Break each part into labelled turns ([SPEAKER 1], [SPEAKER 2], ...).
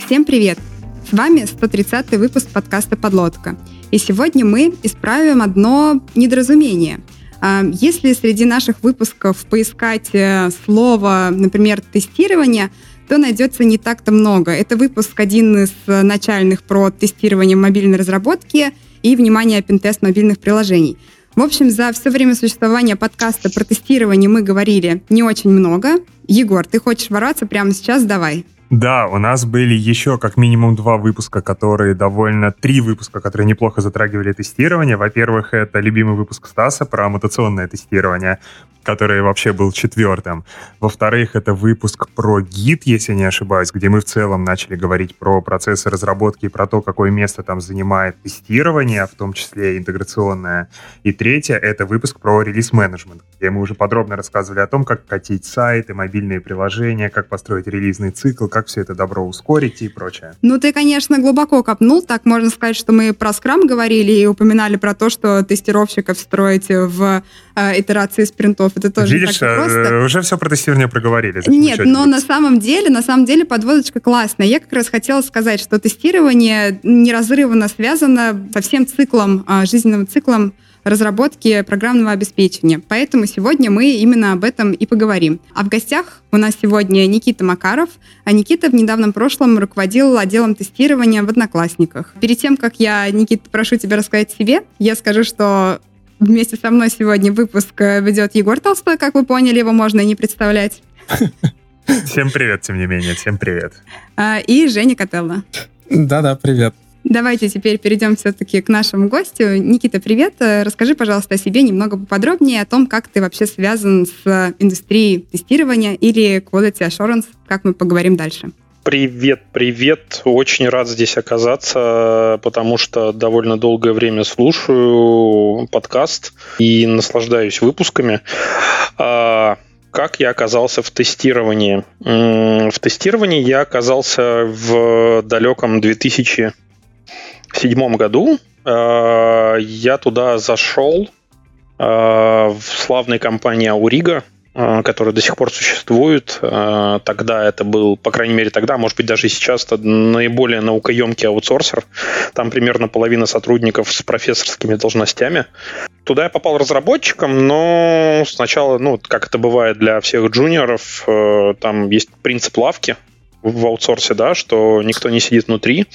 [SPEAKER 1] Всем привет! С вами 130-й выпуск подкаста «Подлодка». И сегодня мы исправим одно недоразумение. Если среди наших выпусков поискать слово, например, «тестирование», то найдется не так-то много. Это выпуск один из начальных про тестирование мобильной разработки и, внимание, пентест мобильных приложений. В общем, за все время существования подкаста про тестирование мы говорили не очень много. Егор, ты хочешь ворваться прямо сейчас? Давай.
[SPEAKER 2] Да, у нас были еще как минимум 3 выпуска, которые неплохо затрагивали тестирование. Во-первых, это любимый выпуск Стаса про мутационное тестирование, который вообще был 4-м. Во-вторых, это выпуск про гид, если не ошибаюсь, где мы в целом начали говорить про процессы разработки и про то, какое место там занимает тестирование, в том числе интеграционное. И третье, это выпуск про релиз-менеджмент, где мы уже подробно рассказывали о том, как катить сайты, мобильные приложения, как построить релизный цикл, как все это добро ускорить и прочее.
[SPEAKER 1] Ну, ты, конечно, глубоко копнул. Так можно сказать, что мы про скрам говорили и упоминали про то, что тестировщиков строить в итерации спринтов. Это тоже
[SPEAKER 2] видишь,
[SPEAKER 1] так просто.
[SPEAKER 2] Уже все про тестирование проговорили.
[SPEAKER 1] Нет, но на самом деле подводочка классная. Я как раз хотела сказать, что тестирование неразрывно связано со всем циклом, жизненным циклом разработки программного обеспечения. Поэтому сегодня мы именно об этом и поговорим. А в гостях у нас сегодня Никита Макаров. А Никита в недавнем прошлом руководил отделом тестирования в Одноклассниках. Перед тем, как я, Никита, прошу тебя рассказать о себе, я скажу, что вместе со мной сегодня выпуск ведет Егор Толстой, как вы поняли, его можно и не представлять.
[SPEAKER 2] Всем привет, тем не менее, всем привет.
[SPEAKER 1] И Женя Котелло.
[SPEAKER 3] Да-да, привет.
[SPEAKER 1] Давайте теперь перейдем все-таки к нашему гостю. Никита, привет. Расскажи, пожалуйста, о себе немного поподробнее, о том, как ты вообще связан с индустрией тестирования или quality assurance, как мы поговорим дальше.
[SPEAKER 4] Привет. Очень рад здесь оказаться, потому что довольно долгое время слушаю подкаст и наслаждаюсь выпусками. Как я оказался в тестировании? В тестировании я оказался в далеком 2007 году. Я туда зашел в славной компании Auriga, которая до сих пор существует. Тогда это был, по крайней мере тогда, может быть даже и сейчас, это наиболее наукоемкий аутсорсер. Там примерно половина сотрудников с профессорскими должностями. Туда я попал разработчиком, но сначала, как это бывает для всех джуниоров, там есть принцип лавки в аутсорсе, да, что никто не сидит внутри,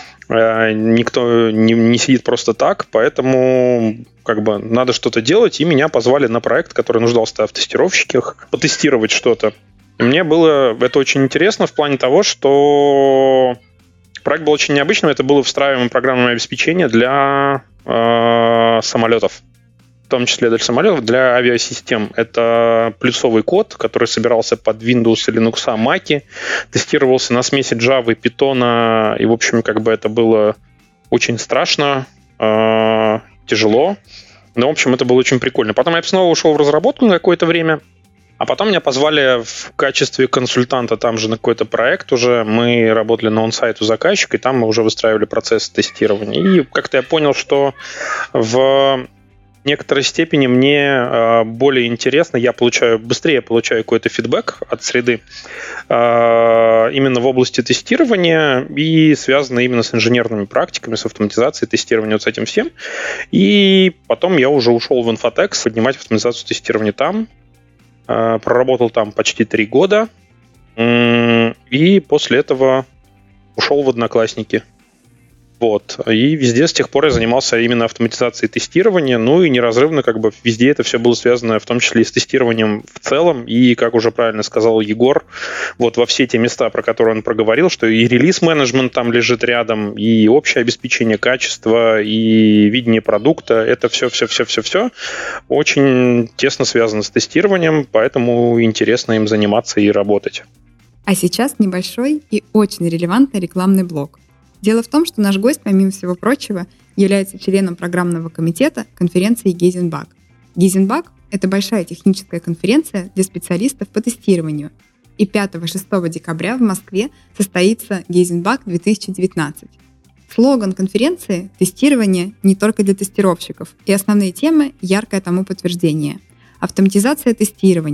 [SPEAKER 4] никто не сидит просто так, поэтому надо что-то делать, и меня позвали на проект, который нуждался в тестировщиках, потестировать что-то. И мне было это очень интересно в плане того, что проект был очень необычным, это было встраиваемое программное обеспечение для самолетов. В том числе для самолетов, для авиасистем. Это плюсовый код, который собирался под Windows, Linux, Mac, тестировался на смеси Java, Python, и, в общем, это было очень страшно, тяжело, но, в общем, это было очень прикольно. Потом я снова ушел в разработку на какое-то время, а потом меня позвали в качестве консультанта там же на какой-то проект уже. Мы работали на он-сайт у заказчика, и там мы уже выстраивали процесс тестирования. И как-то я понял, что в некоторой степени мне более интересно, быстрее получаю какой-то фидбэк от среды именно в области тестирования и связано именно с инженерными практиками, с автоматизацией тестирования, с этим всем. И потом я уже ушел в Infotex поднимать автоматизацию тестирования там. Проработал там почти 3 года. И после этого ушел в Одноклассники. И везде с тех пор я занимался именно автоматизацией тестирования, и неразрывно везде это все было связано, в том числе и с тестированием в целом, и, как уже правильно сказал Егор, во все те места, про которые он проговорил, что и релиз-менеджмент там лежит рядом, и общее обеспечение качества, и видение продукта, это все очень тесно связано с тестированием, поэтому интересно им заниматься и работать.
[SPEAKER 1] А сейчас небольшой и очень релевантный рекламный блок. Дело в том, что наш гость, помимо всего прочего, является членом программного комитета конференции Гейзенбаг. Гейзенбаг — это большая техническая конференция для специалистов по тестированию. И 5-6 декабря в Москве состоится Гейзенбаг 2019. Слоган конференции «Тестирование не только для тестировщиков» и основные темы — яркое тому подтверждение. Автоматизация тестирования,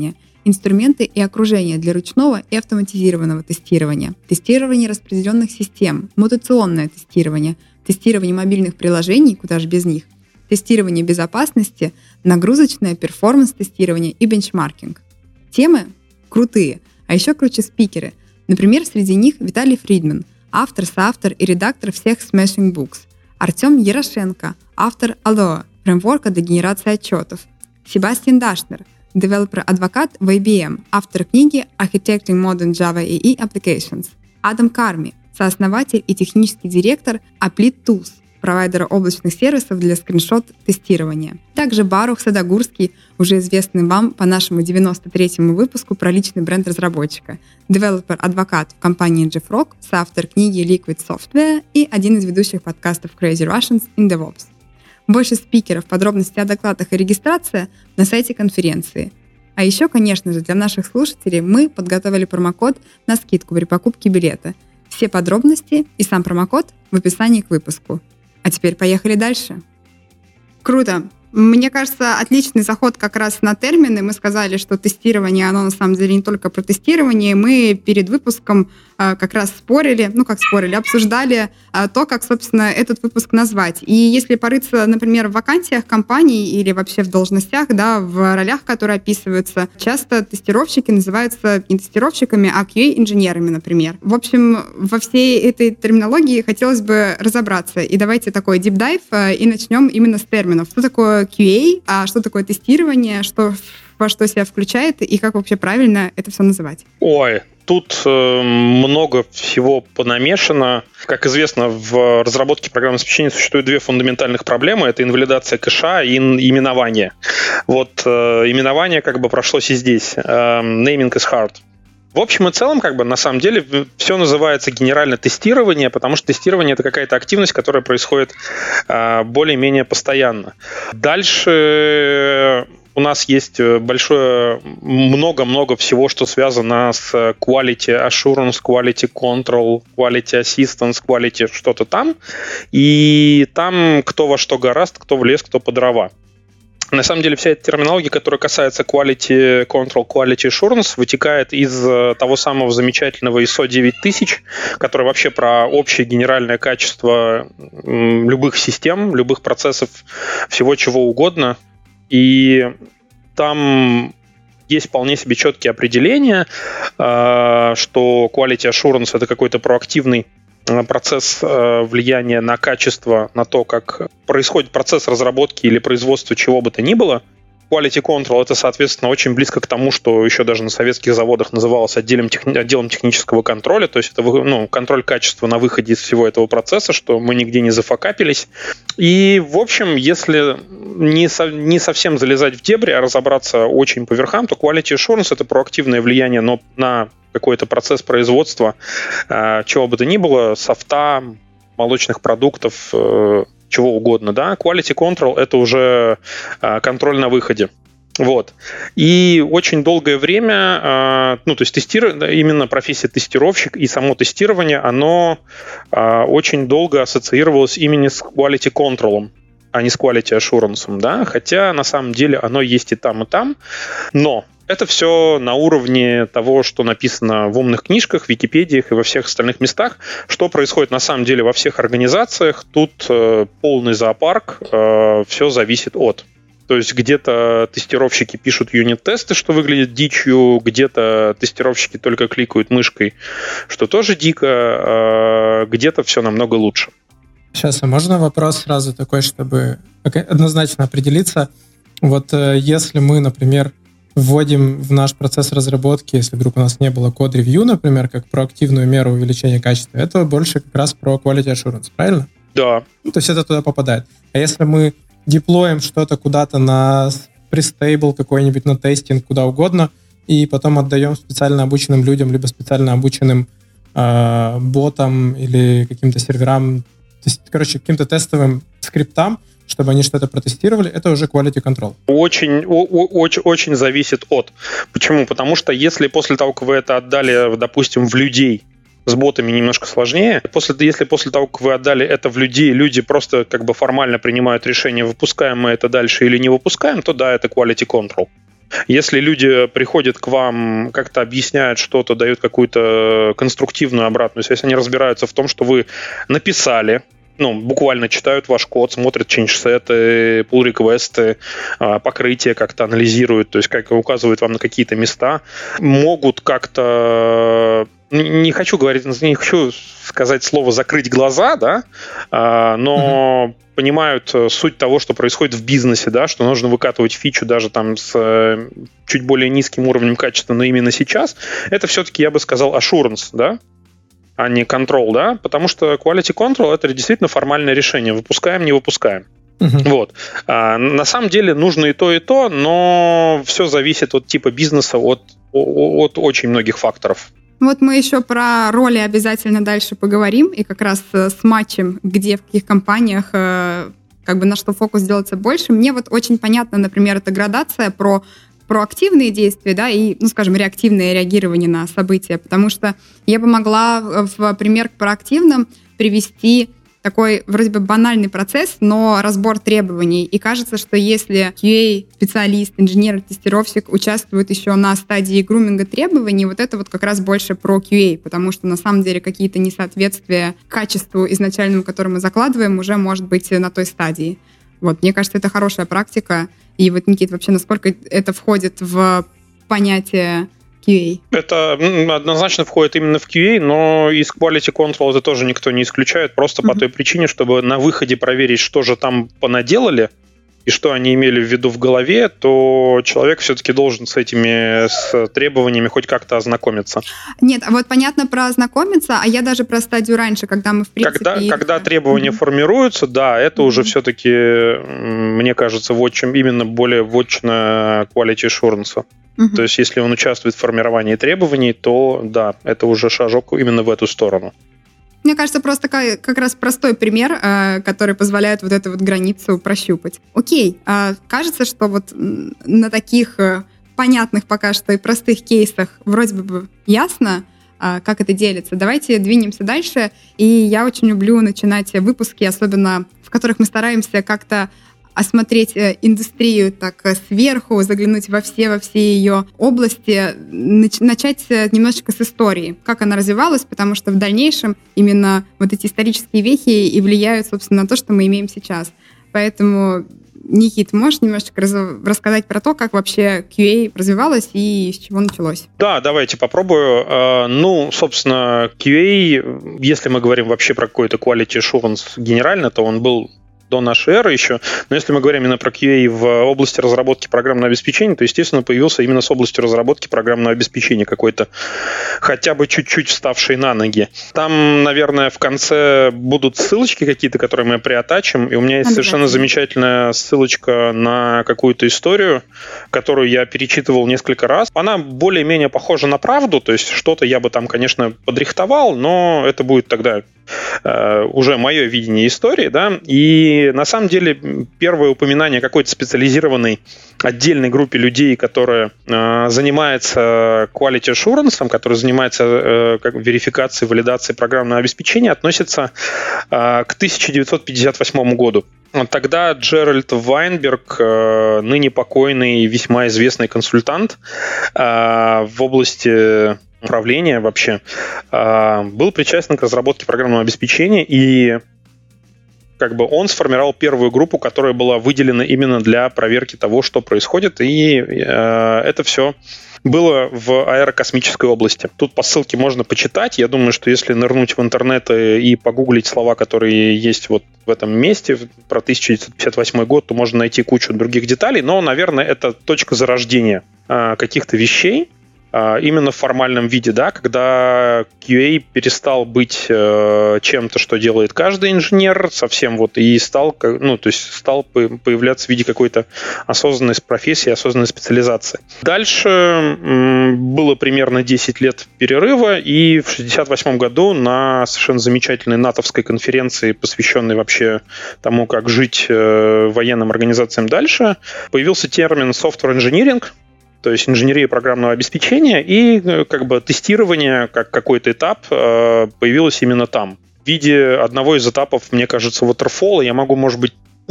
[SPEAKER 1] инструменты и окружение для ручного и автоматизированного тестирования, тестирование распределенных систем, мутационное тестирование, тестирование мобильных приложений, куда же без них, тестирование безопасности, нагрузочное перформанс-тестирование и бенчмаркинг. Темы крутые, а еще круче спикеры. Например, среди них Виталий Фридман, автор, соавтор и редактор всех Smashing Books, Артем Ярошенко, автор Alloa, фреймворка для генерации отчетов, Себастьян Дашнер, девелопер-адвокат в IBM, автор книги Architecting Modern Java EE Applications, Адам Карми, сооснователь и технический директор Applet Tools, провайдера облачных сервисов для скриншот-тестирования. Также Барух Садогурский, уже известный вам по нашему 93-му выпуску про личный бренд разработчика, девелопер-адвокат в компании JFrog, соавтор книги Liquid Software и один из ведущих подкастов Crazy Russians in DevOps. Больше спикеров, подробности о докладах и регистрация на сайте конференции. А еще, конечно же, для наших слушателей мы подготовили промокод на скидку при покупке билета. Все подробности и сам промокод в описании к выпуску. А теперь поехали дальше. Круто. Мне кажется, отличный заход как раз на термины. Мы сказали, что тестирование, оно на самом деле не только про тестирование. Мы перед выпуском как раз обсуждали то, как, собственно, этот выпуск назвать. И если порыться, например, в вакансиях компаний или вообще в должностях, да, в ролях, которые описываются, часто тестировщики называются не тестировщиками, а QA-инженерами, например. В общем, во всей этой терминологии хотелось бы разобраться. И давайте такой deep dive и начнем именно с терминов. Что такое QA, а что такое тестирование, во что себя включает и как вообще правильно это все называть?
[SPEAKER 4] Ой, тут много всего понамешано. Как известно, в разработке программного обеспечения существует две фундаментальных проблемы. Это инвалидация кэша и именование. Вот именование как бы прошлось и здесь. Naming is hard. В общем и целом, на самом деле, все называется генеральное тестирование, потому что тестирование — это какая-то активность, которая происходит более-менее постоянно. Дальше у нас есть много-много всего, что связано с quality assurance, quality control, quality assistance, quality что-то там. И там кто во что горазд, кто в лес, кто по дрова. На самом деле вся эта терминология, которая касается quality control, quality assurance, вытекает из того самого замечательного ISO 9000, который вообще про общее генеральное качество любых систем, любых процессов, всего чего угодно. И там есть вполне себе четкие определения, что quality assurance — это какой-то проактивный процесс влияния на качество, на то, как происходит процесс разработки или производства чего бы то ни было. Quality control — это, соответственно, очень близко к тому, что еще даже на советских заводах называлось отделом технического контроля, то есть это контроль качества на выходе из всего этого процесса, что мы нигде не зафакапились. И, в общем, если не совсем залезать в дебри, а разобраться очень по верхам, то quality assurance — это проактивное влияние на какой-то процесс производства, чего бы то ни было, софта, молочных продуктов, чего угодно, да. Quality control — это уже контроль на выходе. Вот. И очень долгое время, то есть именно профессия тестировщик и само тестирование, оно очень долго ассоциировалось именно с quality control, а не с quality assurance, да. Хотя на самом деле оно есть и там, но это все на уровне того, что написано в умных книжках, в Википедиях и во всех остальных местах. Что происходит на самом деле во всех организациях, тут полный зоопарк, все зависит от. То есть где-то тестировщики пишут юнит-тесты, что выглядит дичью, где-то тестировщики только кликают мышкой, что тоже дико, где-то все намного лучше.
[SPEAKER 3] Сейчас, а можно вопрос сразу такой, чтобы однозначно определиться? Вот если мы, например, вводим в наш процесс разработки, если вдруг у нас не было код-ревью, например, как проактивную меру увеличения качества, это больше как раз про quality assurance, правильно?
[SPEAKER 4] Да.
[SPEAKER 3] То есть это туда попадает. А если мы деплоим что-то куда-то на престейбл какой-нибудь, на тестинг, куда угодно, и потом отдаем специально обученным людям, либо специально обученным ботам или каким-то серверам, то есть, каким-то тестовым скриптам, чтобы они что-то протестировали, это уже quality control.
[SPEAKER 4] Очень зависит от. Почему? Потому что если после того, как вы это отдали, допустим, в людей, с ботами немножко сложнее. Если после того, как вы отдали это в людей, люди просто формально принимают решение, выпускаем мы это дальше или не выпускаем, то да, это quality control. Если люди приходят к вам, как-то объясняют что-то, дают какую-то конструктивную обратную связь, они разбираются в том, что вы написали, буквально читают ваш код, смотрят change-сеты, pull-реквесты, покрытие как-то анализируют, то есть как указывают вам на какие-то места, могут как-то... Не хочу сказать слово «закрыть глаза», да, но понимают суть того, что происходит в бизнесе, да, что нужно выкатывать фичу даже там с чуть более низким уровнем качества, но именно сейчас. Это все-таки, я бы сказал, assurance, да, а не control, да, потому что quality control — это действительно формальное решение. Выпускаем, не выпускаем. Вот. На самом деле нужно и то, но все зависит от типа бизнеса, от очень многих факторов.
[SPEAKER 1] Вот мы еще про роли обязательно дальше поговорим, и как раз с матчем, где, в каких компаниях, как бы на что фокус делается больше. Мне вот очень понятно, например, эта градация про проактивные действия, да, и, скажем, реактивное реагирование на события, потому что я бы могла в пример к проактивным привести такой вроде бы банальный процесс, но разбор требований. И кажется, что если QA-специалист, инженер, тестировщик участвует еще на стадии груминга требований, вот это вот как раз больше про QA, потому что на самом деле какие-то несоответствия качеству изначальному, которое мы закладываем, уже может быть на той стадии. Вот, мне кажется, это хорошая практика. И вот, Никит, вообще, насколько это входит в понятие QA? Это
[SPEAKER 4] однозначно входит именно в QA, но из Quality Control это тоже никто не исключает, просто по той причине, чтобы на выходе проверить, что же там понаделали и что они имели в виду в голове, то человек все-таки должен с требованиями хоть как-то ознакомиться.
[SPEAKER 1] Нет, вот понятно про ознакомиться, а я даже про стадию раньше, когда мы в принципе...
[SPEAKER 4] Когда требования формируются, да, это уже все-таки, мне кажется, именно более вотчина quality assurance. То есть, если он участвует в формировании требований, то да, это уже шажок именно в эту сторону.
[SPEAKER 1] Мне кажется, просто как раз простой пример, который позволяет вот эту вот границу прощупать. Окей, кажется, что вот на таких понятных пока что и простых кейсах вроде бы ясно, как это делится. Давайте двинемся дальше. И я очень люблю начинать выпуски, особенно в которых мы стараемся как-то осмотреть индустрию так сверху, заглянуть во все ее области, начать немножечко с истории, как она развивалась, потому что в дальнейшем именно вот эти исторические вехи и влияют, собственно, на то, что мы имеем сейчас. Поэтому, Никит, можешь немножечко рассказать про то, как вообще QA развивалась и с чего началось?
[SPEAKER 4] Да, давайте попробую. Собственно, QA, если мы говорим вообще про какой-то quality assurance генерально, то он был до нашей эры еще. Но если мы говорим именно про QA в области разработки программного обеспечения, то, естественно, появился именно с областью разработки программного обеспечения какой-то хотя бы чуть-чуть вставший на ноги. Там, наверное, в конце будут ссылочки какие-то, которые мы приатачим, и у меня есть совершенно замечательная ссылочка на какую-то историю, которую я перечитывал несколько раз. Она более-менее похожа на правду, то есть что-то я бы там, конечно, подрихтовал, но это будет тогда уже мое видение истории, да, и на самом деле первое упоминание какой-то специализированной отдельной группе людей, которая занимается quality assurance, которая занимается верификацией, валидацией программного обеспечения, относится к 1958 году. Тогда Джеральд Вайнберг, ныне покойный, весьма известный консультант в области управления вообще, был причастен к разработке программного обеспечения, и он сформировал первую группу, которая была выделена именно для проверки того, что происходит, и это все было в аэрокосмической области. Тут по ссылке можно почитать. Я думаю, что если нырнуть в интернет и погуглить слова, которые есть вот в этом месте, про 1958 год, то можно найти кучу других деталей, но, наверное, это точка зарождения каких-то вещей, именно в формальном виде, да, когда QA перестал быть чем-то, что делает каждый инженер, совсем и стал появляться в виде какой-то осознанной профессии, осознанной специализации. Дальше было примерно 10 лет перерыва, и в 1968 году на совершенно замечательной натовской конференции, посвященной вообще тому, как жить военным организациям дальше, появился термин software engineering, то есть инженерия программного обеспечения, и тестирование как какой-то этап появилось именно там. В виде одного из этапов, мне кажется, waterfall, я могу, может быть,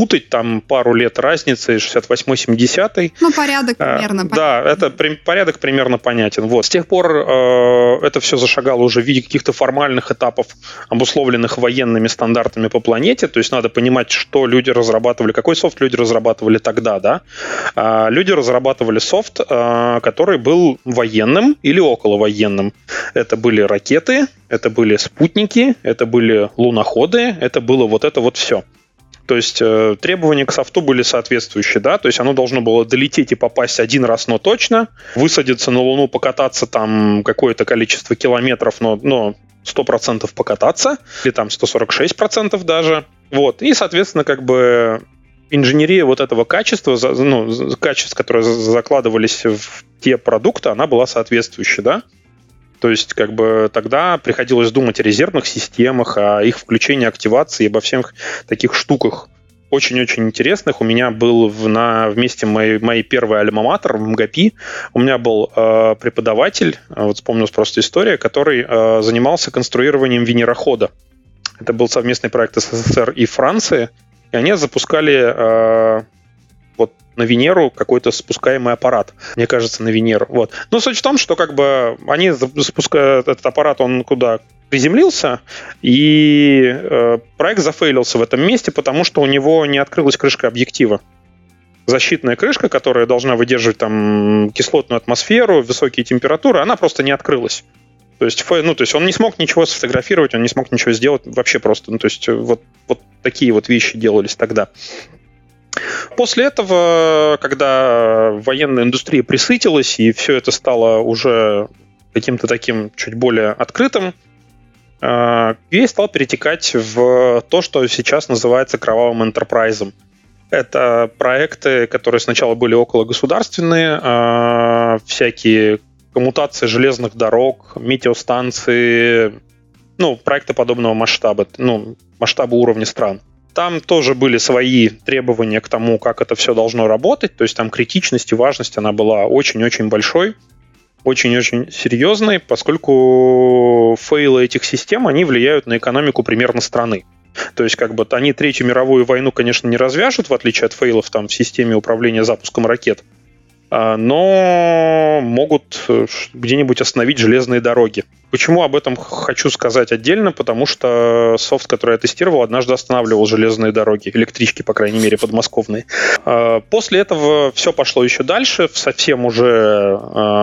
[SPEAKER 4] путать, там пару лет разницы, 68-70.
[SPEAKER 1] Ну, порядок примерно понятен.
[SPEAKER 4] Да, это порядок примерно понятен. Вот. С тех пор это все зашагало уже в виде каких-то формальных этапов, обусловленных военными стандартами по планете, то есть надо понимать, что люди разрабатывали, какой софт люди разрабатывали тогда, да. Люди разрабатывали софт, который был военным или околовоенным. Это были ракеты, это были спутники, это были луноходы, это было вот это вот все. То есть требования к софту были соответствующие, да, то есть оно должно было долететь и попасть один раз, но точно, высадиться на Луну, покататься там какое-то количество километров, но 100% покататься, или там 146% даже, вот, и, соответственно, как бы инженерия вот этого качества, качеств, которые закладывались в те продукты, она была соответствующей, да. То есть, как бы тогда приходилось думать о резервных системах, о их включении, активации, обо всех таких штуках очень-очень интересных. У меня был вместе моей первой альма-матер в МГАПИ, у меня был преподаватель, вот вспомнилась просто история, который занимался конструированием венерохода. Это был совместный проект СССР и Франции, и они запускали на Венеру какой-то спускаемый аппарат. Мне кажется, на Венеру. Вот. Но суть в том, что как бы они запускают этот аппарат, он куда приземлился, и проект зафейлился в этом месте, потому что у него не открылась крышка объектива. Защитная крышка, которая должна выдерживать там кислотную атмосферу, высокие температуры, она просто не открылась. То есть он не смог ничего сфотографировать, он не смог ничего сделать вообще просто. То есть вот такие вот вещи делались тогда. После этого, когда военная индустрия пресытилась, и все это стало уже каким-то таким чуть более открытым, QA стал перетекать в то, что сейчас называется кровавым энтерпрайзом. Это проекты, которые сначала были окологосударственные, всякие коммутации железных дорог, метеостанции, проекты подобного масштаба, масштаба уровня стран. Там тоже были свои требования к тому, как это все должно работать. То есть там критичность и важность, она была очень-очень большой, очень-очень серьезной, поскольку фейлы этих систем, они влияют на экономику примерно страны. То есть как бы они Третью мировую войну, конечно, не развяжут, в отличие от фейлов там в системе управления запуском ракет, но могут где-нибудь остановить железные дороги. Почему об этом хочу сказать отдельно? Потому что софт, который я тестировал, однажды останавливал железные дороги, электрички, по крайней мере, подмосковные. После этого все пошло еще дальше, в совсем уже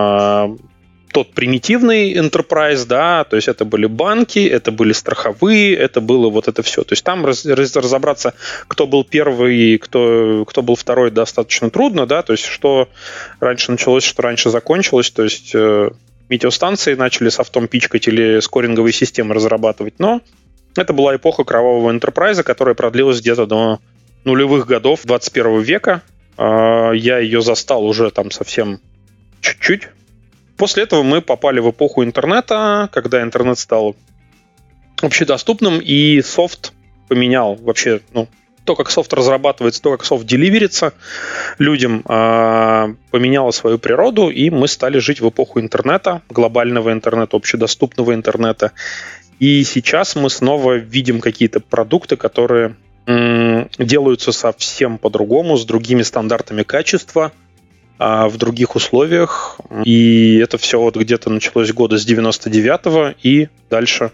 [SPEAKER 4] тот примитивный enterprise, да, то есть это были банки, это были страховые, это было вот это все. То есть там разобраться, кто был первый, кто был второй, достаточно трудно, да, то есть что раньше началось, что раньше закончилось, то есть метеостанции начали софтом пичкать или скоринговые системы разрабатывать, но это была эпоха кровавого энтерпрайза, которая продлилась где-то до нулевых годов 21 века. Я ее застал уже там совсем чуть-чуть. После этого мы попали в эпоху интернета, когда интернет стал общедоступным, и софт поменял вообще, то, как софт разрабатывается, то, как софт деливерится людям, поменяло свою природу, и мы стали жить в эпоху интернета, глобального интернета, общедоступного интернета. И сейчас мы снова видим какие-то продукты, которые делаются совсем по-другому, с другими стандартами качества, в других условиях. И это все вот где-то началось года с 99-го и дальше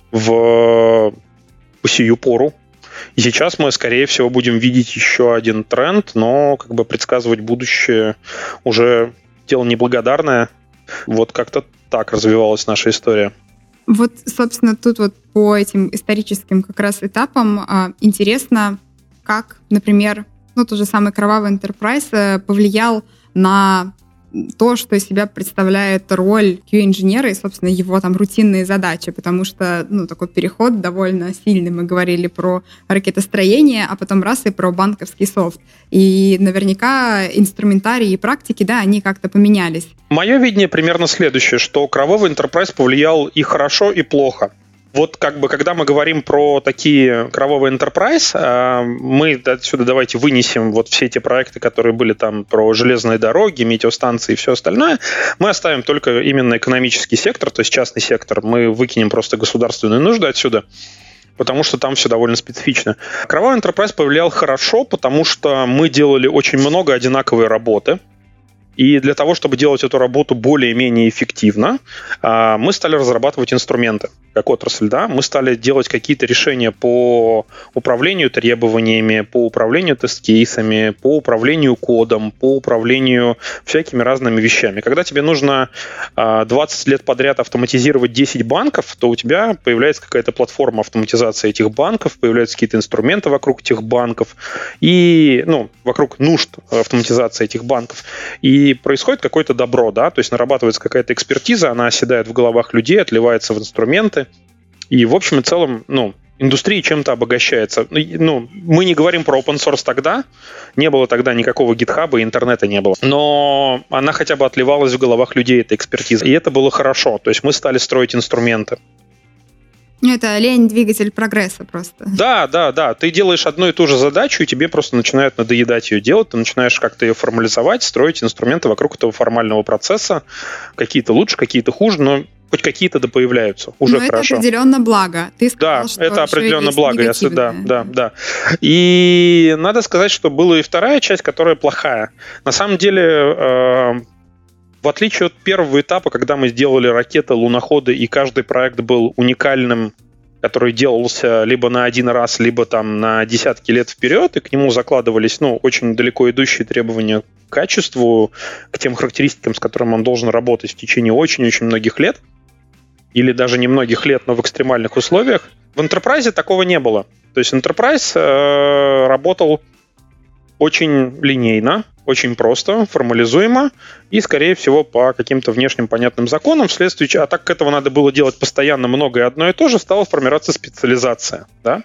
[SPEAKER 4] по сию пору. И сейчас мы, скорее всего, будем видеть еще один тренд, но как бы предсказывать будущее уже дело неблагодарное. Вот как-то так развивалась наша история.
[SPEAKER 1] Вот, собственно, тут вот по этим историческим как раз этапам интересно, как, например, тот же самый кровавый Enterprise повлиял на то, что из себя представляет роль QA-инженера и, собственно, его там рутинные задачи, потому что, такой переход довольно сильный. Мы говорили про ракетостроение, а потом раз и про банковский софт. И наверняка инструментарий и практики, да, они как-то поменялись.
[SPEAKER 4] Мое видение примерно следующее, что кровавый Enterprise повлиял и хорошо, и плохо. Вот как бы, когда мы говорим про такие кровавые enterprise, мы отсюда давайте вынесем вот все эти проекты, которые были там про железные дороги, метеостанции и все остальное. Мы оставим только именно экономический сектор, то есть частный сектор. Мы выкинем просто государственные нужды отсюда. потому что там все довольно специфично. Кровавый Enterprise повлиял хорошо, потому что мы делали очень много одинаковой работы. И для того, чтобы делать эту работу более-менее эффективно, мы стали разрабатывать инструменты, как отрасль, да, мы стали делать какие-то решения по управлению требованиями, по управлению тест-кейсами, по управлению кодом, по управлению всякими разными вещами. Когда тебе нужно 20 лет подряд автоматизировать 10 банков, то у тебя появляется какая-то платформа автоматизации этих банков, появляются какие-то инструменты вокруг этих банков и, вокруг нужд автоматизации этих банков. И происходит какое-то добро, да, то есть нарабатывается какая-то экспертиза, она оседает в головах людей, отливается в инструменты, и в общем и целом, индустрия чем-то обогащается. Мы не говорим про open source тогда, не было тогда никакого гитхаба, интернета не было, но она хотя бы отливалась в головах людей, эта экспертиза, и это было хорошо, то есть мы стали строить инструменты.
[SPEAKER 1] Это лень-двигатель прогресса просто.
[SPEAKER 4] Да. Ты делаешь одну и ту же задачу, и тебе просто начинают надоедать ее делать. Ты начинаешь как-то ее формализовать, строить инструменты вокруг этого формального процесса. Какие-то лучше, какие-то хуже, но хоть какие-то да появляются. Уже
[SPEAKER 1] но
[SPEAKER 4] хорошо.
[SPEAKER 1] Это определенно благо. Ты сказал, что
[SPEAKER 4] это определенно благо.
[SPEAKER 1] Да.
[SPEAKER 4] И надо сказать, что была и вторая часть, которая плохая. На самом деле... В отличие от первого этапа, когда мы сделали ракеты, луноходы, и каждый проект был уникальным, который делался либо на один раз, либо там на десятки лет вперед, и к нему закладывались очень далеко идущие требования к качеству, к тем характеристикам, с которыми он должен работать в течение очень-очень многих лет, или даже не многих лет, но в экстремальных условиях. В Enterprise такого не было. То есть Enterprise работал очень линейно, очень просто, формализуемо и, скорее всего, по каким-то внешним понятным законам, вследствие чего, а так как этого надо было делать постоянно много и одно и то же, стала формироваться специализация. Да?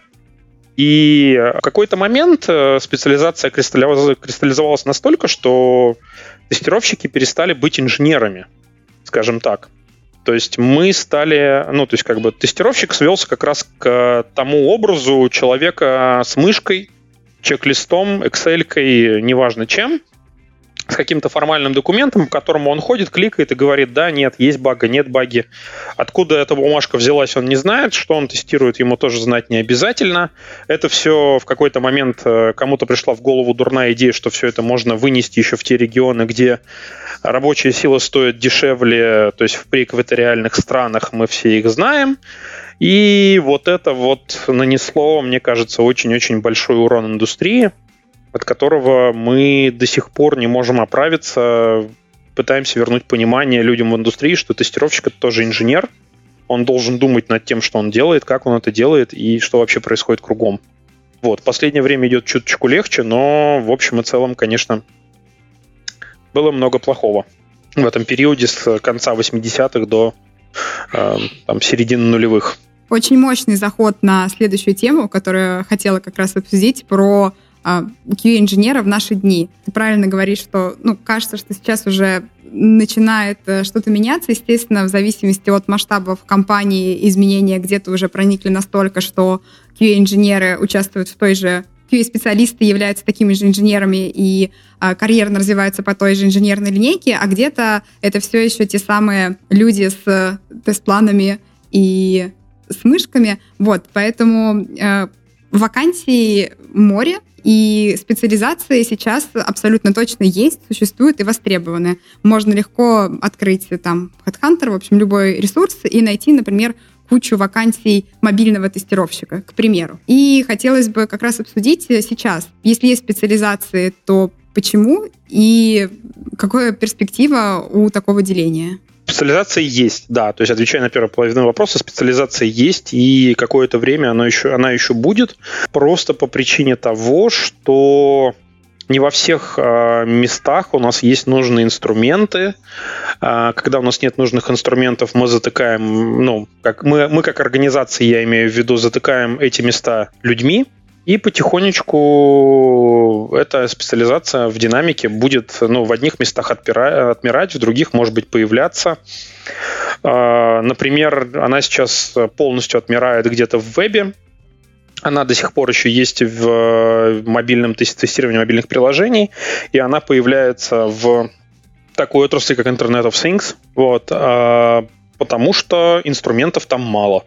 [SPEAKER 4] И в какой-то момент специализация кристаллизовалась настолько, что тестировщики перестали быть инженерами, скажем так. То есть мы стали, тестировщик свелся как раз к тому образу человека с мышкой, чек-листом, Excel-кой, неважно чем, с каким-то формальным документом, по которому он ходит, кликает и говорит, да, нет, есть бага, нет баги. Откуда эта бумажка взялась, он не знает, что он тестирует, ему тоже знать не обязательно. Это все в какой-то момент кому-то пришла в голову дурная идея, что все это можно вынести еще в те регионы, где рабочая сила стоит дешевле, то есть в преэкваториальных странах, мы все их знаем. И вот это нанесло, мне кажется, очень-очень большой урон индустрии, от которого мы до сих пор не можем оправиться, пытаемся вернуть понимание людям в индустрии, что тестировщик — это тоже инженер, он должен думать над тем, что он делает, как он это делает и что вообще происходит кругом. В последнее время идет чуточку легче, но в общем и целом, конечно, было много плохого в этом периоде с конца 80-х до середины нулевых.
[SPEAKER 1] Очень мощный заход на следующую тему, которую хотела как раз обсудить, про QA-инженера в наши дни. Ты правильно говоришь, что кажется, что сейчас уже начинает что-то меняться. Естественно, в зависимости от масштабов компании изменения где-то уже проникли настолько, что QA-инженеры участвуют в той же... QA-специалисты являются такими же инженерами и карьерно развиваются по той же инженерной линейке, а где-то это все еще те самые люди с тест-планами и с мышками. Поэтому вакансий море, и специализации сейчас абсолютно точно есть, существуют и востребованы. Можно легко открыть там HeadHunter, в общем, любой ресурс и найти, например, кучу вакансий мобильного тестировщика, к примеру. И хотелось бы как раз обсудить сейчас, если есть специализации, то почему и какая перспектива у такого деления?
[SPEAKER 4] Специализация есть, да. То есть, отвечая на первую половину вопроса, специализация есть, и какое-то время она еще будет. Просто по причине того, что не во всех местах у нас есть нужные инструменты. Когда у нас нет нужных инструментов, мы затыкаем, мы как организация, я имею в виду, затыкаем эти места людьми. И потихонечку эта специализация в динамике будет в одних местах отмирать, в других, может быть, появляться. Например, она сейчас полностью отмирает где-то в вебе. Она до сих пор еще есть в мобильном тестировании мобильных приложений, и она появляется в такой отрасли, как Internet of Things. потому что инструментов там мало.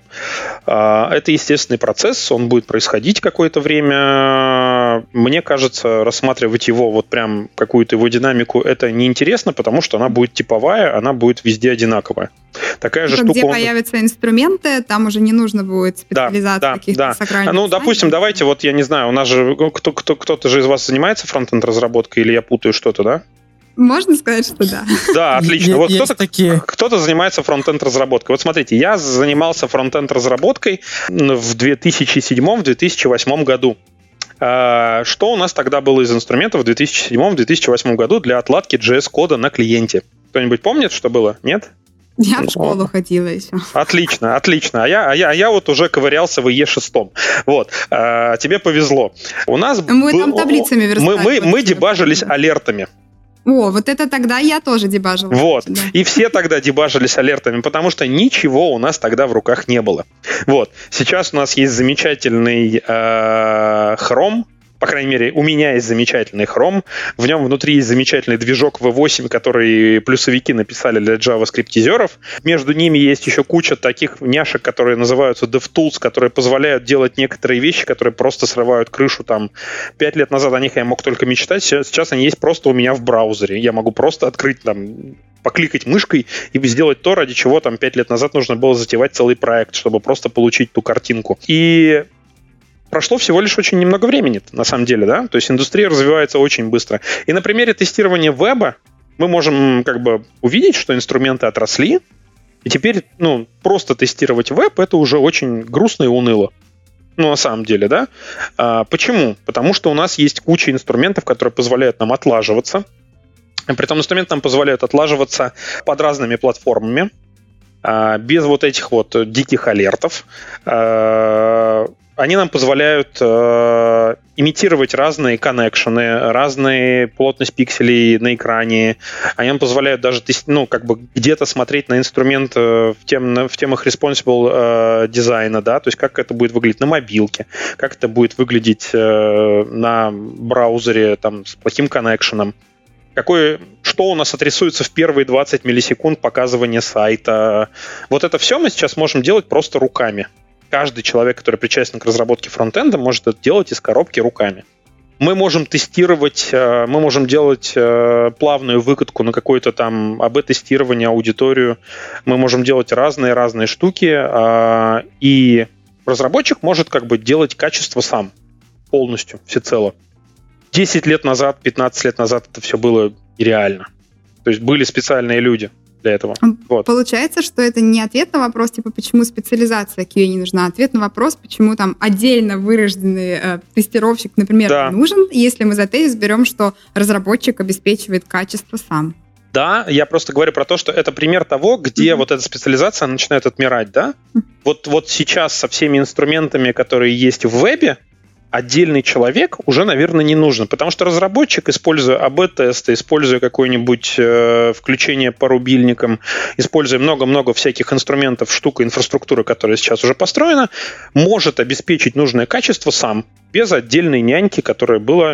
[SPEAKER 4] Это естественный процесс, он будет происходить какое-то время. Мне кажется, рассматривать его, вот прям какую-то его динамику, это неинтересно, потому что она будет типовая, она будет везде одинаковая. Такая же штука.
[SPEAKER 1] Где появятся инструменты, там уже не нужно будет специализация каких-то сакральных знаний.
[SPEAKER 4] Допустим, давайте, вот я не знаю, у нас же кто-то же из вас занимается фронт-энд разработкой, или я путаю что-то, да?
[SPEAKER 1] Можно сказать, что да.
[SPEAKER 4] Да, отлично. Вот
[SPEAKER 3] кто-то
[SPEAKER 4] занимается фронт-энд разработкой. Вот смотрите, я занимался фронт-энд разработкой в 2007-2008 году. Что у нас тогда было из инструментов в 2007-2008 году для отладки JS-кода на клиенте? Кто-нибудь помнит, что было? Нет?
[SPEAKER 1] Я в школу ходила еще.
[SPEAKER 4] Отлично. А я вот уже ковырялся в IE6. Вот. Тебе повезло.
[SPEAKER 1] Мы там таблицами верстали.
[SPEAKER 4] Мы дебажились алертами.
[SPEAKER 1] О, вот это тогда я тоже дебажила.
[SPEAKER 4] Вот.
[SPEAKER 1] Да.
[SPEAKER 4] И все тогда дебажились алертами, потому что ничего у нас тогда в руках не было. Вот. Сейчас у нас есть замечательный Chrome. По крайней мере, у меня есть замечательный Chrome. В нем внутри есть замечательный движок V8, который плюсовики написали для JavaScript-изеров. Между ними есть еще куча таких няшек, которые называются DevTools, которые позволяют делать некоторые вещи, которые просто срывают крышу. Там 5 лет назад о них я мог только мечтать. Сейчас они есть просто у меня в браузере. Я могу просто открыть там, покликать мышкой и сделать то, ради чего там 5 лет назад нужно было затевать целый проект, чтобы просто получить ту картинку. И прошло всего лишь очень немного времени, на самом деле, да? То есть индустрия развивается очень быстро. И на примере тестирования веба мы можем как бы увидеть, что инструменты отросли, и теперь, просто тестировать веб — это уже очень грустно и уныло. На самом деле, да? Почему? Потому что у нас есть куча инструментов, которые позволяют нам отлаживаться. Притом инструменты нам позволяют отлаживаться под разными платформами, без вот этих вот диких алертов. Они нам позволяют имитировать разные коннекшены, разные плотность пикселей на экране. Они нам позволяют даже где-то смотреть на инструмент в темах responsible дизайна, да, то есть как это будет выглядеть на мобилке, как это будет выглядеть на браузере там, с плохим коннекшеном. Что у нас отрисуется в первые 20 миллисекунд показывания сайта. Вот это все мы сейчас можем делать просто руками. Каждый человек, который причастен к разработке фронтенда, может это делать из коробки руками. Мы можем тестировать, мы можем делать плавную выкатку на какое-то там АБ-тестирование, аудиторию. Мы можем делать разные штуки, и разработчик может как бы делать качество сам, полностью, всецело. 10 лет назад, 15 лет назад это все было нереально. То есть были специальные люди для этого. Вот.
[SPEAKER 1] Получается, что это не ответ на вопрос, типа, почему специализация QA не нужна, а ответ на вопрос, почему там отдельно вырожденный тестировщик, например, нужен, если мы за тезис берем, что разработчик обеспечивает качество сам.
[SPEAKER 4] Да, я просто говорю про то, что это пример того, где вот эта специализация начинает отмирать, да? Вот сейчас со всеми инструментами, которые есть в вебе, отдельный человек уже, наверное, не нужен, потому что разработчик, используя АБ-тесты, используя какое-нибудь включение по рубильникам, используя много-много всяких инструментов, штук, инфраструктуры, которая сейчас уже построена, может обеспечить нужное качество сам, без отдельной няньки, которая была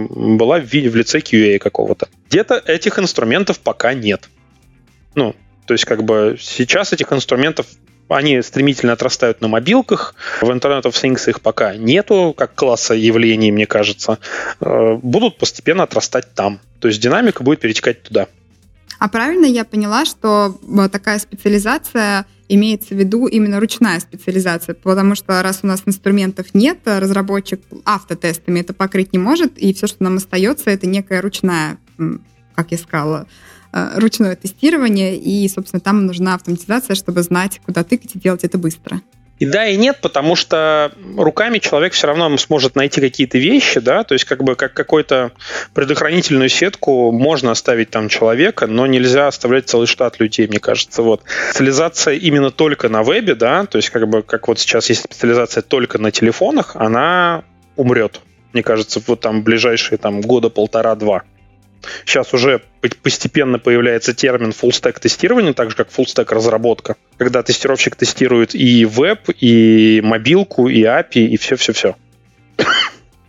[SPEAKER 4] в лице QA какого-то. Где-то этих инструментов пока нет. То есть как бы сейчас этих инструментов они стремительно отрастают на мобилках. В Internet of Things их пока нету, как класса явлений, мне кажется. Будут постепенно отрастать там. То есть динамика будет перетекать туда.
[SPEAKER 1] А правильно я поняла, что такая специализация имеется в виду именно ручная специализация? Потому что раз у нас инструментов нет, разработчик автотестами это покрыть не может, и все, что нам остается, это некая ручная, как я сказала, ручное тестирование, и, собственно, там нужна автоматизация, чтобы знать, куда тыкать и делать это быстро.
[SPEAKER 4] И да, и нет, потому что руками человек все равно сможет найти какие-то вещи, да, то есть как бы как какую-то предохранительную сетку можно оставить там человека, но нельзя оставлять целый штат людей, мне кажется. Вот. Специализация именно только на вебе, да, то есть как бы как вот сейчас есть специализация только на телефонах, она умрет, мне кажется, вот там в ближайшие там года 1,5-2. Сейчас уже постепенно появляется термин full-stack тестирование, так же как full-stack разработка, когда тестировщик тестирует и веб, и мобилку, и API, и все-все-все.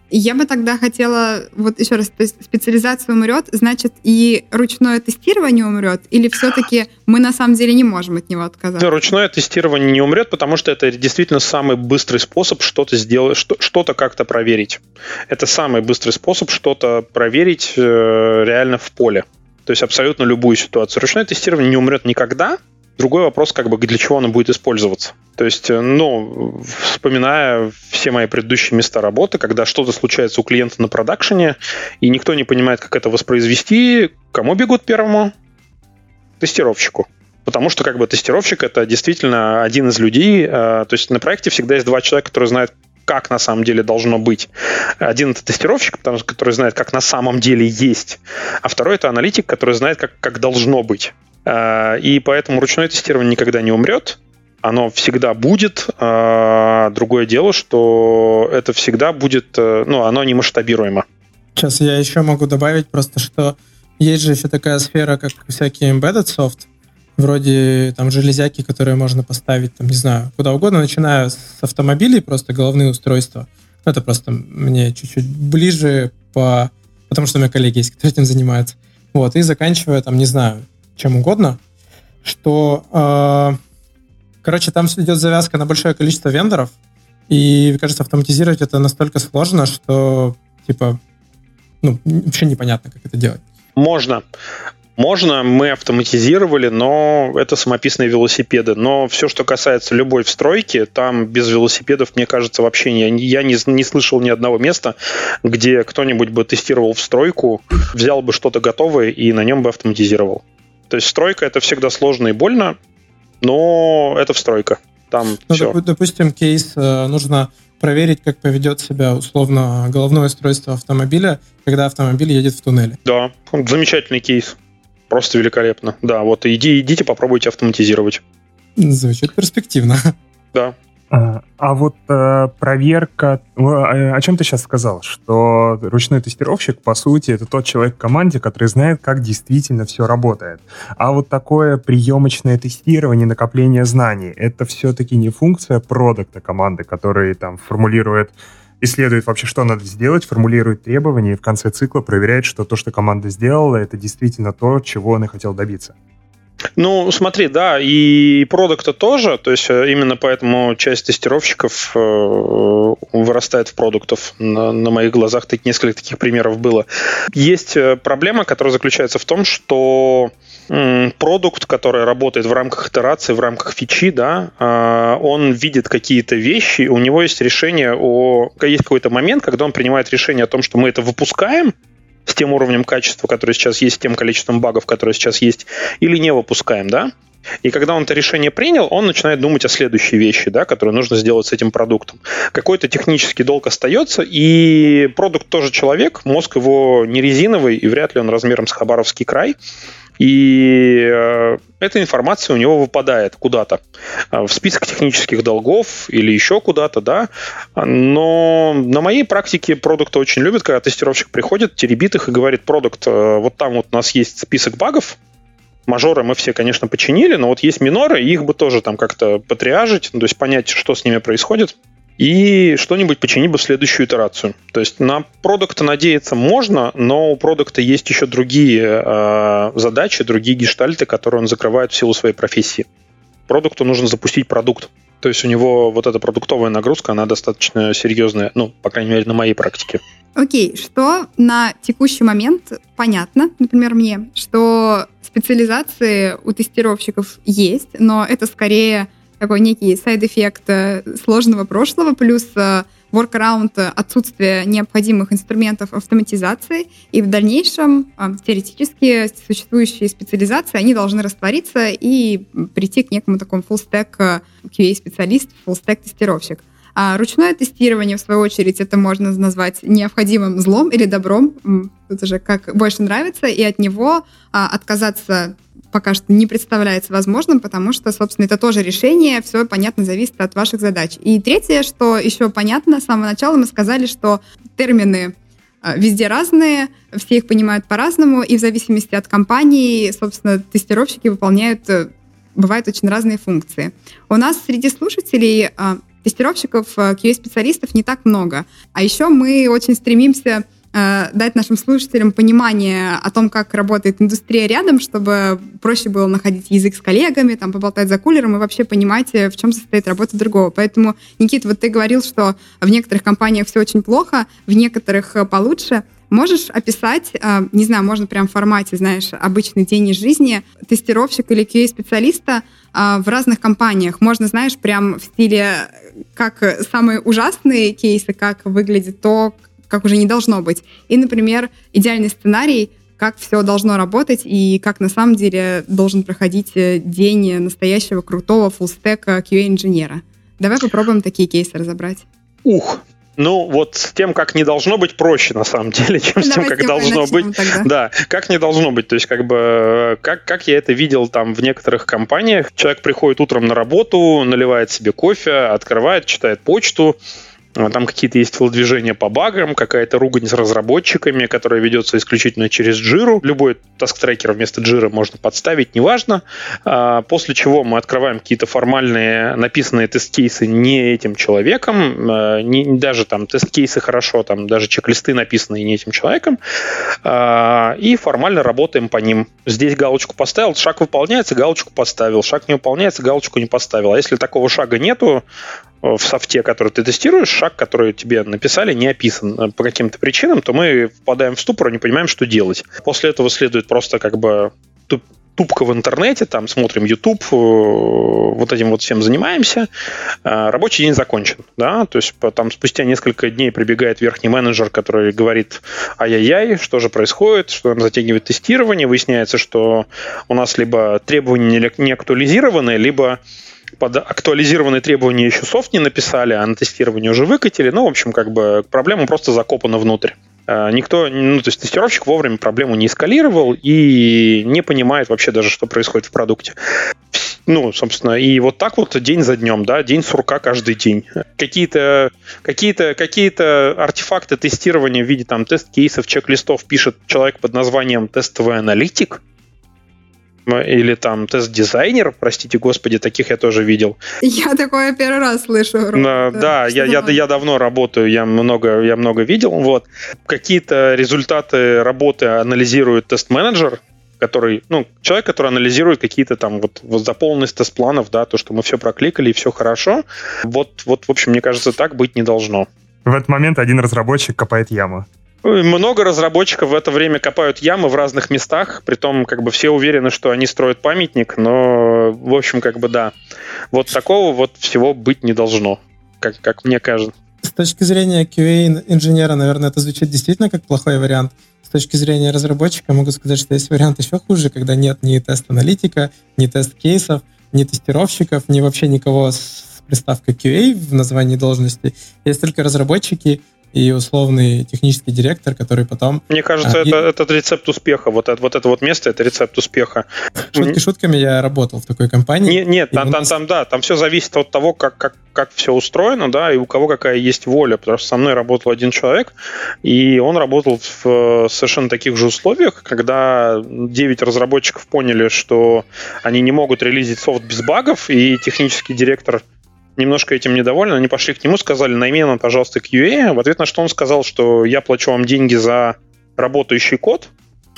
[SPEAKER 1] Я бы тогда хотела, вот еще раз, то есть специализация умрет, значит, и ручное тестирование умрет? Или все-таки мы на самом деле не можем от него отказаться?
[SPEAKER 4] Ручное тестирование не умрет, потому что это действительно самый быстрый способ что-то сделать, что-то как-то проверить. Это самый быстрый способ что-то проверить реально в поле. То есть абсолютно любую ситуацию. Ручное тестирование не умрет никогда. Другой вопрос, для чего оно будет использоваться. То есть, вспоминая все мои предыдущие места работы, когда что-то случается у клиента на продакшене, и никто не понимает, как это воспроизвести, кому бегут первому? Тестировщику. Потому что тестировщик — это действительно один из людей. То есть на проекте всегда есть два человека, которые знают, как на самом деле должно быть. Один — это тестировщик, который знает, как на самом деле есть, а второй — это аналитик, который знает, как должно быть. И поэтому ручное тестирование никогда не умрет, оно всегда будет. Другое дело, что это всегда будет, оно не масштабируемо.
[SPEAKER 3] Сейчас я еще могу добавить просто, что есть же еще такая сфера, как всякие embedded soft, вроде там железяки, которые можно поставить, там, не знаю, куда угодно, начиная с автомобилей, просто головные устройства. Это просто мне чуть-чуть ближе, потому что у меня коллеги есть, которые этим занимаются. Вот, и заканчивая, там, не знаю, чем угодно, что, там идет завязка на большое количество вендоров, и, кажется, автоматизировать это настолько сложно, что, вообще непонятно, как это делать.
[SPEAKER 4] Можно, мы автоматизировали, но это самописные велосипеды. Но все, что касается любой встройки, там без велосипедов, мне кажется, вообще я не слышал ни одного места, где кто-нибудь бы тестировал встройку, взял бы что-то готовое и на нем бы автоматизировал. То есть встройка — это всегда сложно и больно, но это встройка. Там все.
[SPEAKER 3] Допустим, кейс нужно проверить, как поведет себя условно головное устройство автомобиля, когда автомобиль едет в туннеле.
[SPEAKER 4] Да, замечательный кейс. Просто великолепно. Да, вот идите, попробуйте автоматизировать.
[SPEAKER 3] Звучит перспективно.
[SPEAKER 4] Да.
[SPEAKER 2] Проверка... О чем ты сейчас сказал? Что ручной тестировщик, по сути, это тот человек в команде, который знает, как действительно все работает. А вот такое приемочное тестирование, накопление знаний, это все-таки не функция продукта команды, который там формулирует, исследует вообще, что надо сделать, формулирует требования и в конце цикла проверяет, что то, что команда сделала, это действительно то, чего он и хотел добиться.
[SPEAKER 4] Смотри, да, и продукта тоже, то есть именно поэтому часть тестировщиков вырастает в продуктов. На моих глазах несколько таких примеров было. Есть проблема, которая заключается в том, что продукт, который работает в рамках итерации, в рамках фичи, да, он видит какие-то вещи, у него есть решение есть какой-то момент, когда он принимает решение о том, что мы это выпускаем, с тем уровнем качества, который сейчас есть, с тем количеством багов, которые сейчас есть, или не выпускаем, да? И когда он это решение принял, он начинает думать о следующей вещи, да, которые нужно сделать с этим продуктом. Какой-то технический долг остается, и продукт тоже человек, мозг его не резиновый, и вряд ли он размером с Хабаровский край. И эта информация у него выпадает куда-то в список технических долгов или еще куда-то, да. Но на моей практике продукты очень любят, когда тестировщик приходит, теребит их и говорит: продукт, вот там вот у нас есть список багов, мажоры мы все, конечно, починили, но вот есть миноры, и их бы тоже там как-то потриажить, то есть понять, что с ними происходит, и что-нибудь почини бы в следующую итерацию. То есть на продукта надеяться можно, но у продукта есть еще другие задачи, другие гештальты, которые он закрывает в силу своей профессии. Продукту нужно запустить продукт. То есть у него вот эта продуктовая нагрузка, она достаточно серьезная, по крайней мере, на моей практике.
[SPEAKER 1] Окей, что на текущий момент понятно, например, мне, что специализации у тестировщиков есть, но это скорее такой некий сайд-эффект сложного прошлого, плюс workaround отсутствие необходимых инструментов автоматизации, и в дальнейшем теоретически существующие специализации, они должны раствориться и прийти к некому такому full-stack QA-специалист, full-stack-тестировщик. А ручное тестирование, в свою очередь, это можно назвать необходимым злом или добром, тут уже как больше нравится, и от него отказаться пока что не представляется возможным, потому что, собственно, это тоже решение, все, понятно, зависит от ваших задач. И третье, что еще понятно, с самого начала мы сказали, что термины везде разные, все их понимают по-разному, и в зависимости от компании, собственно, тестировщики выполняют, бывают очень разные функции. У нас среди слушателей тестировщиков, QA-специалистов не так много. А еще мы очень стремимся дать нашим слушателям понимание о том, как работает индустрия рядом, чтобы проще было находить язык с коллегами, там, поболтать за кулером и вообще понимать, в чем состоит работа другого. Поэтому, Никит, вот ты говорил, что в некоторых компаниях все очень плохо, в некоторых получше. Можешь описать, не знаю, можно прям в формате, знаешь, обычный день из жизни тестировщика или QA-специалиста в разных компаниях? Можно, знаешь, прям в стиле, как самые ужасные кейсы, как выглядит то, как уже не должно быть. И, например, идеальный сценарий, как все должно работать и как на самом деле должен проходить день настоящего крутого фуллстека QA-инженера. Давай попробуем такие кейсы разобрать.
[SPEAKER 4] Ну, вот с тем, как не должно быть, проще, на самом деле, чем с тем, как должно быть. Тогда. Да, как не должно быть. То есть, как бы, как я это видел там в некоторых компаниях. Человек приходит утром на работу, наливает себе кофе, открывает, читает почту. Там какие-то есть телодвижения по багам, какая-то ругань с разработчиками, которая ведется исключительно через Jira. Любой таск-трекер вместо Jira можно подставить, неважно. После чего мы открываем какие-то формальные написанные тест-кейсы не этим человеком, даже там тест-кейсы хорошо, там даже чек-листы написанные не этим человеком, и формально работаем по ним. Здесь галочку поставил, шаг выполняется, галочку поставил, шаг не выполняется, галочку не поставил. А если такого шага нету, в софте, который ты тестируешь, шаг, который тебе написали, не описан по каким-то причинам, то мы впадаем в ступор и не понимаем, что делать. После этого следует просто как бы тупка в интернете, там смотрим YouTube, вот этим вот всем занимаемся. Рабочий день закончен, да, то есть там спустя несколько дней прибегает верхний менеджер, который говорит: ай-яй-яй, что же происходит, что нам затягивает тестирование, выясняется, что у нас либо требования не актуализированы, либо под актуализированные требования еще софт не написали, а на тестирование уже выкатили. Ну, в общем, как бы проблема просто закопана внутрь. Никто, то есть тестировщик вовремя проблему не эскалировал и не понимает вообще даже, что происходит в продукте. Ну, собственно, и вот так вот день за днем, да, день сурка каждый день. Какие-то артефакты тестирования в виде там тест-кейсов, чек-листов пишет человек под названием тестовый аналитик. Или там тест-дизайнер, простите господи, таких я тоже видел.
[SPEAKER 1] Я такое первый раз слышу.
[SPEAKER 4] Да, я давно работаю, я много видел. Вот. Какие-то результаты работы анализирует тест-менеджер, человек, который анализирует какие-то там вот заполненность тест-планов, да, то, что мы все прокликали и все хорошо. Вот, в общем, мне кажется, так быть не должно.
[SPEAKER 2] В этот момент один разработчик копает яму.
[SPEAKER 4] Много разработчиков в это время копают ямы в разных местах, притом как бы все уверены, что они строят памятник, но, в общем, как бы да, вот такого вот всего быть не должно, как мне кажется.
[SPEAKER 3] С точки зрения QA-инженера, наверное, это звучит действительно как плохой вариант. С точки зрения разработчика могу сказать, что есть вариант еще хуже, когда нет ни тест-аналитика, ни тест-кейсов, ни тестировщиков, ни вообще никого с приставкой QA в названии должности. Есть только разработчики и условный технический директор, который потом...
[SPEAKER 4] Мне кажется, это рецепт успеха. Вот это место — это рецепт успеха.
[SPEAKER 3] Шутки шутками, я работал в такой компании.
[SPEAKER 4] Нет, там все зависит от того, как все устроено, да, и у кого какая есть воля. Потому что со мной работал один человек, и он работал в совершенно таких же условиях, когда 9 разработчиков поняли, что они не могут релизить софт без багов, и технический директор немножко этим недовольны, они пошли к нему, сказали: найми нам, пожалуйста, QA. В ответ на что он сказал, что я плачу вам деньги за работающий код,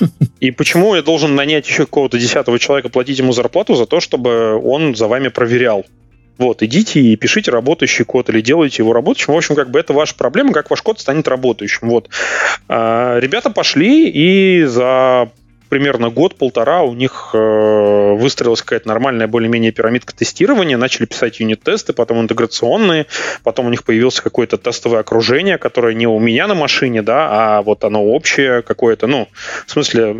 [SPEAKER 4] и почему я должен нанять еще какого-то 10-го человека, платить ему зарплату за то, чтобы он за вами проверял. Вот, идите и пишите работающий код или делайте его рабочим. В общем, как бы это ваша проблема, как ваш код станет работающим. Вот. Ребята пошли, и за примерно год-полтора у них выстроилась какая-то нормальная более-менее пирамидка тестирования, начали писать юнит-тесты, потом интеграционные, потом у них появилось какое-то тестовое окружение, которое не у меня на машине, да, а вот оно общее какое-то, в смысле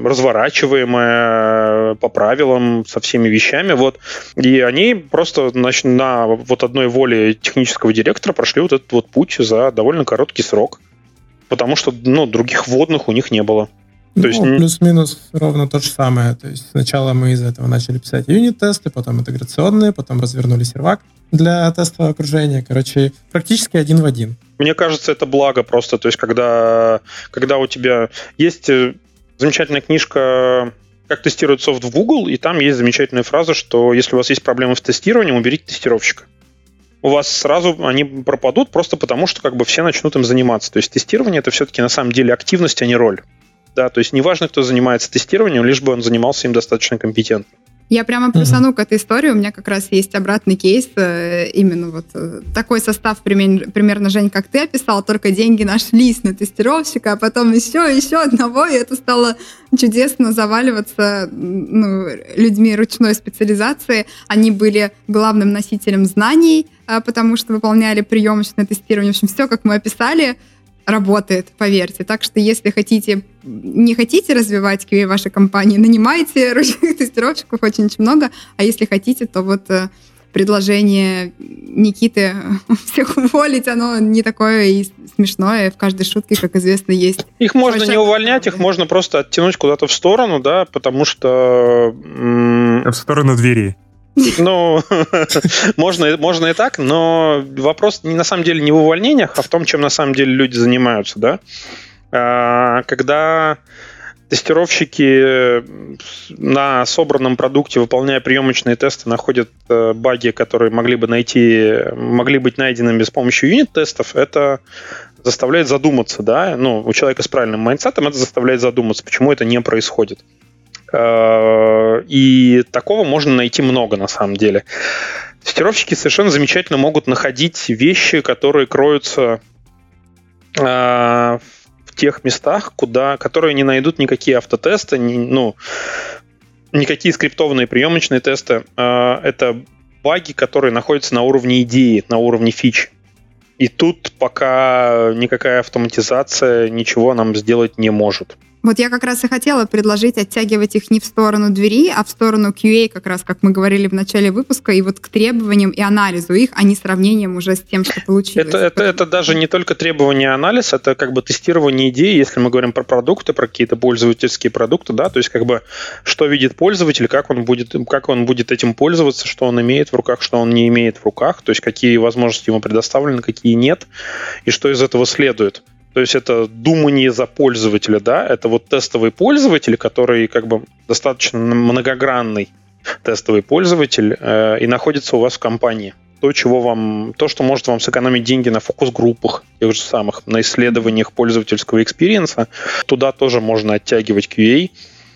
[SPEAKER 4] разворачиваемое по правилам со всеми вещами, вот. И они просто на вот одной воле технического директора прошли вот этот вот путь за довольно короткий срок, потому что, других вводных у них не было.
[SPEAKER 3] То есть... Плюс-минус ровно то же самое. То есть сначала мы из этого начали писать юнит-тесты, потом интеграционные, потом развернули сервак для тестового окружения. Короче, практически один в один.
[SPEAKER 4] Мне кажется, это благо просто. То есть когда у тебя есть замечательная книжка «Как тестируют софт в Google», и там есть замечательная фраза, что если у вас есть проблемы в тестировании, уберите тестировщика. у вас сразу они пропадут просто потому, что как бы все начнут им заниматься. То есть тестирование — это все-таки на самом деле активность, а не роль. Да, то есть неважно, кто занимается тестированием, лишь бы он занимался им достаточно компетентно.
[SPEAKER 1] Я прямо плюсану к этой истории. У меня как раз есть обратный кейс. Именно вот такой состав примерно, Жень, как ты описал, только деньги нашлись на тестировщика, а потом еще одного, и это стало чудесно заваливаться людьми ручной специализации. Они были главным носителем знаний, потому что выполняли приемочное тестирование. В общем, все, как мы описали, работает, поверьте. Так что если не хотите развивать QA в вашей компании, нанимайте ручных тестировщиков, очень много. А если хотите, то вот предложение Никиты всех уволить, оно не такое и смешное. В каждой шутке, как известно, есть.
[SPEAKER 4] Их можно не увольнять, их можно просто оттянуть куда-то в сторону, да, потому что...
[SPEAKER 2] В сторону двери.
[SPEAKER 4] Ну, можно и так, но вопрос на самом деле не в увольнениях, а в том, чем на самом деле люди занимаются, да. Когда тестировщики на собранном продукте, выполняя приемочные тесты, находят баги, которые могли быть найденными с помощью юнит-тестов, это заставляет задуматься, да. Ну, у человека с правильным майндсетом это заставляет задуматься, почему это не происходит. И такого можно найти много, на самом деле. Тестировщики совершенно замечательно могут находить вещи, которые кроются в тех местах, которые не найдут никакие автотесты, никакие скриптованные приемочные тесты. Это баги, которые находятся на уровне идеи, на уровне фич. И тут пока никакая автоматизация ничего нам сделать не может.
[SPEAKER 1] Вот я как раз и хотела предложить оттягивать их не в сторону двери, а в сторону QA, как раз, как мы говорили в начале выпуска, и вот к требованиям и анализу их, а не сравнением уже с тем, что получилось.
[SPEAKER 4] Это даже не только требование и анализ, это как бы тестирование идеи, если мы говорим про продукты, про какие-то пользовательские продукты, да, то есть как бы что видит пользователь, как он будет этим пользоваться, что он имеет в руках, что он не имеет в руках, то есть какие возможности ему предоставлены, какие нет, и что из этого следует. То есть это думание за пользователя, да, это вот тестовый пользователь, который как бы достаточно многогранный тестовый пользователь и находится у вас в компании. То, что может вам сэкономить деньги на фокус-группах, тех же самых, на исследованиях пользовательского экспириенса, туда тоже можно оттягивать QA.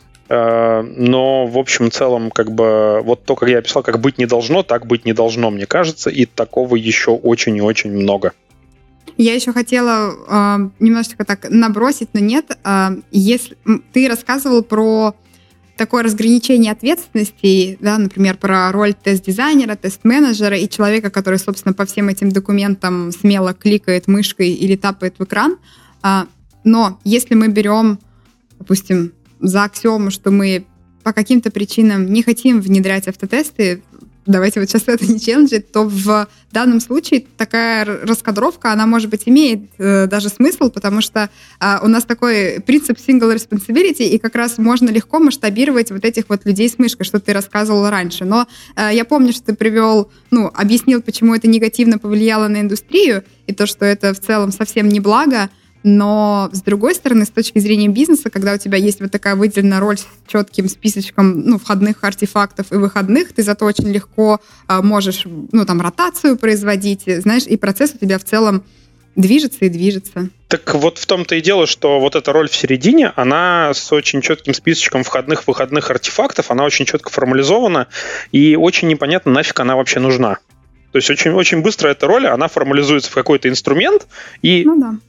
[SPEAKER 4] Но в общем целом как бы вот то, как я описал, как быть не должно, так быть не должно, мне кажется, и такого еще очень и очень много.
[SPEAKER 1] Я еще хотела немножечко так набросить, но нет. Если ты рассказывал про такое разграничение ответственностей, да, например, про роль тест-дизайнера, тест-менеджера и человека, который, собственно, по всем этим документам смело кликает мышкой или тапает в экран. Но если мы берем, допустим, за аксиому, что мы по каким-то причинам не хотим внедрять автотесты, давайте вот сейчас это не челленджить, то в данном случае такая раскадровка, она, может быть, имеет даже смысл, потому что у нас такой принцип single responsibility, и как раз можно легко масштабировать вот этих вот людей с мышкой, что ты рассказывал раньше. Но я помню, что ты объяснил, почему это негативно повлияло на индустрию, и то, что это в целом совсем не благо. Но, с другой стороны, с точки зрения бизнеса, когда у тебя есть вот такая выделенная роль с четким списочком входных артефактов и выходных, ты зато очень легко можешь ротацию производить, знаешь, и процесс у тебя в целом движется и движется.
[SPEAKER 4] Так вот в том-то и дело, что вот эта роль в середине, она с очень четким списочком входных, выходных артефактов, она очень четко формализована, и очень непонятно, нафиг она вообще нужна. То есть очень, очень быстро эта роль, она формализуется в какой-то инструмент, и...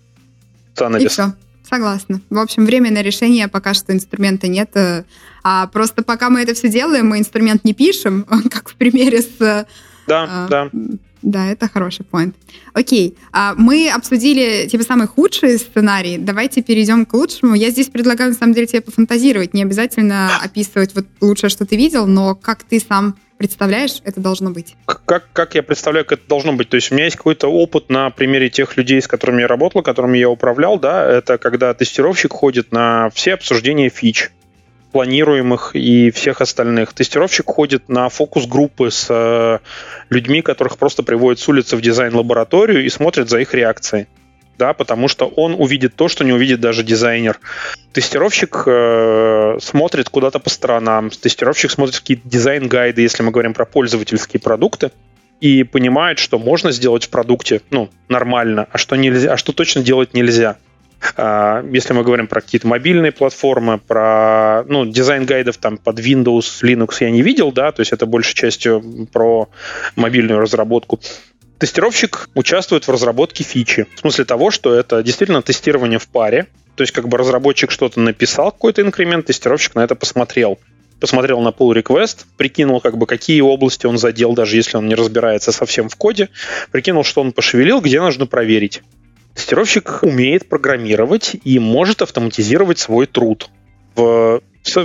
[SPEAKER 1] И все, согласна. В общем, временное решение, пока что инструмента нет. А просто пока мы это все делаем, мы инструмент не пишем, как в примере с...
[SPEAKER 4] Да.
[SPEAKER 1] Да, это хороший поинт. Окей, мы обсудили самый худший сценарий. Давайте перейдем к лучшему. Я здесь предлагаю, на самом деле, тебе пофантазировать. Не обязательно описывать вот лучшее, что ты видел, но как ты сам представляешь, это должно быть?
[SPEAKER 4] Как я представляю, как это должно быть? То есть у меня есть какой-то опыт на примере тех людей, с которыми я работал, которыми я управлял, да, это когда тестировщик ходит на все обсуждения фич, планируемых и всех остальных. Тестировщик ходит на фокус-группы с людьми, которых просто приводят с улицы в дизайн-лабораторию и смотрит за их реакцией. Да, потому что он увидит то, что не увидит даже дизайнер. Тестировщик смотрит куда-то по сторонам, тестировщик смотрит какие-то дизайн-гайды, если мы говорим про пользовательские продукты, и понимают, что можно сделать в продукте, нормально, а что нельзя, а что точно делать нельзя. Если мы говорим про какие-то мобильные платформы, про дизайн гайдов там под Windows, Linux я не видел, да, то есть это большей частью про мобильную разработку. Тестировщик участвует в разработке фичи. В смысле того, что это действительно тестирование в паре. То есть как бы разработчик что-то написал, какой-то инкремент, тестировщик на это посмотрел на pull request, прикинул, как бы, какие области он задел, даже если он не разбирается совсем в коде, прикинул, что он пошевелил, где нужно проверить. Тестировщик умеет программировать и может автоматизировать свой труд в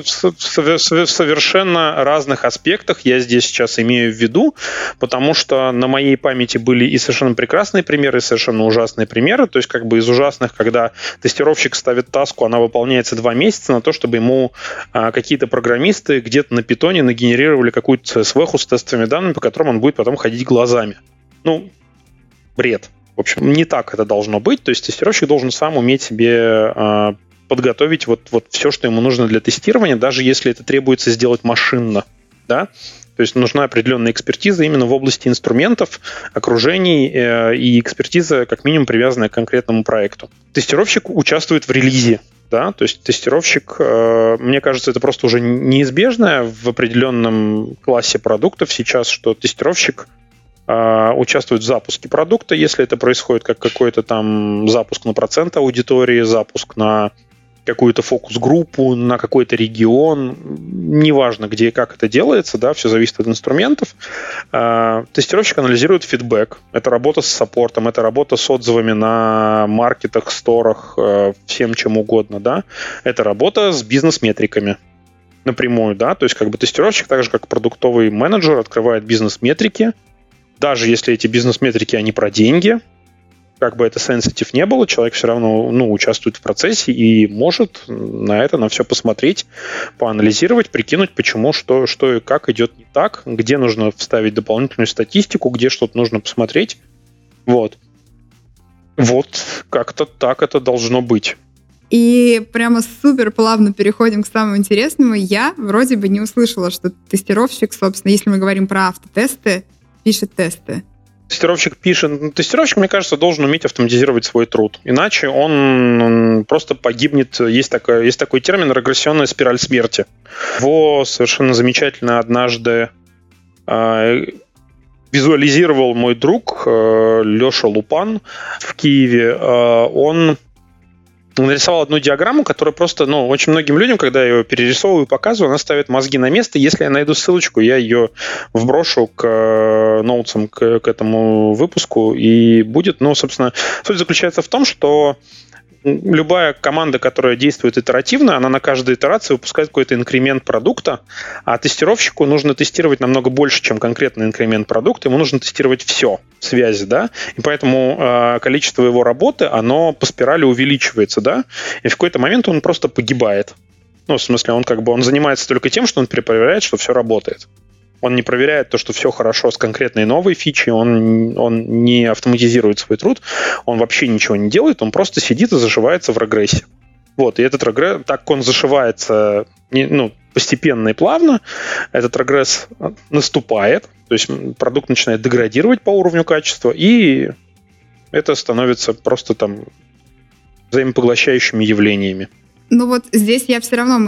[SPEAKER 4] совершенно разных аспектах. Я здесь сейчас имею в виду, потому что на моей памяти были и совершенно прекрасные примеры, и совершенно ужасные примеры. То есть как бы из ужасных, когда тестировщик ставит таску, она выполняется 2 месяца на то, чтобы ему какие-то программисты где-то на питоне нагенерировали какую-то CSV с тестовыми данными, по которым он будет потом ходить глазами. Бред. В общем, не так это должно быть. То есть тестировщик должен сам уметь себе подготовить вот все, что ему нужно для тестирования, даже если это требуется сделать машинно. Да? То есть нужна определенная экспертиза именно в области инструментов, окружений и экспертиза, как минимум, привязанная к конкретному проекту. Тестировщик участвует в релизе. Да? То есть тестировщик, мне кажется, это просто уже неизбежное в определенном классе продуктов сейчас, что тестировщик участвует в запуске продукта, если это происходит как какой-то там запуск на процент аудитории, запуск на какую-то фокус-группу, на какой-то регион, неважно, где и как это делается, да, все зависит от инструментов. Тестировщик анализирует фидбэк, это работа с саппортом, это работа с отзывами на маркетах, сторах, всем чем угодно, да, это работа с бизнес-метриками напрямую, да, то есть как бы тестировщик, так же как продуктовый менеджер, открывает бизнес-метрики, даже если эти бизнес-метрики, они про деньги, как бы это сенситив не было, человек все равно участвует в процессе и может на все посмотреть, поанализировать, прикинуть, почему, что и как идет не так, где нужно вставить дополнительную статистику, где что-то нужно посмотреть. Вот как-то так это должно быть.
[SPEAKER 1] И прямо супер плавно переходим к самому интересному. Я вроде бы не услышала, что тестировщик, собственно, если мы говорим про автотесты, пишет тесты.
[SPEAKER 4] Тестировщик, мне кажется, должен уметь автоматизировать свой труд. Иначе он просто погибнет. Есть такой термин «регрессионная спираль смерти». Его совершенно замечательно однажды визуализировал мой друг Леша Лупан в Киеве. Он нарисовал одну диаграмму, которая просто, очень многим людям, когда я ее перерисовываю и показываю, она ставит мозги на место. Если я найду ссылочку, я ее вброшу к ноутсам к этому выпуску, и будет, собственно, суть заключается в том, что любая команда, которая действует итеративно, она на каждой итерации выпускает какой-то инкремент продукта, а тестировщику нужно тестировать намного больше, чем конкретный инкремент продукта. Ему нужно тестировать все в связи, да, и поэтому количество его работы, оно по спирали увеличивается, да, и в какой-то момент он просто погибает. В смысле, он занимается только тем, что он перепроверяет, что все работает. Он не проверяет то, что все хорошо с конкретной новой фичей, он не автоматизирует свой труд, он вообще ничего не делает, он просто сидит и зашивается в регрессе. И этот регресс, так как он зашивается постепенно и плавно, этот регресс наступает, то есть продукт начинает деградировать по уровню качества, и это становится просто там взаимопоглощающими явлениями.
[SPEAKER 1] Здесь я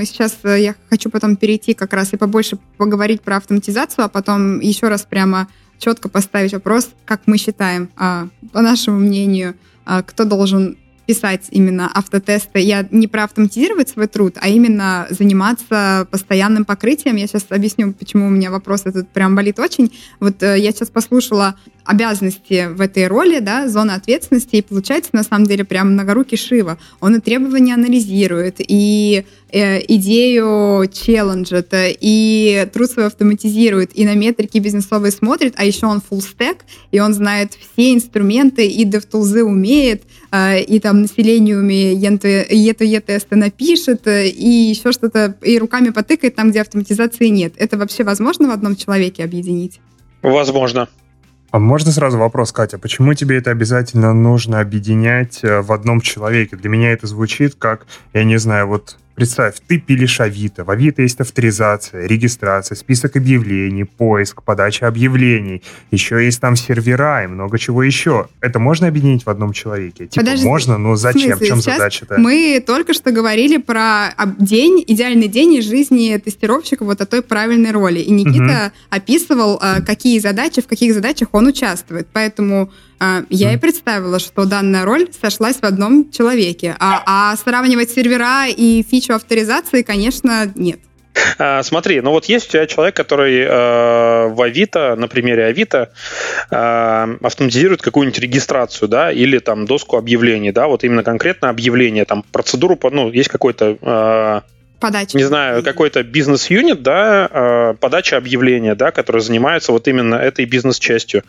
[SPEAKER 1] хочу потом перейти как раз и побольше поговорить про автоматизацию, а потом еще раз прямо четко поставить вопрос, как мы считаем, по нашему мнению, кто должен писать именно автотесты. Я не про автоматизировать свой труд, а именно заниматься постоянным покрытием. Я сейчас объясню, почему у меня вопрос этот прям болит очень. Я сейчас послушала обязанности в этой роли, да, зона ответственности, и получается, на самом деле, прям многорукий Шива. Он и требования анализирует, и идею челленджит, и труд свой автоматизирует, и на метрики бизнесовые смотрит, а еще он full stack, и он знает все инструменты, и DevTools умеет, и там на Selenium E2E-тесты напишет, и еще что-то, и руками потыкает там, где автоматизации нет. Это вообще возможно в одном человеке объединить?
[SPEAKER 4] Возможно.
[SPEAKER 2] А можно сразу вопрос, Катя, почему тебе это обязательно нужно объединять в одном человеке? Для меня это звучит как, я не знаю, представь, ты пилишь Авито. В Авито есть авторизация, регистрация, список объявлений, поиск, подача объявлений. Еще есть там сервера и много чего еще. Это можно объединить в одном человеке? Типа,
[SPEAKER 1] подожди,
[SPEAKER 2] можно, но зачем? В чем
[SPEAKER 1] сейчас
[SPEAKER 2] задача-то?
[SPEAKER 1] Мы только что говорили про день, идеальный день из жизни тестировщика, вот о той правильной роли. И Никита описывал, какие задачи, в каких задачах он участвует. Поэтому я и представила, что данная роль сошлась в одном человеке. А сравнивать сервера и фичу авторизации, конечно, нет.
[SPEAKER 4] Смотри, ну вот есть у тебя человек, который в Авито, на примере Авито, автоматизирует какую-нибудь регистрацию, да, или там доску объявлений, да, вот именно конкретно объявление, там процедуру, ну, есть какой-то...
[SPEAKER 1] Подача.
[SPEAKER 4] Не знаю, какой-то бизнес-юнит, да, подача объявления, да, который занимается вот именно этой бизнес-частью.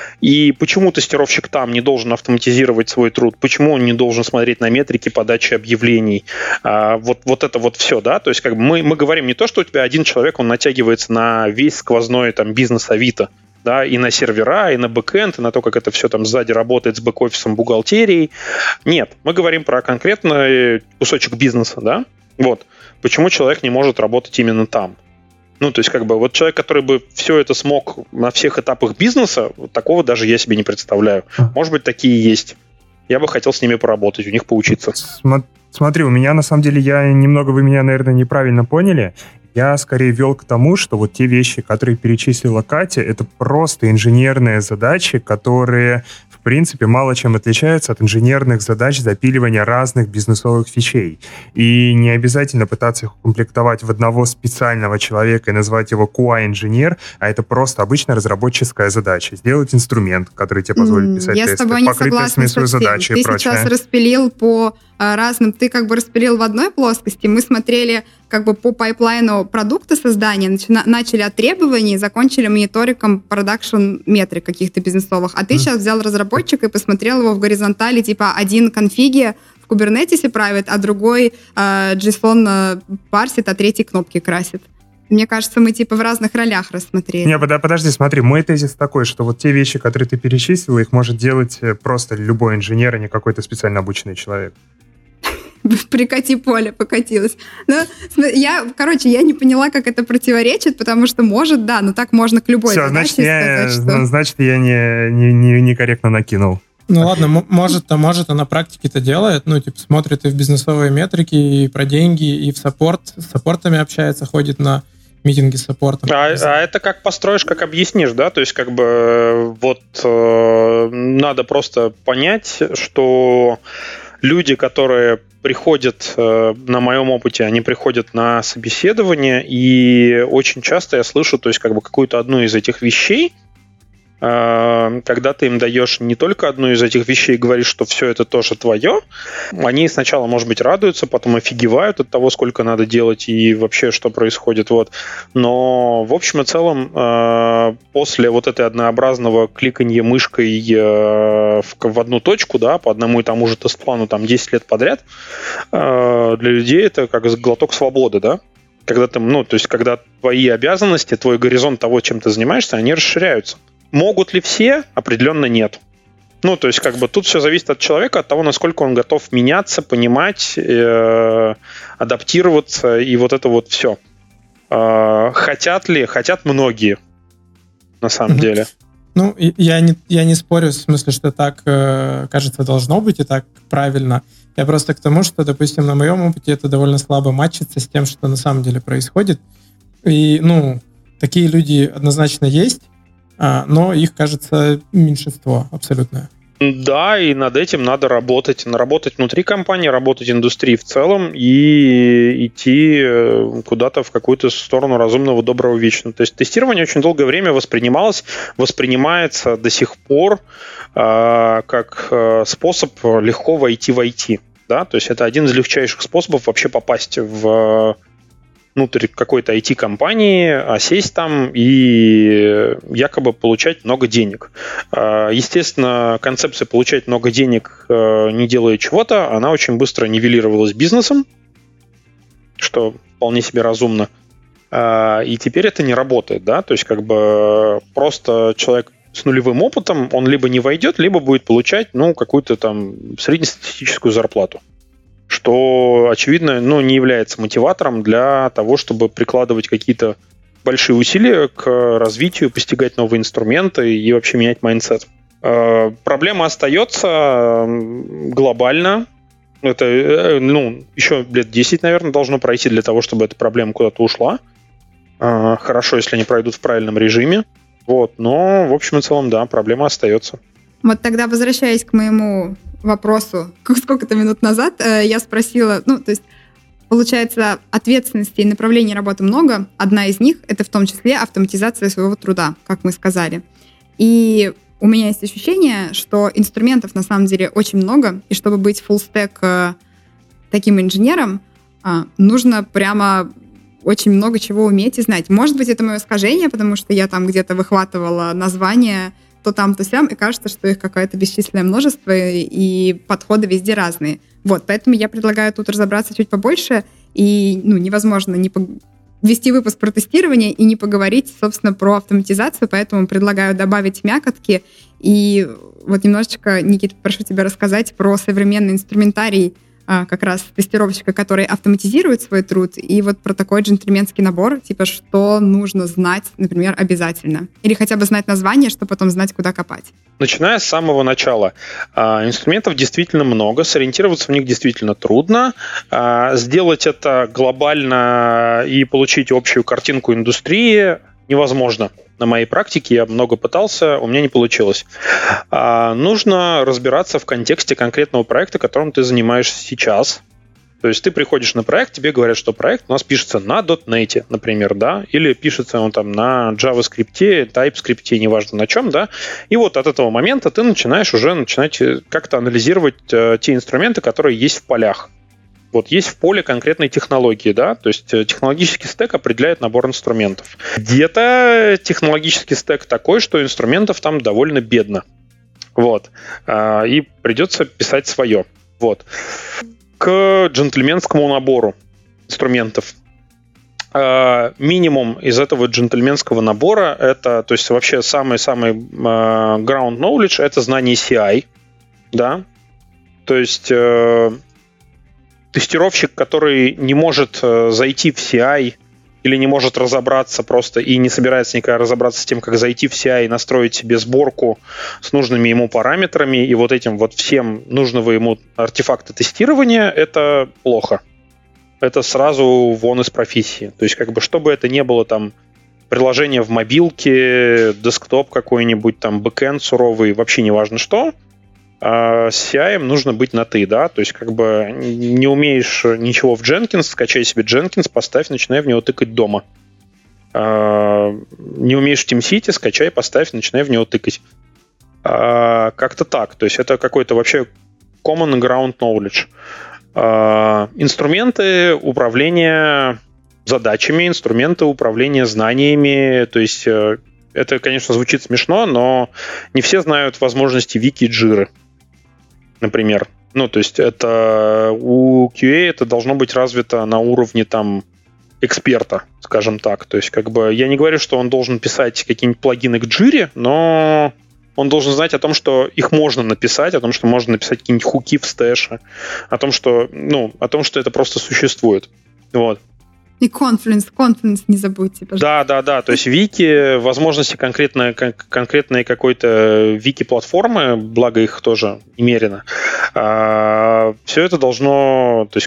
[SPEAKER 4] И почему тестировщик там не должен автоматизировать свой труд? Почему он не должен смотреть на метрики подачи объявлений? Вот это вот все, да, то есть как бы мы говорим не то, что у тебя один человек, он натягивается на весь сквозной там бизнес Авито, да, и на сервера, и на бэкэнд, и на то, как это все там сзади работает с бэк-офисом, бухгалтерией. Нет, мы говорим про конкретный кусочек бизнеса, да, вот. Почему человек не может работать именно там? Ну, то есть, как бы, вот человек, который бы все это смог на всех этапах бизнеса, вот такого даже я себе не представляю. Может быть, такие есть. Я бы хотел с ними поработать, у них поучиться.
[SPEAKER 2] Смотри, у меня, на самом деле, вы меня, наверное, неправильно поняли. Я скорее вел к тому, что вот те вещи, которые перечислила Катя, это просто инженерные задачи, которые, в принципе, мало чем отличаются от инженерных задач запиливания разных бизнесовых фичей. И не обязательно пытаться их укомплектовать в одного специального человека и назвать его QA-инженер, а это просто обычная разработческая задача. Сделать инструмент, который тебе позволит писать
[SPEAKER 1] тесты,
[SPEAKER 2] покрыть
[SPEAKER 1] тестами свою
[SPEAKER 2] задачу и прочее.
[SPEAKER 1] Ты сейчас распилил по разным, ты как бы распилил в одной плоскости, мы смотрели как бы по пайплайну продукта создания, начали от требований, закончили мониторингом продакшн-метрик каких-то бизнесовых. А ты сейчас взял разработчика и посмотрел его в горизонтали, типа один конфиги в Кубернетисе правит, а другой JSON парсит, а третий кнопки красит. Мне кажется, мы типа в разных ролях рассмотрели.
[SPEAKER 2] Не, подожди, смотри, мой тезис такой, что вот те вещи, которые ты перечислила, их может делать просто любой инженер, а не какой-то специально обученный человек.
[SPEAKER 1] Прикати поле, покатилась. Я не поняла, как это противоречит, потому что может, да, но так можно к любой задаче сказать, что...
[SPEAKER 2] Значит, я некорректно накинул.
[SPEAKER 3] Ну ладно, может, а на практике-то делает, ну, типа, смотрит и в бизнесовые метрики, и про деньги, и в саппорт, с саппортами общается, ходит на митинги с саппортом.
[SPEAKER 4] А это как построишь, как объяснишь, да? То есть, как бы, вот надо просто понять, что люди, которые приходят, на моем опыте, они приходят на собеседование, и очень часто я слышу, то есть, как бы, какую-то одну из этих вещей, когда ты им даешь не только одну из этих вещей и говоришь, что все это тоже твое, они сначала, может быть, радуются, потом офигевают от того, сколько надо делать и вообще, что происходит. Вот. Но, в общем и целом, после вот этой однообразного кликанья мышкой в одну точку, да, по одному и тому же тест-плану там 10 лет подряд, для людей это как глоток свободы, да? Когда ты, ну, то есть, когда твои обязанности, твой горизонт того, чем ты занимаешься, они расширяются. Могут ли все? Определенно нет. Ну, то есть, как бы тут все зависит от человека, от того, насколько он готов меняться, понимать, адаптироваться и вот это вот все. Хотят ли? Хотят многие, на самом деле.
[SPEAKER 3] Ну, я не спорю, в смысле, что так, кажется, должно быть и так правильно. Я просто к тому, что, допустим, на моем опыте это довольно слабо матчится с тем, что на самом деле происходит. И, ну, такие люди однозначно есть, но их, кажется, меньшинство абсолютное.
[SPEAKER 4] Да, и над этим надо работать. Работать внутри компании, работать в индустрии в целом и идти куда-то в какую-то сторону разумного, доброго, вечного. То есть тестирование очень долгое время воспринимается до сих пор как способ легко войти в IT. Да? То есть это один из легчайших способов вообще попасть внутрь какой-то IT-компании, сесть там и якобы получать много денег. Естественно, концепция получать много денег, не делая чего-то, она очень быстро нивелировалась бизнесом, что вполне себе разумно. И теперь это не работает, да, то есть как бы просто человек с нулевым опытом, он либо не войдет, либо будет получать, ну, какую-то там среднестатистическую зарплату. что, очевидно, не является мотиватором для того, чтобы прикладывать какие-то большие усилия к развитию, постигать новые инструменты и вообще менять майндсет. Проблема остается глобально. Это еще лет 10, наверное, должно пройти для того, чтобы эта проблема куда-то ушла. Хорошо, если они пройдут в правильном режиме. Но, в общем и целом, да, проблема остается.
[SPEAKER 1] Вот тогда, возвращаясь к моему вопросу, сколько-то минут назад, я спросила, то есть, получается, ответственности и направлений работы много. Одна из них — это в том числе автоматизация своего труда, как мы сказали. И у меня есть ощущение, что инструментов на самом деле очень много, и чтобы быть full-stack таким инженером, нужно прямо очень много чего уметь и знать. Может быть, это мое искажение, потому что я там где-то выхватывала названия то там, то сям, и кажется, что их какое-то бесчисленное множество, и подходы везде разные. Поэтому я предлагаю тут разобраться чуть побольше, и невозможно вести выпуск про тестирование и не поговорить, собственно, про автоматизацию, поэтому предлагаю добавить мякотки. И немножечко, Никита, прошу тебя рассказать про современный инструментарий как раз тестировщика, который автоматизирует свой труд, и про такой джентльменский набор, что нужно знать, например, обязательно. Или хотя бы знать название, чтобы потом знать, куда копать.
[SPEAKER 4] Начиная с самого начала. Инструментов действительно много, сориентироваться в них действительно трудно. Сделать это глобально и получить общую картинку индустрии невозможно. На моей практике я много пытался, у меня не получилось. Нужно разбираться в контексте конкретного проекта, которым ты занимаешься сейчас. То есть ты приходишь на проект, тебе говорят, что проект у нас пишется на .NET, например, да, или пишется он там на JavaScript, TypeScript, неважно на чем, да, и от этого момента ты начинаешь как-то анализировать те инструменты, которые есть в полях. Есть в поле конкретной технологии, да, то есть технологический стэк определяет набор инструментов. Где-то технологический стэк такой, что инструментов там довольно бедно. И придется писать свое. К джентльменскому набору инструментов. Минимум из этого джентльменского набора, это, то есть вообще самый-самый ground knowledge, это знание CI, да, то есть тестировщик, который не может зайти в CI или не может разобраться просто и не собирается никогда разобраться с тем, как зайти в CI и настроить себе сборку с нужными ему параметрами и этим всем нужного ему артефакта тестирования, это плохо. Это сразу вон из профессии. То есть, чтобы это не было там приложение в мобилке, десктоп какой-нибудь, там бэкэнд суровый, вообще не важно что, с CI нужно быть на «ты», да, то есть не умеешь ничего в Jenkins, скачай себе Jenkins, поставь, начинай в него тыкать дома. Не умеешь в TeamCity, скачай, поставь, начинай в него тыкать. Как-то так, то есть это какой-то вообще common ground knowledge. Инструменты управления задачами, инструменты управления знаниями, то есть это, конечно, звучит смешно, но не все знают возможности Вики и Джиры. Например. То есть это у QA это должно быть развито на уровне там эксперта, скажем так. То есть я не говорю, что он должен писать какие-нибудь плагины к Jira, но он должен знать о том, что их можно написать, о том, что можно написать какие-нибудь хуки в стэше, о том, что это просто существует.
[SPEAKER 1] И Confluence не забудьте, пожалуйста.
[SPEAKER 4] Да. То есть вики, возможности конкретной какой-то вики-платформы, благо их тоже немерено, все это должно, то есть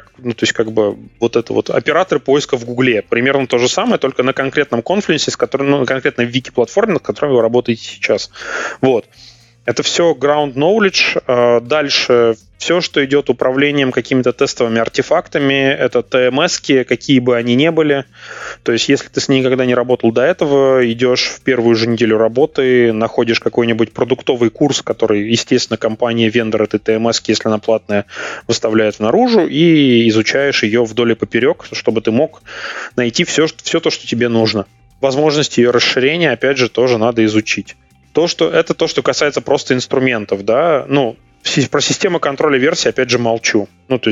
[SPEAKER 4] операторы поиска в Гугле. Примерно то же самое, только на конкретном Confluence, на конкретной вики-платформе, над которой вы работаете сейчас. Это все ground knowledge. Дальше все, что идет управлением какими-то тестовыми артефактами, это TMS-ки, какие бы они ни были. То есть, если ты с ней никогда не работал до этого, идешь в первую же неделю работы, находишь какой-нибудь продуктовый курс, который, естественно, компания-вендор этой TMS-ки, если она платная, выставляет наружу, и изучаешь ее вдоль и поперек, чтобы ты мог найти все то, что тебе нужно. Возможности ее расширения, опять же, тоже надо изучить. Это то, что касается просто инструментов, да, про систему контроля версий, опять же, молчу.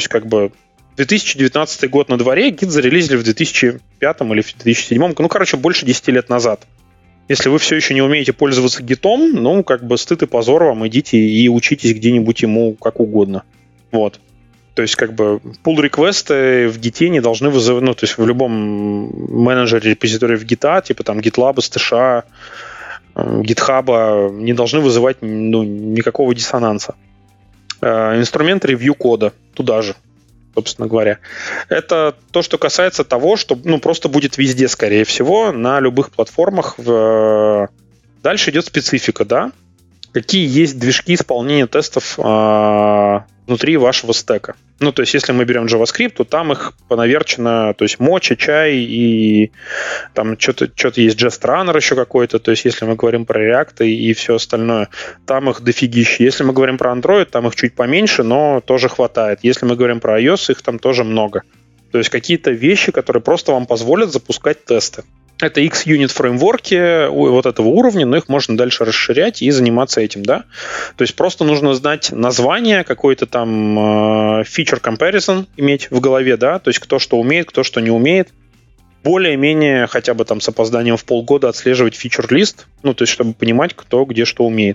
[SPEAKER 4] 2019 год на дворе, Git зарелизили в 2005 или в 2007, больше 10 лет назад. Если вы все еще не умеете пользоваться Git'ом, стыд и позор вам, идите и учитесь где-нибудь ему как угодно. То То есть, как бы, pull-реквесты в Git не должны вызывать, ну, то есть, в любом менеджере репозитория в Git, типа там GitLab, STSH, GitHub, не должны вызывать, ну, никакого диссонанса. Инструмент ревью кода туда же, собственно говоря. Это то, что касается того, что, ну, просто будет везде, скорее всего, на любых платформах. Дальше идет специфика, да? Какие есть движки исполнения тестов внутри вашего стека. Ну, то есть, если мы берем JavaScript, то там их понаверчено, то есть, Mocha, Chai и там что-то есть JustRunner еще какой-то, то есть, если мы говорим про React и все остальное, там их дофигища. Если мы говорим про Android, там их чуть поменьше, но тоже хватает. Если мы говорим про iOS, их там тоже много. То есть, какие-то вещи, которые просто вам позволят запускать тесты. Это X-Unit фреймворки вот этого уровня, но их можно дальше расширять и заниматься этим, да. То есть просто нужно знать название, какой-то там feature comparison иметь в голове, да, то есть кто что умеет, кто что не умеет. Более-менее хотя бы там с опозданием в полгода отслеживать фичер-лист, ну, то есть чтобы понимать, кто где что умеет.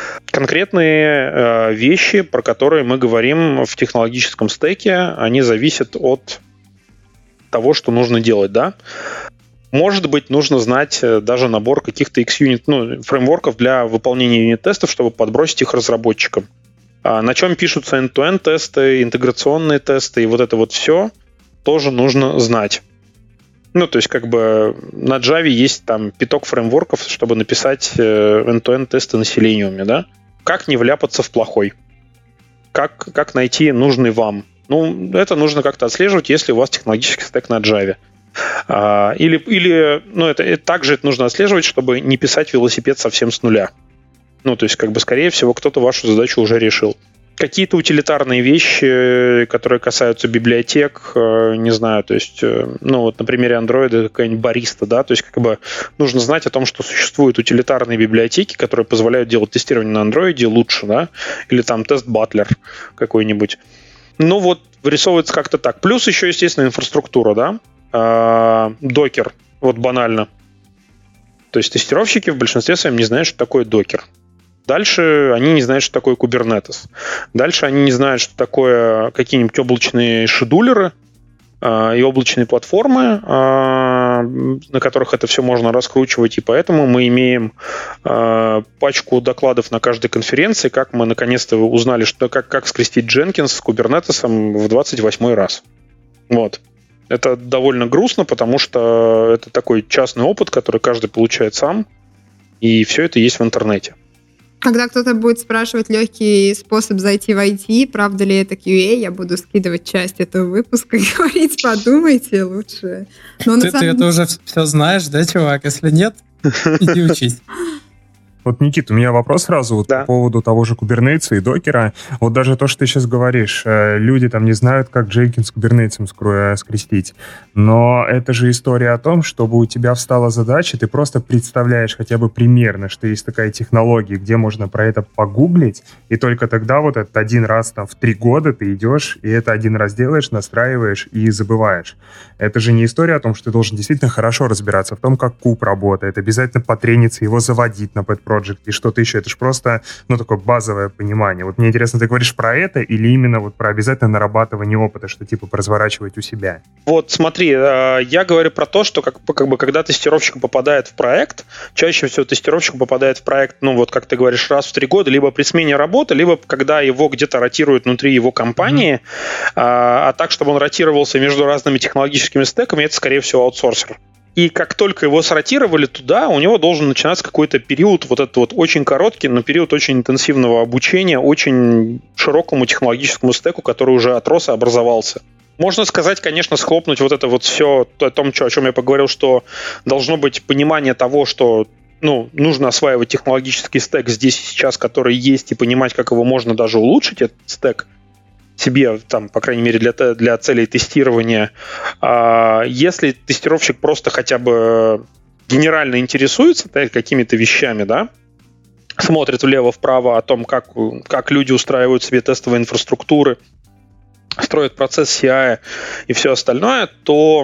[SPEAKER 4] Конкретные вещи, про которые мы говорим в технологическом стеке, они зависят от того, что нужно делать, да. Может быть, нужно знать даже набор каких-то X-Unit, ну, фреймворков для выполнения юнит-тестов, чтобы подбросить их разработчикам. На чем пишутся end-to-end тесты, интеграционные тесты и вот это вот все тоже нужно знать. Ну, то есть, как бы на Java есть там пяток фреймворков, чтобы написать end-to-end тесты на Selenium, да? Как не вляпаться в плохой? Как найти нужный вам? Ну, это нужно как-то отслеживать, если у вас технологический стек на Java. Или ну, также это нужно отслеживать, чтобы не писать велосипед совсем с нуля. Ну, то есть, как бы, скорее всего, кто-то вашу задачу уже решил. Какие-то утилитарные вещи, которые касаются библиотек, не знаю, то есть, ну, вот на примере Android какая-нибудь бариста, да, то есть, как бы, нужно знать о том, что существуют утилитарные библиотеки, которые позволяют делать тестирование на Android лучше, да, или там тест-батлер какой-нибудь. Ну, вот, вырисовывается как-то так. Плюс еще, естественно, инфраструктура, да. Докер, вот банально. То есть тестировщики в большинстве своем не знают, что такое докер. Дальше они не знают, что такое Kubernetes. Дальше они не знают, что такое какие-нибудь облачные шедулеры и облачные платформы, на которых это все можно раскручивать. И поэтому мы имеем пачку докладов на каждой конференции, как мы наконец-то узнали, что, как скрестить Jenkins с Kubernetes в 28-й раз. Вот. Это довольно грустно, потому что это такой частный опыт, который каждый получает сам, и все это есть в интернете.
[SPEAKER 1] Когда кто-то будет спрашивать легкий способ зайти в IT, правда ли это QA, я буду скидывать часть этого выпуска и говорить, подумайте лучше. Но
[SPEAKER 3] ты это уже все знаешь, да, чувак? Если нет, иди учись.
[SPEAKER 2] Вот, Никит, у меня вопрос сразу вот по поводу того же Kubernetes и докера. Вот даже то, что ты сейчас говоришь, люди там не знают, как Jenkins с Kubernetes скрестить. Но это же история о том, чтобы у тебя встала задача, ты просто представляешь хотя бы примерно, что есть такая технология, где можно про это погуглить, и только тогда вот этот один раз там в 3 года ты идешь, и это один раз делаешь, настраиваешь и забываешь. Это же не история о том, что ты должен действительно хорошо разбираться в том, как куб работает, обязательно потрениться, его заводить на pet project и что-то еще. Это же просто, ну, такое базовое понимание. Вот мне интересно, ты говоришь про это или именно вот про обязательно нарабатывание опыта, что типа разворачивать у себя?
[SPEAKER 4] Вот смотри, я говорю про то, что как бы когда тестировщик попадает в проект, чаще всего тестировщик попадает в проект, ну, вот как ты говоришь, раз в 3 года, либо при смене работы, либо когда его где-то ротируют внутри его компании, а так, чтобы он ротировался между разными технологическими стеками, это, скорее всего, аутсорсер. И как только его сротировали туда, у него должен начинаться какой-то период, вот этот вот очень короткий, но период очень интенсивного обучения, очень широкому технологическому стеку, который уже отрос и образовался. Можно сказать, конечно, схлопнуть вот это вот все о том, о чем я поговорил, что должно быть понимание того, что нужно осваивать технологический стек здесь и сейчас, который есть, и понимать, как его можно даже улучшить, этот стек, себе, там, по крайней мере, для целей тестирования. Если тестировщик просто хотя бы генерально интересуется какими-то вещами, да, смотрит влево-вправо о том, как люди устраивают себе тестовые инфраструктуры, строят процесс CI и все остальное, то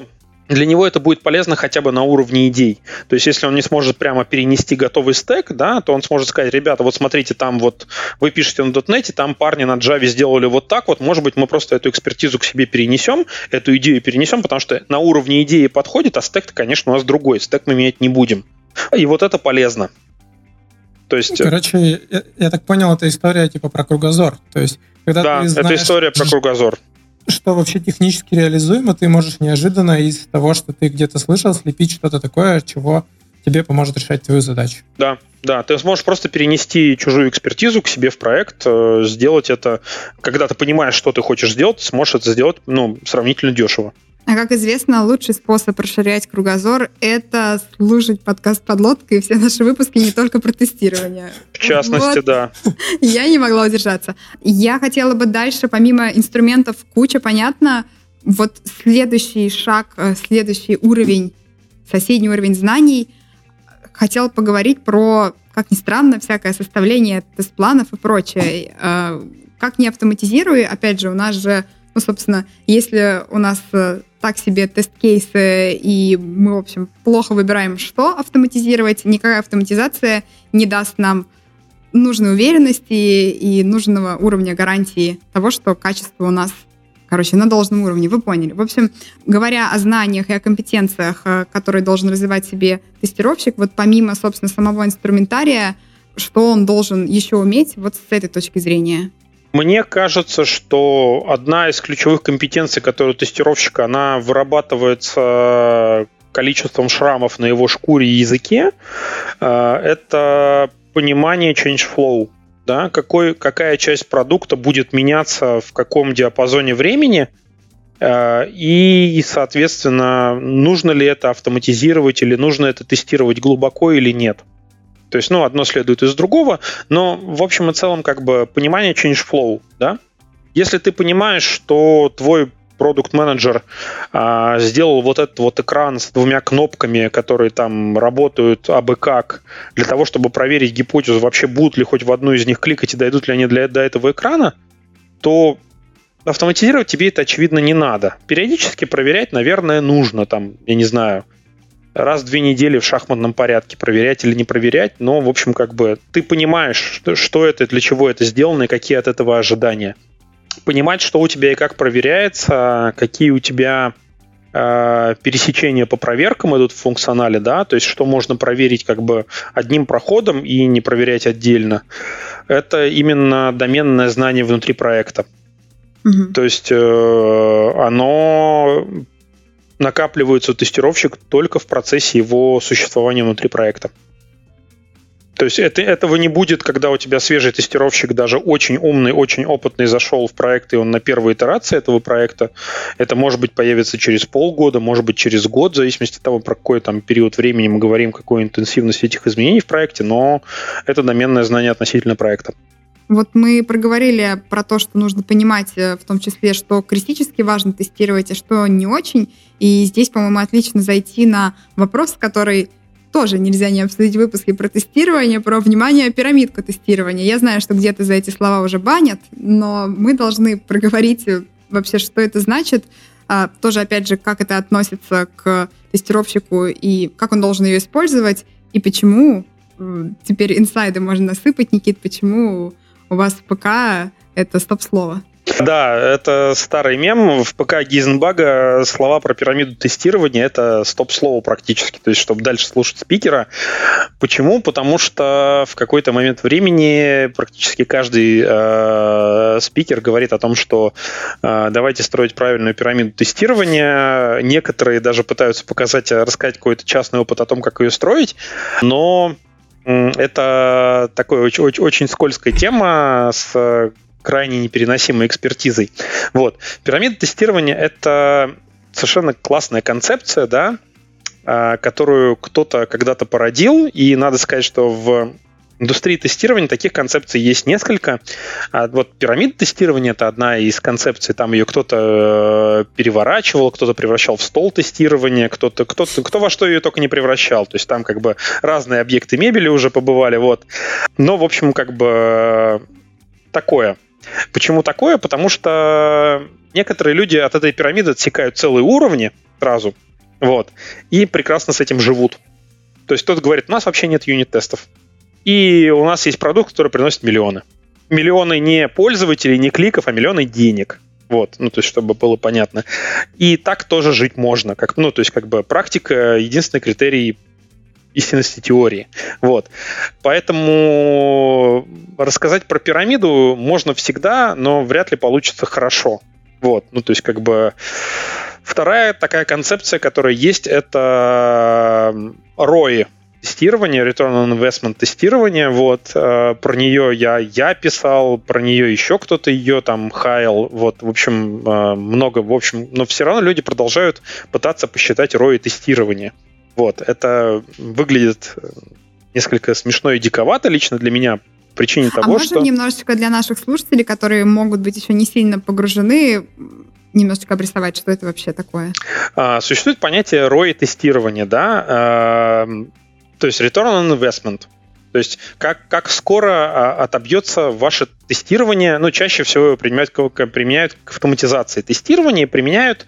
[SPEAKER 4] для него это будет полезно хотя бы на уровне идей. То есть, если он не сможет прямо перенести готовый стек, да, то он сможет сказать: ребята, вот смотрите, там вот вы пишете на .NET, там парни на Java сделали вот так вот, может быть, мы просто эту экспертизу к себе перенесем, эту идею перенесем, потому что на уровне идеи подходит, а стек-то, конечно, у нас другой, стек мы менять не будем. И вот это полезно. То есть...
[SPEAKER 3] Короче, я так понял, это история типа про кругозор. То есть, когда
[SPEAKER 4] да,
[SPEAKER 3] ты знаешь,
[SPEAKER 4] это история про кругозор.
[SPEAKER 3] Что вообще технически реализуемо, ты можешь неожиданно из того, что ты где-то слышал, слепить что-то такое, чего тебе поможет решать твою задачу.
[SPEAKER 4] Да, да, ты сможешь просто перенести чужую экспертизу к себе в проект, сделать это, когда ты понимаешь, что ты хочешь сделать, ты сможешь это сделать, сравнительно дешево.
[SPEAKER 1] А как известно, лучший способ расширять кругозор — это слушать подкаст «Подлодка» и все наши выпуски не только про тестирование.
[SPEAKER 4] В частности, вот. Да.
[SPEAKER 1] Я не могла удержаться. Я хотела бы дальше, помимо инструментов куча, понятно, вот следующий шаг, следующий уровень, соседний уровень знаний, хотела поговорить про, как ни странно, всякое составление тест-планов и прочее. Как не автоматизируя, опять же, у нас же, собственно, если у нас так себе тест-кейсы, и мы, в общем, плохо выбираем, что автоматизировать, никакая автоматизация не даст нам нужной уверенности и нужного уровня гарантии того, что качество у нас, на должном уровне. Вы поняли. В общем, говоря о знаниях и о компетенциях, которые должен развивать себе тестировщик, вот помимо, собственно, самого инструментария, что он должен еще уметь вот с этой точки зрения?
[SPEAKER 4] Мне кажется, что одна из ключевых компетенций, которую у тестировщика, она вырабатывается количеством шрамов на его шкуре и языке, это понимание change flow. Да? Какая часть продукта будет меняться в каком диапазоне времени, и, соответственно, нужно ли это автоматизировать или нужно это тестировать глубоко или нет. То есть, одно следует из другого, но в общем и целом понимание change flow, да? Если ты понимаешь, что твой продукт-менеджер сделал вот этот вот экран с двумя кнопками, которые там работают абы как, для того, чтобы проверить гипотезу, вообще будут ли хоть в одну из них кликать и дойдут ли они до этого экрана, то автоматизировать тебе это, очевидно, не надо. Периодически проверять, наверное, нужно, я не знаю, раз в 2 недели в шахматном порядке проверять или не проверять, но, в общем, ты понимаешь, что это, для чего это сделано и какие от этого ожидания. Понимать, что у тебя и как проверяется, какие у тебя пересечения по проверкам идут в функционале, да, то есть что можно проверить одним проходом и не проверять отдельно. Это именно доменное знание внутри проекта. Mm-hmm. То есть оно накапливается у тестировщика только в процессе его существования внутри проекта. То есть этого не будет, когда у тебя свежий тестировщик, даже очень умный, очень опытный, зашел в проект, и он на первой итерации этого проекта. Это, может быть, появится через полгода, может быть, через год, в зависимости от того, про какой период времени мы говорим, какой интенсивность этих изменений в проекте, но это доменное знание относительно проекта.
[SPEAKER 1] Вот мы проговорили про то, что нужно понимать, в том числе, что критически важно тестировать, а что не очень. И здесь, по-моему, отлично зайти на вопрос, который тоже нельзя не обсудить в выпуске про тестирование, про внимание, пирамидку тестирования. Я знаю, что где-то за эти слова уже банят, но мы должны проговорить вообще, что это значит. Тоже, опять же, как это относится к тестировщику и как он должен ее использовать, и почему теперь инсайды можно насыпать, Никит, почему у вас в ПК это стоп-слово.
[SPEAKER 4] Да, это старый мем. В ПК Гейзенбага слова про пирамиду тестирования — это стоп-слово практически, то есть чтобы дальше слушать спикера. Почему? Потому что в какой-то момент времени практически каждый спикер говорит о том, что давайте строить правильную пирамиду тестирования. Некоторые даже пытаются рассказать какой-то частный опыт о том, как ее строить, но это такая очень скользкая тема с крайне непереносимой экспертизой. Вот. Пирамида тестирования — это совершенно классная концепция, да, которую кто-то когда-то породил, и надо сказать, что в индустрии тестирования таких концепций есть несколько. Вот пирамида тестирования — это одна из концепций, там ее кто-то переворачивал, кто-то превращал в стол тестирования, кто во что ее только не превращал. То есть там разные объекты мебели уже побывали. Вот. Но, в общем, такое. Почему такое? Потому что некоторые люди от этой пирамиды отсекают целые уровни сразу, Вот. И прекрасно с этим живут. То есть кто-то говорит, у нас вообще нет юнит-тестов. И у нас есть продукт, который приносит миллионы. Миллионы не пользователей, не кликов, а миллионы денег. Вот, ну, то есть, чтобы было понятно. И так тоже жить можно. Как, ну, то есть, как бы практика — единственный критерий истинности теории. Вот. Поэтому рассказать про пирамиду можно всегда, но вряд ли получится хорошо. Вот, ну, то есть, как бы вторая такая концепция, которая есть, это ROI тестирование, Return on Investment тестирование. Вот, про нее я писал, про нее еще кто-то ее там хаял. Вот, в общем, много, в общем, но все равно люди продолжают пытаться посчитать ROI тестирования. Вот, это выглядит несколько смешно и диковато лично для меня по причине того, что... А
[SPEAKER 1] можно немножечко для наших слушателей, которые могут быть еще не сильно погружены, немножечко обрисовать, что это вообще такое?
[SPEAKER 4] Существует понятие ROI-тестирования, да, то есть Return on Investment. То есть как скоро отобьется ваше тестирование. Ну, чаще всего его применяют к автоматизации тестирования, применяют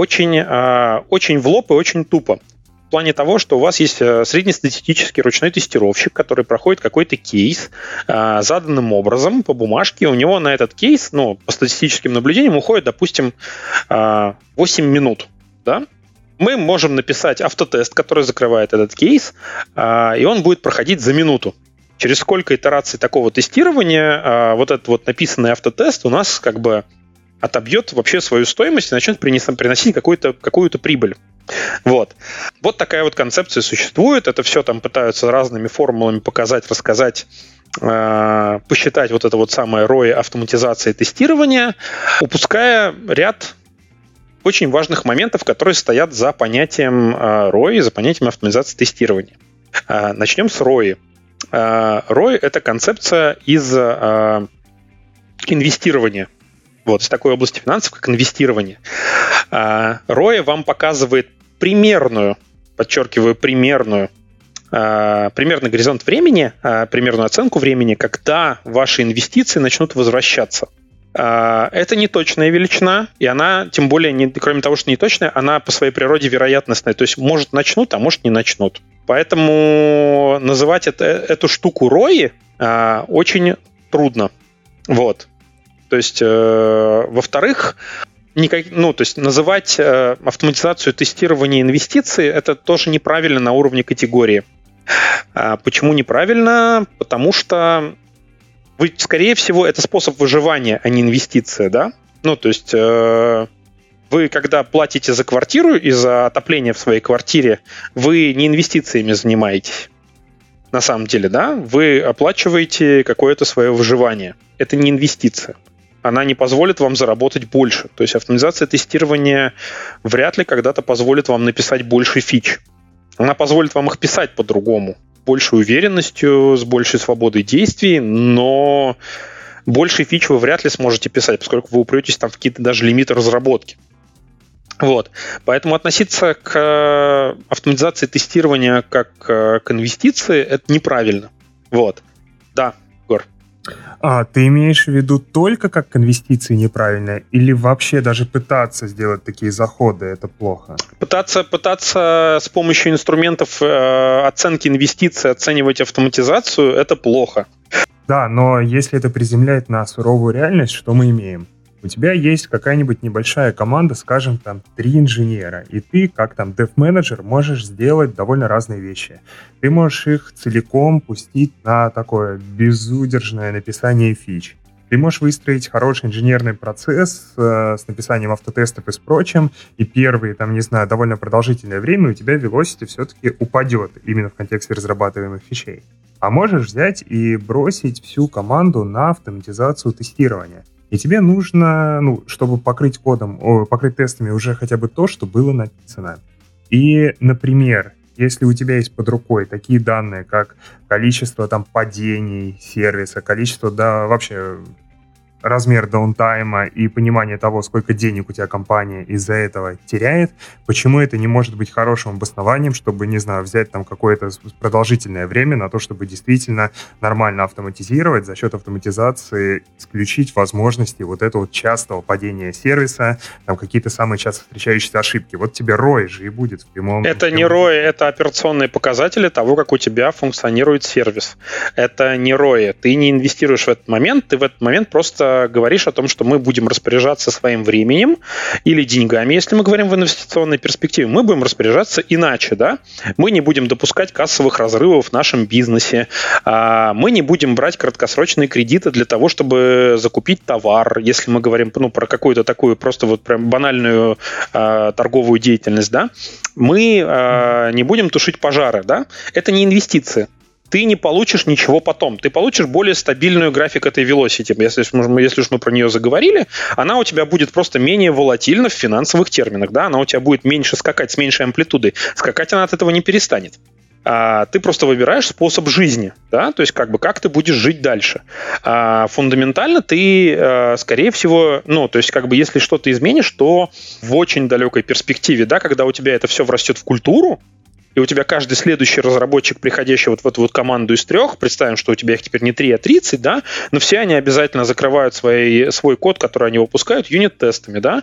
[SPEAKER 4] очень в лоб и очень тупо. В плане того, что у вас есть среднестатистический ручной тестировщик, который проходит какой-то кейс заданным образом по бумажке. У него на этот кейс, ну, по статистическим наблюдениям, уходит, допустим, 8 минут. Да? Мы можем написать автотест, который закрывает этот кейс, и он будет проходить за минуту. Через сколько итераций такого тестирования вот этот вот написанный автотест у нас как бы отобьет вообще свою стоимость и начнет приносить какую-то прибыль. Вот такая вот концепция существует. Это все там пытаются разными формулами показать, рассказать, посчитать вот это вот самое ROI автоматизации тестирования, упуская ряд очень важных моментов, которые стоят за понятием ROI, за понятием автоматизации тестирования. Начнем с ROI. ROI — это концепция из инвестирования. Вот, из такой области финансов, как инвестирование. ROI вам показывает примерный горизонт времени, примерную оценку времени, когда ваши инвестиции начнут возвращаться. Это неточная величина, и она, тем более, кроме того, что неточная, она по своей природе вероятностная. То есть, может, начнут, а может, не начнут. Поэтому называть эту штуку ROI очень трудно. Вот. То есть, во-вторых, то есть называть автоматизацию тестирования инвестиций — это тоже неправильно на уровне категории. Почему неправильно? Потому что скорее всего, это способ выживания, а не инвестиция, да? Ну, то есть вы, когда платите за квартиру и за отопление в своей квартире, вы не инвестициями занимаетесь. На самом деле, да? Вы оплачиваете какое-то свое выживание. Это не инвестиция. Она не позволит вам заработать больше. То есть автоматизация тестирования вряд ли когда-то позволит вам написать больше фич. Она позволит вам их писать по-другому. Большей уверенностью, с большей свободой действий, но больше фич вы вряд ли сможете писать, поскольку вы упретесь там в какие-то даже лимиты разработки. Вот. Поэтому относиться к автоматизации тестирования как к инвестиции — это неправильно. Вот. Да, Гор.
[SPEAKER 2] Ты имеешь в виду только как к инвестиции неправильно, или вообще даже пытаться сделать такие заходы — это плохо?
[SPEAKER 4] Пытаться с помощью инструментов оценки инвестиций оценивать автоматизацию — это плохо.
[SPEAKER 2] Да, но если это приземляет на суровую реальность, что мы имеем? У тебя есть какая-нибудь небольшая команда, скажем, там 3 инженера, и ты, как там dev-менеджер, можешь сделать довольно разные вещи. Ты можешь их целиком пустить на такое безудержное написание фич. Ты можешь выстроить хороший инженерный процесс с написанием автотестов и с прочим, и первые, там, не знаю, довольно продолжительное время у тебя velocity все-таки упадет именно в контексте разрабатываемых фичей. А можешь взять и бросить всю команду на автоматизацию тестирования. И тебе нужно, чтобы покрыть тестами уже хотя бы то, что было написано. И, например, если у тебя есть под рукой такие данные, как количество там падений сервиса, количество, да, вообще размер даунтайма и понимание того, сколько денег у тебя компания из-за этого теряет, почему это не может быть хорошим обоснованием, чтобы, не знаю, взять там какое-то продолжительное время на то, чтобы действительно нормально автоматизировать, за счет автоматизации исключить возможности вот этого частого падения сервиса, там какие-то самые часто встречающиеся ошибки. Вот тебе ROI же и будет в прямом...
[SPEAKER 4] Это не ROI, это операционные показатели того, как у тебя функционирует сервис. Это не ROI. Ты не инвестируешь в этот момент, ты в этот момент просто говоришь о том, что мы будем распоряжаться своим временем или деньгами, если мы говорим в инвестиционной перспективе, мы будем распоряжаться иначе, да? Мы не будем допускать кассовых разрывов в нашем бизнесе, мы не будем брать краткосрочные кредиты для того, чтобы закупить товар, если мы говорим про какую-то такую просто вот прям банальную торговую деятельность, да? Мы не будем тушить пожары, да? Это не инвестиции. Ты не получишь ничего потом. Ты получишь более стабильную график этой velocity. Если уж мы про нее заговорили, она у тебя будет просто менее волатильна в финансовых терминах. Да? Она у тебя будет меньше скакать, с меньшей амплитудой. Скакать она от этого не перестанет. Ты просто выбираешь способ жизни, да? То есть как ты будешь жить дальше. Фундаментально ты, скорее всего, то есть если что-то изменишь, то в очень далекой перспективе, да, когда у тебя это все врастет в культуру, и у тебя каждый следующий разработчик, приходящий вот в эту вот команду из 3, представим, что у тебя их теперь не 3, а 30, да, но все они обязательно закрывают свой код, который они выпускают, юнит-тестами, да,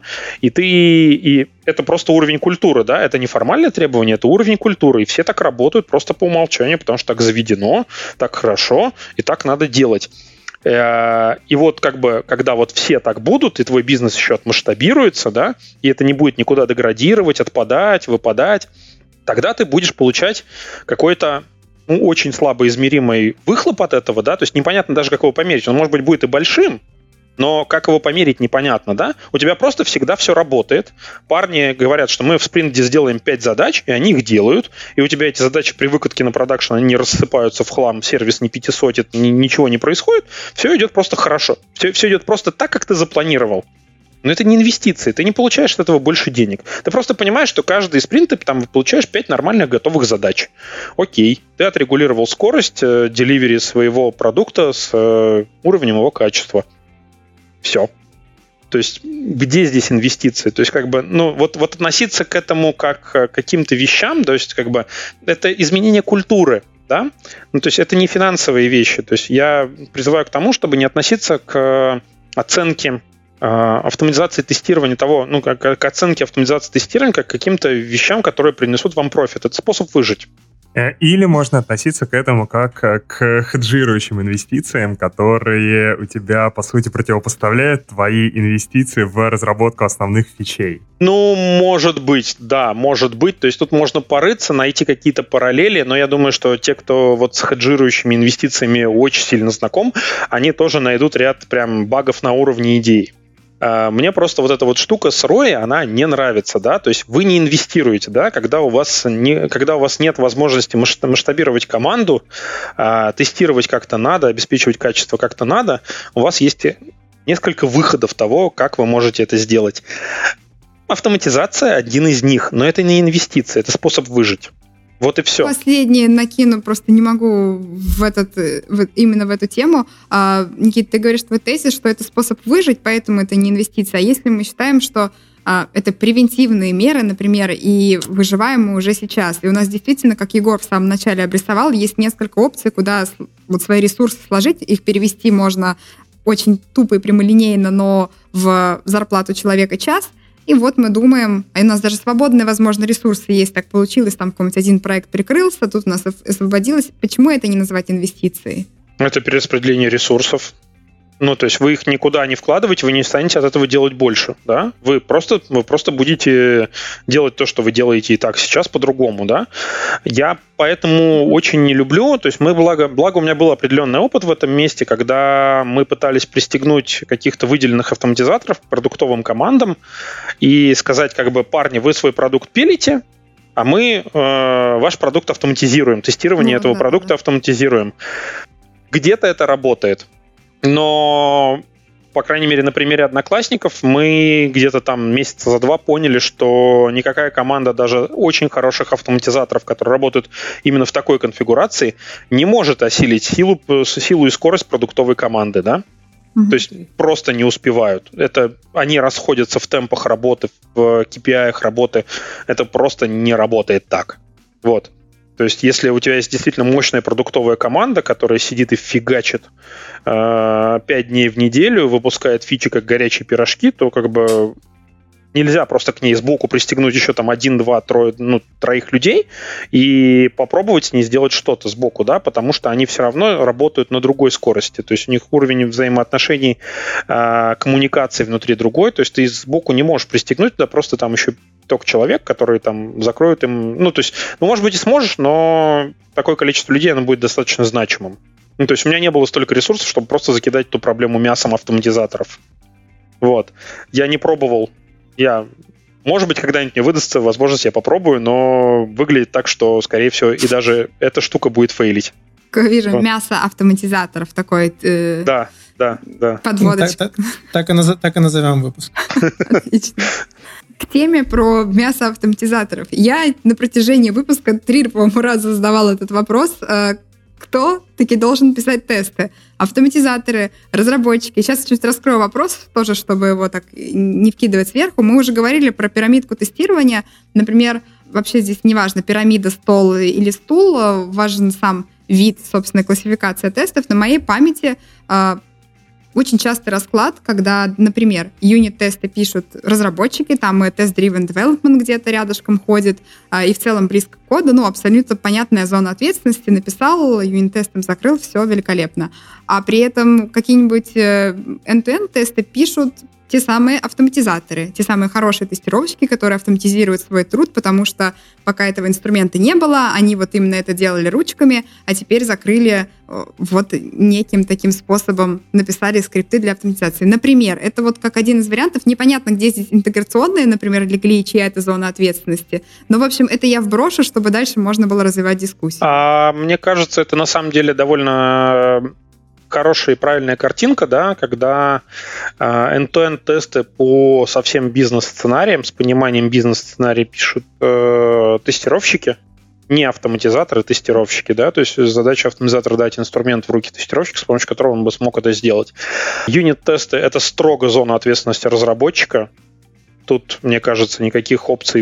[SPEAKER 4] и это просто уровень культуры, да, это не формальное требование, это уровень культуры, и все так работают просто по умолчанию, потому что так заведено, так хорошо, и так надо делать. И вот когда вот все так будут, и твой бизнес еще отмасштабируется, да, и это не будет никуда деградировать, отпадать, выпадать, тогда ты будешь получать какой-то очень слабо измеримый выхлоп от этого, да, то есть непонятно даже, как его померить. Он, может быть, будет и большим, но как его померить, непонятно, да. У тебя просто всегда все работает. Парни говорят, что мы в спринте сделаем 5 задач, и они их делают, и у тебя эти задачи при выкатке на продакшн, они не рассыпаются в хлам, сервис не 500, ничего не происходит, все идет просто хорошо. Все идет просто так, как ты запланировал. Но это не инвестиции, ты не получаешь от этого больше денег. Ты просто понимаешь, что каждый спринт ты там получаешь 5 нормальных готовых задач. Окей, ты отрегулировал скорость деливери своего продукта с уровнем его качества. Все. То есть где здесь инвестиции? То есть вот относиться к этому как к каким-то вещам, то есть это изменение культуры. Да? То есть это не финансовые вещи. То есть я призываю к тому, чтобы не относиться к оценке автоматизации тестирования того, к оценке автоматизации тестирования как к каким-то вещам, которые принесут вам профит. Это способ выжить.
[SPEAKER 2] Или можно относиться к этому как к хеджирующим инвестициям, которые у тебя, по сути, противопоставляют твои инвестиции в разработку основных фичей.
[SPEAKER 4] Может быть, да, может быть. То есть тут можно порыться, найти какие-то параллели, но я думаю, что те, кто вот с хеджирующими инвестициями очень сильно знаком, они тоже найдут ряд прям багов на уровне идей. Мне просто вот эта вот штука с ROI, она не нравится, да, то есть вы не инвестируете, да, когда у вас нет возможности масштабировать команду, тестировать как-то надо, обеспечивать качество как-то надо, у вас есть несколько выходов того, как вы можете это сделать. Автоматизация один из них, но это не инвестиция, это способ выжить. Вот и все.
[SPEAKER 1] Последнее накину, просто не могу именно в эту тему. Никита, ты говоришь твой тезис, что это способ выжить, поэтому это не инвестиция. А если мы считаем, что это превентивные меры, например, и выживаем мы уже сейчас. И у нас действительно, как Егор в самом начале обрисовал, есть несколько опций, куда вот свои ресурсы сложить, их перевести можно очень тупо и прямолинейно, но в зарплату человека час. И вот мы думаем, у нас даже свободные, возможно, ресурсы есть, так получилось, там какой-нибудь один проект прикрылся, тут у нас освободилось. Почему это не называть инвестицией?
[SPEAKER 4] Это перераспределение ресурсов. То есть вы их никуда не вкладываете, вы не станете от этого делать больше, да? Вы просто будете делать то, что вы делаете и так сейчас по-другому, да? Я поэтому очень не люблю, то есть благо у меня был определенный опыт в этом месте, когда мы пытались пристегнуть каких-то выделенных автоматизаторов к продуктовым командам и сказать, парни, вы свой продукт пилите, а мы ваш продукт автоматизируем, тестирование этого продукта автоматизируем. Где-то это работает. Но, по крайней мере, на примере Одноклассников мы где-то там месяца за 2 поняли, что никакая команда даже очень хороших автоматизаторов, которые работают именно в такой конфигурации, не может осилить силу и скорость продуктовой команды, да? То есть просто не успевают. Они расходятся в темпах работы, в KPI работы. Это просто не работает так. Вот. То есть если у тебя есть действительно мощная продуктовая команда, которая сидит и фигачит 5 дней в неделю, выпускает фичи как горячие пирожки, то как бы нельзя просто к ней сбоку пристегнуть еще там 1, 2, 3, троих людей и попробовать с ней сделать что-то сбоку, да, потому что они все равно работают на другой скорости. То есть у них уровень взаимоотношений, коммуникации внутри другой. То есть ты сбоку не можешь пристегнуть туда просто там еще только человек, который там закроет им... то есть, может быть, и сможешь, но такое количество людей, оно будет достаточно значимым. То есть у меня не было столько ресурсов, чтобы просто закидать эту проблему мясом автоматизаторов. Вот. Я не пробовал. Может быть, когда-нибудь мне выдастся возможность, я попробую, но выглядит так, что, скорее всего, и даже эта штука будет фейлить.
[SPEAKER 1] Вижу, вот. Мясо автоматизаторов такой.
[SPEAKER 4] Да.
[SPEAKER 1] Подводочка.
[SPEAKER 3] Так и назовем выпуск.
[SPEAKER 1] Отлично. К теме про мясо автоматизаторов. Я на протяжении выпуска 3, по-моему, раза задавала этот вопрос. Кто таки должен писать тесты? Автоматизаторы, разработчики. Сейчас чуть раскрою вопрос, тоже, чтобы его так не вкидывать сверху. Мы уже говорили про пирамидку тестирования. Например, вообще здесь не важно, пирамида, стол или стул, важен сам вид, собственно, классификация тестов. На моей памяти очень частый расклад, когда, например, юнит-тесты пишут разработчики, там и тест-driven development где-то рядышком ходит, и в целом близко к коду, абсолютно понятная зона ответственности, написал, юнит-тестом закрыл, все великолепно. А при этом какие-нибудь end-to-end тесты пишут те самые автоматизаторы, те самые хорошие тестировщики, которые автоматизируют свой труд, потому что пока этого инструмента не было, они вот именно это делали ручками, а теперь закрыли вот неким таким способом, написали скрипты для автоматизации. Например, это вот как один из вариантов, непонятно, где здесь интеграционные, например, легли, и чья это зона ответственности, но, в общем, это я вброшу, чтобы дальше можно было развивать дискуссию.
[SPEAKER 4] Мне кажется, это на самом деле довольно хорошая и правильная картинка, да, когда end-to-end тесты по совсем бизнес-сценариям, с пониманием бизнес-сценария пишут тестировщики, не автоматизаторы, тестировщики, да, то есть задача автоматизатора дать инструмент в руки тестировщика, с помощью которого он бы смог это сделать. Юнит-тесты — это строго зона ответственности разработчика. Тут, мне кажется, никаких опций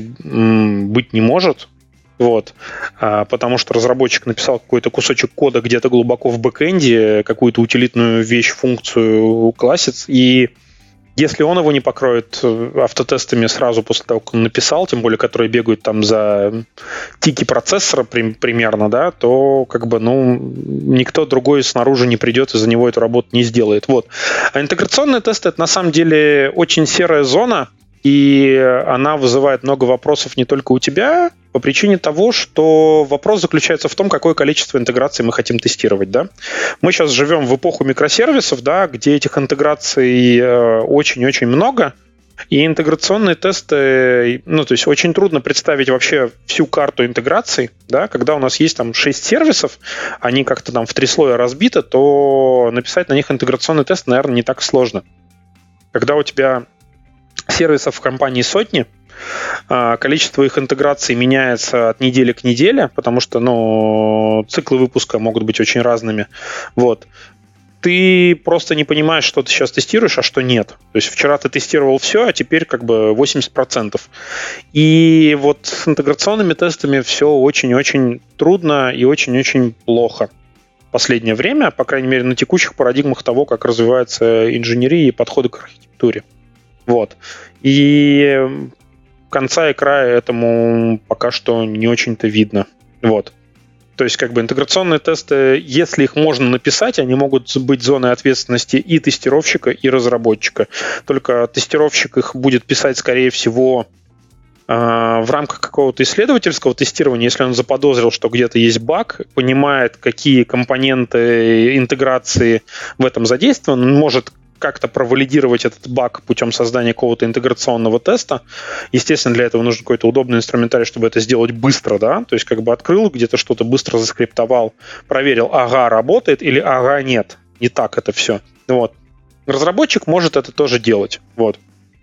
[SPEAKER 4] быть не может. Вот. Потому что разработчик написал какой-то кусочек кода где-то глубоко в бэкэнде, какую-то утилитную вещь, функцию классит, и если он его не покроет автотестами сразу после того, как он написал, тем более, которые бегают там за тики процессора примерно, да, то как бы, никто другой снаружи не придет и за него эту работу не сделает. Вот. А интеграционные тесты — это на самом деле очень серая зона, и она вызывает много вопросов не только у тебя, по причине того, что вопрос заключается в том, какое количество интеграций мы хотим тестировать. Да? Мы сейчас живем в эпоху микросервисов, да, где этих интеграций очень-очень много, и интеграционные тесты, то есть очень трудно представить вообще всю карту интеграций, да, когда у нас есть там 6 сервисов, они как-то там в 3 слоя разбиты, то написать на них интеграционный тест, наверное, не так сложно. Когда у тебя сервисов в компании сотни, количество их интеграций меняется от недели к неделе, потому что, циклы выпуска могут быть очень разными. Вот. Ты просто не понимаешь, что ты сейчас тестируешь, а что нет. То есть вчера ты тестировал все, а теперь как бы 80%. И вот с интеграционными тестами все очень-очень трудно и очень-очень плохо. В последнее время, по крайней мере, на текущих парадигмах того, как развивается инженерия и подходы к архитектуре. Вот. И конца и края этому пока что не очень-то видно. Вот. То есть как бы интеграционные тесты, если их можно написать, они могут быть зоной ответственности и тестировщика, и разработчика. Только тестировщик их будет писать, скорее всего, в рамках какого-то исследовательского тестирования, если он заподозрил, что где-то есть баг, понимает, какие компоненты интеграции в этом задействованы, он может как-то провалидировать этот баг путем создания какого-то интеграционного теста. Естественно, для этого нужен какой-то удобный инструментарий, чтобы это сделать быстро, да, то есть как бы открыл, где-то что-то быстро заскриптовал, проверил, ага, работает или ага, нет, не так это все. Вот. Разработчик может это тоже делать, вот.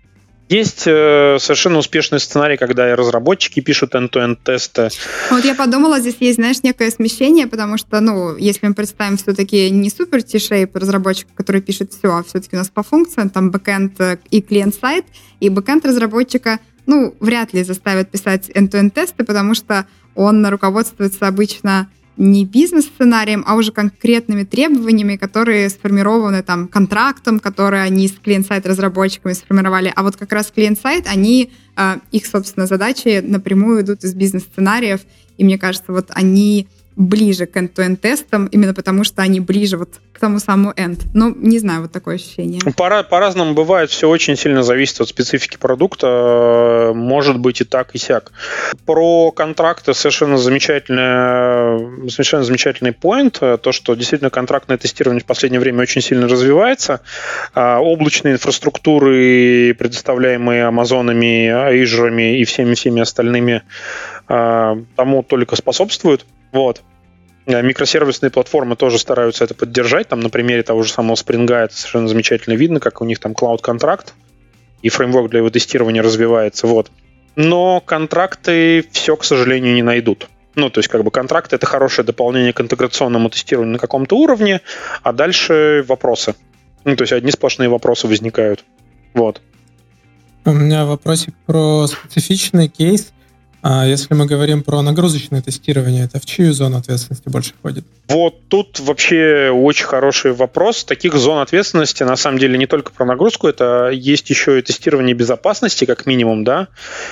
[SPEAKER 4] Есть совершенно успешный сценарий, когда и разработчики пишут end-to-end тесты.
[SPEAKER 1] Вот я подумала, здесь есть, знаешь, некое смещение, потому что, если мы представим все-таки не супер T-shape разработчика, который пишет все, а все-таки у нас по функциям, там бэкэнд и клиент-сайт, и бэкэнд разработчика, вряд ли заставят писать end-to-end тесты, потому что он руководствуется обычно не бизнес-сценарием, а уже конкретными требованиями, которые сформированы там контрактом, который они с клиент-сайт разработчиками сформировали. А вот как раз клиент-сайт, их, собственно, задачи напрямую идут из бизнес-сценариев, и мне кажется, вот они ближе к end-to-end тестам, именно потому что они ближе вот к тому самому end. Не знаю, вот такое ощущение.
[SPEAKER 4] По-разному бывает, все очень сильно зависит от специфики продукта, может быть и так, и сяк. Про контракты совершенно замечательный поинт, то, что действительно контрактное тестирование в последнее время очень сильно развивается. Облачные инфраструктуры, предоставляемые Амазонами, Azure и всеми остальными, тому только способствуют. Вот. Микросервисные платформы тоже стараются это поддержать. Там на примере того же самого Spring это совершенно замечательно видно, как у них там клауд-контракт и фреймворк для его тестирования развивается. Вот. Но контракты все, к сожалению, не найдут. То есть, контракт — это хорошее дополнение к интеграционному тестированию на каком-то уровне, а дальше вопросы. То есть, одни сплошные вопросы возникают. Вот.
[SPEAKER 3] У меня вопросик про специфичный кейс. Если мы говорим про нагрузочное тестирование, это в чью зону ответственности больше входит?
[SPEAKER 4] Вот тут вообще очень хороший вопрос. Таких зон ответственности, на самом деле, не только про нагрузку, это есть еще и тестирование безопасности, как минимум, да,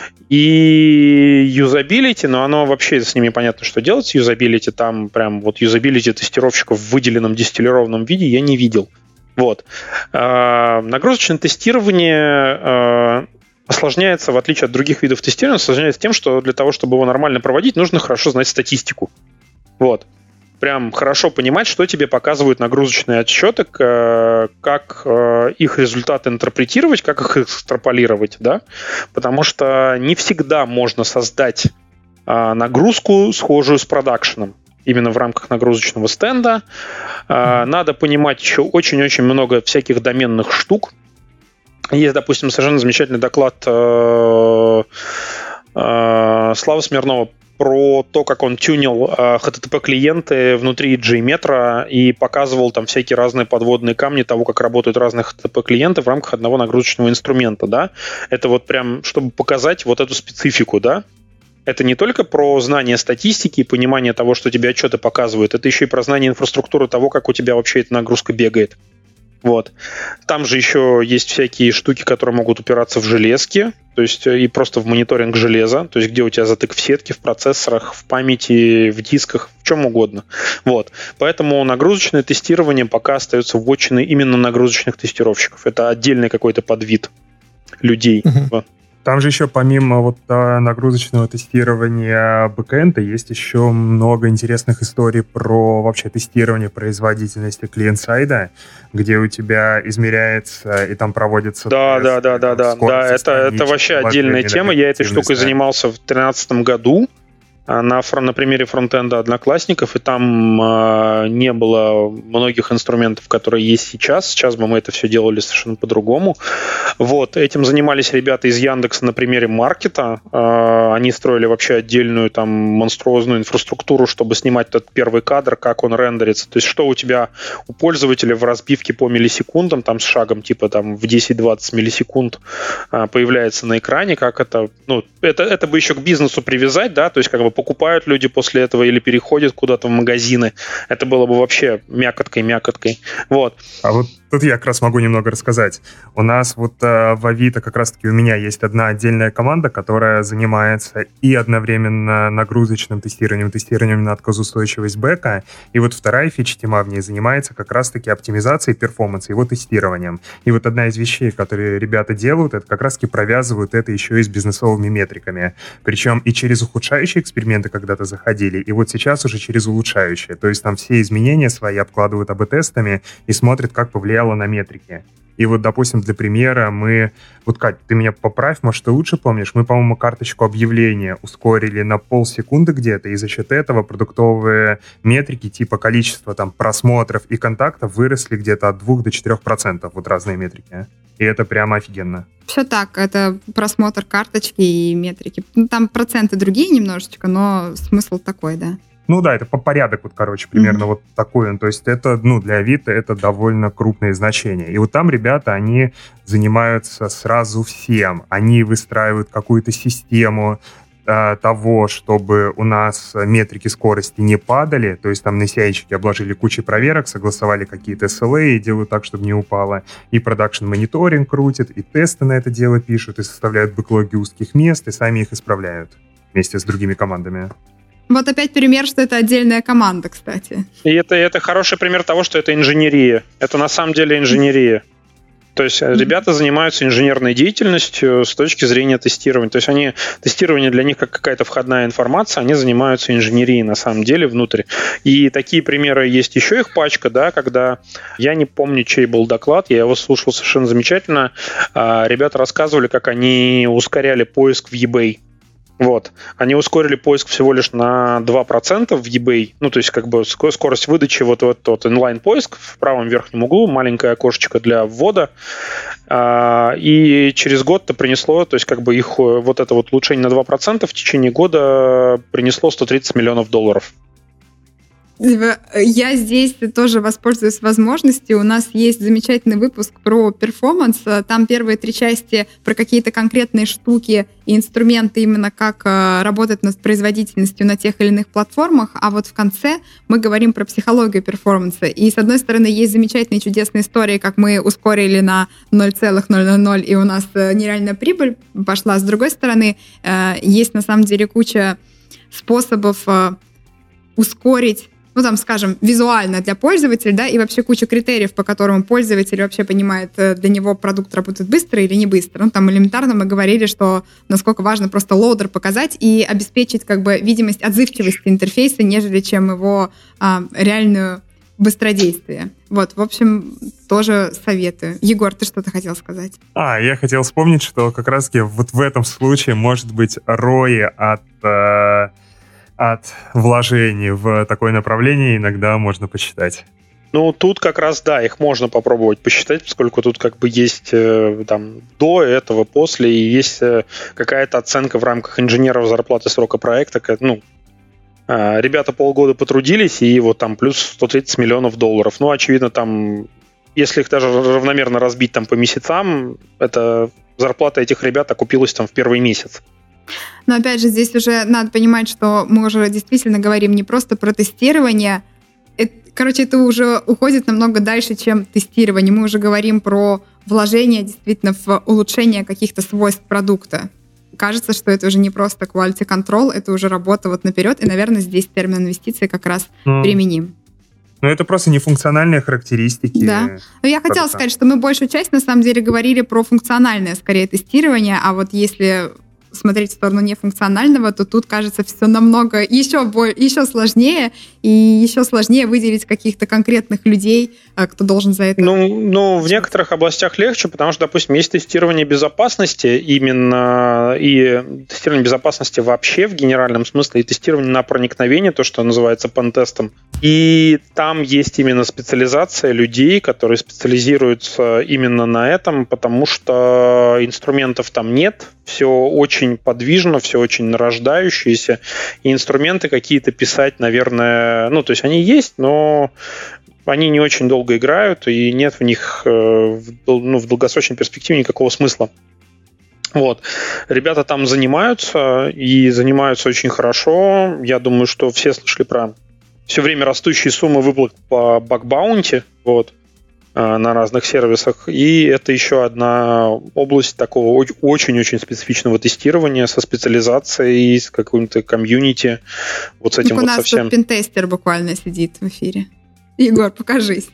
[SPEAKER 4] и юзабилити, но оно вообще с ними понятно, что делать с юзабилити. Там прям вот юзабилити тестировщиков в выделенном дистиллированном виде я не видел. Вот. Нагрузочное тестирование осложняется, в отличие от других видов тестирования, осложняется тем, что для того, чтобы его нормально проводить, нужно хорошо знать статистику. Вот. Прям хорошо понимать, что тебе показывают нагрузочные отчеты, как их результаты интерпретировать, как их экстраполировать, да? Потому что не всегда можно создать нагрузку, схожую с продакшеном. Именно в рамках нагрузочного стенда. Надо понимать еще очень-очень много всяких доменных штук. Есть, допустим, совершенно замечательный доклад Славы Смирнова про то, как он тюнил HTTP-клиенты внутри JMetra и показывал там всякие разные подводные камни того, как работают разные HTTP-клиенты в рамках одного нагрузочного инструмента. Да? Это вот прям, чтобы показать вот эту специфику, да? Это не только про знание статистики и понимание того, что тебе отчеты показывают, это еще и про знание инфраструктуры того, как у тебя вообще эта нагрузка бегает. Вот. Там же еще есть всякие штуки, которые могут упираться в железки, то есть и просто в мониторинг железа, то есть где у тебя затык в сетке, в процессорах, в памяти, в дисках, в чем угодно. Вот. Поэтому нагрузочное тестирование пока остается вотчиной именно нагрузочных тестировщиков. Это отдельный какой-то подвид людей.
[SPEAKER 2] Вот. Там же еще помимо вот нагрузочного тестирования бэкэнда есть еще много интересных историй про вообще тестирование производительности клиент-сайда, где у тебя измеряется и там проводится...
[SPEAKER 4] Да, это вообще отдельная тема. Я этой штукой занимался в 2013 году на примере фронтенда Одноклассников, и там не было многих инструментов, которые есть сейчас. Сейчас бы мы это все делали совершенно по-другому. Вот. Этим занимались ребята из Яндекса на примере маркета. Они строили вообще отдельную там монструозную инфраструктуру, чтобы снимать этот первый кадр, как он рендерится. То есть что у тебя у пользователя в разбивке по миллисекундам, там с шагом типа там в 10-20 миллисекунд появляется на экране, как это... это бы еще к бизнесу привязать, да, то есть как бы покупают люди после этого или переходят куда-то в магазины. Это было бы вообще мякоткой. Вот.
[SPEAKER 2] А вот тут я как раз могу немного рассказать. У нас вот в Авито как раз-таки у меня есть одна отдельная команда, которая занимается и одновременно нагрузочным тестированием на отказоустойчивость бэка, и вот вторая фича тема в ней занимается как раз-таки оптимизацией перформанса, его тестированием. И вот одна из вещей, которые ребята делают, это как раз-таки провязывают это еще и с бизнесовыми метриками. Причем и через ухудшающие эксперименты когда-то заходили, и вот сейчас уже через улучшающие. То есть там все изменения свои обкладывают АБ-тестами и смотрят, как повлияло на метрики. И вот, допустим, для примера мы... Вот, Кать, ты меня поправь, может, ты лучше помнишь? Мы, по-моему, карточку объявления ускорили на полсекунды где-то, и за счет этого продуктовые метрики типа количества там просмотров и контактов выросли где-то от 2 до 4%. Вот разные метрики. и это прямо офигенно.
[SPEAKER 1] Все так, это просмотр карточки и метрики. Там проценты другие немножечко, но смысл такой, да.
[SPEAKER 2] Ну да, это по порядок, вот, короче, примерно вот такой он. То есть это, для Авито это довольно крупные значения. И вот там ребята, они занимаются сразу всем. Они выстраивают какую-то систему того, чтобы у нас метрики скорости не падали, то есть там на CI-чике обложили кучей проверок, согласовали какие-то SLA и делают так, чтобы не упало. И продакшн-мониторинг крутят, и тесты на это дело пишут, и составляют бэклоги узких мест, и сами их исправляют вместе с другими командами.
[SPEAKER 1] Вот опять пример, что это отдельная команда, кстати.
[SPEAKER 4] И это хороший пример того, что это инженерия. Это на самом деле инженерия. То есть ребята занимаются инженерной деятельностью с точки зрения тестирования. То есть тестирование для них как какая-то входная информация, они занимаются инженерией на самом деле внутрь. И такие примеры есть еще их пачка, да, когда, я не помню, чей был доклад, я его слушал совершенно замечательно. Ребята рассказывали, как они ускоряли поиск в eBay. Вот. Они ускорили поиск всего лишь на 2% в eBay. Ну, то есть, как бы скорость выдачи, вот тот инлайн-поиск в правом верхнем углу, маленькое окошечко для ввода. И через год это принесло, то есть, как бы их вот это вот улучшение на 2% в течение года принесло $130 миллионов.
[SPEAKER 1] Я здесь тоже воспользуюсь возможностью. У нас есть замечательный выпуск про перформанс. Там первые 3 части про какие-то конкретные штуки и инструменты, именно как работать над производительностью на тех или иных платформах. А вот в конце мы говорим про психологию перформанса. И, с одной стороны, есть замечательные чудесные истории, как мы ускорили на 0,000, и у нас нереальная прибыль пошла. С другой стороны, есть на самом деле куча способов ускорить, скажем, визуально для пользователя, да, и вообще куча критериев, по которым пользователь вообще понимает, для него продукт работает быстро или не быстро. Там элементарно мы говорили, что насколько важно просто лоудер показать и обеспечить как бы видимость отзывчивости интерфейса, нежели чем его реальную быстродействие. Вот, в общем, тоже советую. Егор, ты что-то хотел сказать?
[SPEAKER 2] Я хотел вспомнить, что как раз-таки вот в этом случае может быть ROI от вложений в такое направление иногда можно посчитать.
[SPEAKER 4] Ну, тут как раз, да, их можно попробовать посчитать, поскольку тут как бы есть там до этого, после, и есть какая-то оценка в рамках инженеров зарплаты срока проекта. Ребята полгода потрудились, и вот там плюс $130 миллионов. Ну, очевидно, там, если их даже равномерно разбить там по месяцам, это зарплата этих ребят окупилась там в первый месяц.
[SPEAKER 1] Но опять же, здесь уже надо понимать, что мы уже действительно говорим не просто про тестирование. Это уже уходит намного дальше, чем тестирование. Мы уже говорим про вложение действительно в улучшение каких-то свойств продукта. Кажется, что это уже не просто quality control, это уже работа вот наперед. И, наверное, здесь термин инвестиции как раз применим.
[SPEAKER 2] Но это просто нефункциональные характеристики.
[SPEAKER 1] Да. Но я хотела сказать, что мы большую часть, на самом деле, говорили про функциональное, скорее, тестирование, а вот если смотреть в сторону нефункционального, то тут, кажется, все намного еще сложнее, и еще сложнее выделить каких-то конкретных людей, кто должен за это...
[SPEAKER 4] Ну, в некоторых областях легче, потому что, допустим, есть тестирование безопасности именно, и тестирование безопасности вообще в генеральном смысле, и тестирование на проникновение, то, что называется пентестом. И там есть именно специализация людей, которые специализируются именно на этом, потому что инструментов там нет, все очень подвижно, все очень нарождающееся, и инструменты какие-то писать, наверное, то есть они есть, но они не очень долго играют, и нет в них в долгосрочной перспективе никакого смысла. Вот. Ребята там занимаются, и занимаются очень хорошо. Я думаю, что все слышали про все время растущие суммы выплат по баг-баунти, вот, на разных сервисах. И это еще одна область такого очень-очень специфичного тестирования со специализацией, с каким-то комьюнити. Вот с этим
[SPEAKER 1] так
[SPEAKER 4] вот
[SPEAKER 1] у нас
[SPEAKER 4] совсем.
[SPEAKER 1] Тут пентестер буквально сидит в эфире. Егор, покажись.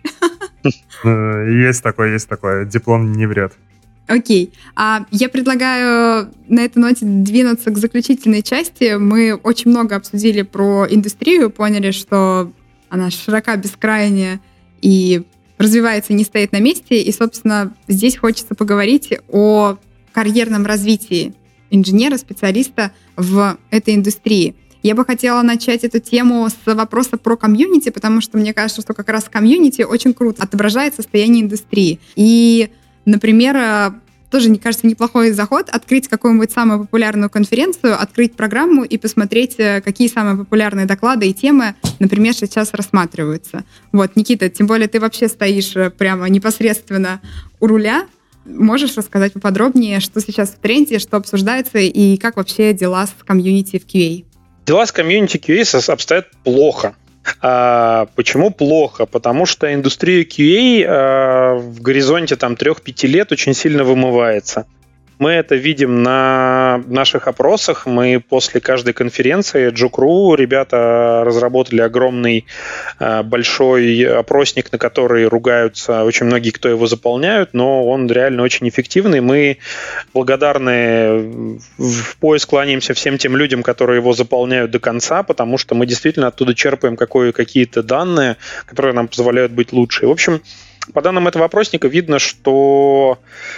[SPEAKER 2] Есть такое. Диплом не врет.
[SPEAKER 1] Окей. Я предлагаю на этой ноте двинуться к заключительной части. Мы очень много обсудили про индустрию, поняли, что она широка, бескрайняя и развивается, не стоит на месте. И, собственно, здесь хочется поговорить о карьерном развитии инженера, специалиста в этой индустрии. Я бы хотела начать эту тему с вопроса про комьюнити, потому что мне кажется, что как раз комьюнити очень круто отображает состояние индустрии. И Например, тоже, мне кажется, неплохой заход, открыть какую-нибудь самую популярную конференцию, открыть программу и посмотреть, какие самые популярные доклады и темы, например, сейчас рассматриваются. Вот, Никита, тем более ты вообще стоишь прямо непосредственно у руля. Можешь рассказать поподробнее, что сейчас в тренде, что обсуждается и как вообще дела с комьюнити в QA?
[SPEAKER 4] Дела с комьюнити QA обстоят плохо. Почему плохо? Потому что индустрия QA в горизонте 3-5 лет очень сильно вымывается. Мы это видим на наших опросах. Мы после каждой конференции Juke.ru ребята разработали огромный большой опросник, на который ругаются очень многие, кто его заполняют, но он реально очень эффективный. Мы благодарны, в поиск кланяемся всем тем людям, которые его заполняют до конца, потому что мы действительно оттуда черпаем какие-то данные, которые нам позволяют быть лучше. В общем, по данным этого опросника видно, что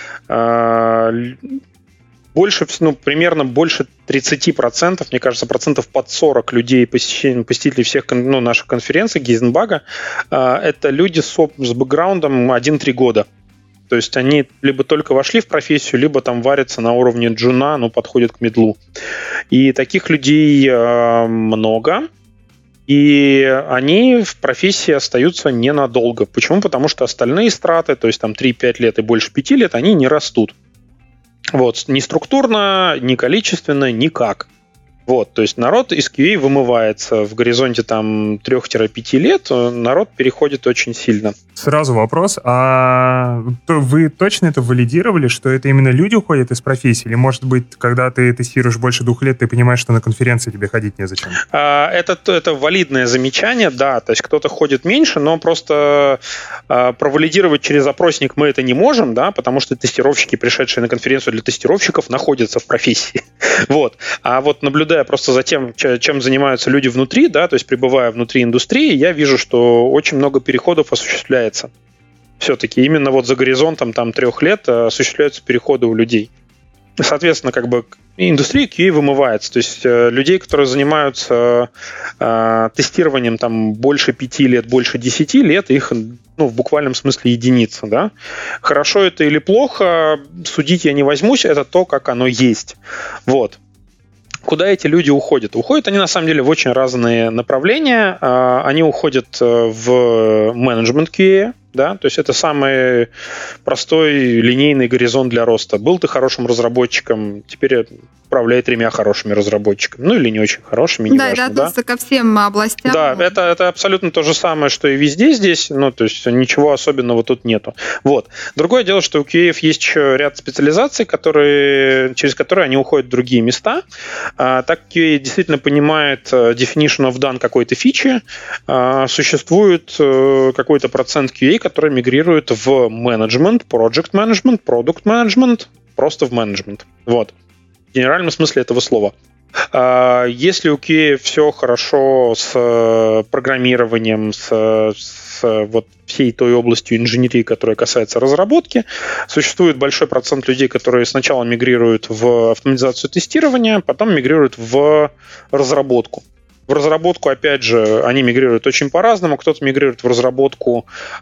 [SPEAKER 4] примерно больше 30%, мне кажется, процентов под 40 людей, посетителей всех наших конференций, Гейзенбага, это люди с бэкграундом 1-3 года. То есть они либо только вошли в профессию, либо там варятся на уровне джуна, подходят к мидлу. И таких людей много. И они в профессии остаются ненадолго. Почему? Потому что остальные страты, то есть 3-5 лет и больше 5 лет, они не растут. Вот. Ни структурно, ни количественно, никак. Вот. То есть народ из QA вымывается в горизонте 3-5 лет, народ переходит очень сильно.
[SPEAKER 2] Сразу вопрос, а вы точно это валидировали, что это именно люди уходят из профессии? Или, может быть, когда ты тестируешь больше 2 лет, ты понимаешь, что на конференции тебе ходить незачем?
[SPEAKER 4] Это валидное замечание, да, то есть кто-то ходит меньше, но просто провалидировать через опросник мы это не можем, да, потому что тестировщики, пришедшие на конференцию для тестировщиков, находятся в профессии. Вот. А вот наблюдая просто за тем, чем занимаются люди внутри, да, то есть пребывая внутри индустрии, я вижу, что очень много переходов осуществляется. Все-таки именно вот за горизонтом 3 лет осуществляются переходы у людей. Соответственно, индустрия QA вымывается. То есть людей, которые занимаются тестированием больше 5 лет, больше 10 лет, их в буквальном смысле единица. Да? Хорошо это или плохо, судить я не возьмусь, это то, как оно есть. Вот. Куда эти люди уходят? Уходят они, на самом деле, в очень разные направления. Они уходят в менеджмент QA, да, то есть это самый простой линейный горизонт для роста. Был ты хорошим разработчиком, теперь управляй 3 хорошими разработчиками, или не очень хорошими, не важно.
[SPEAKER 1] Да, относится ко всем областям.
[SPEAKER 4] Да, это абсолютно то же самое, что и везде здесь, то есть ничего особенного тут нету. Вот. Другое дело, что у QA есть еще ряд специализаций, через которые они уходят в другие места. Так QA действительно понимает definition of done какой-то фичи, существует какой-то процент QA, который мигрирует в менеджмент, project management, product management, просто в менеджмент. Вот. В генеральном смысле этого слова. Если у QA все хорошо с программированием, с всей той областью инженерии, которая касается разработки, существует большой процент людей, которые сначала мигрируют в автоматизацию тестирования, потом мигрируют в разработку. В разработку, опять же, они мигрируют очень по-разному. Кто-то мигрирует в разработку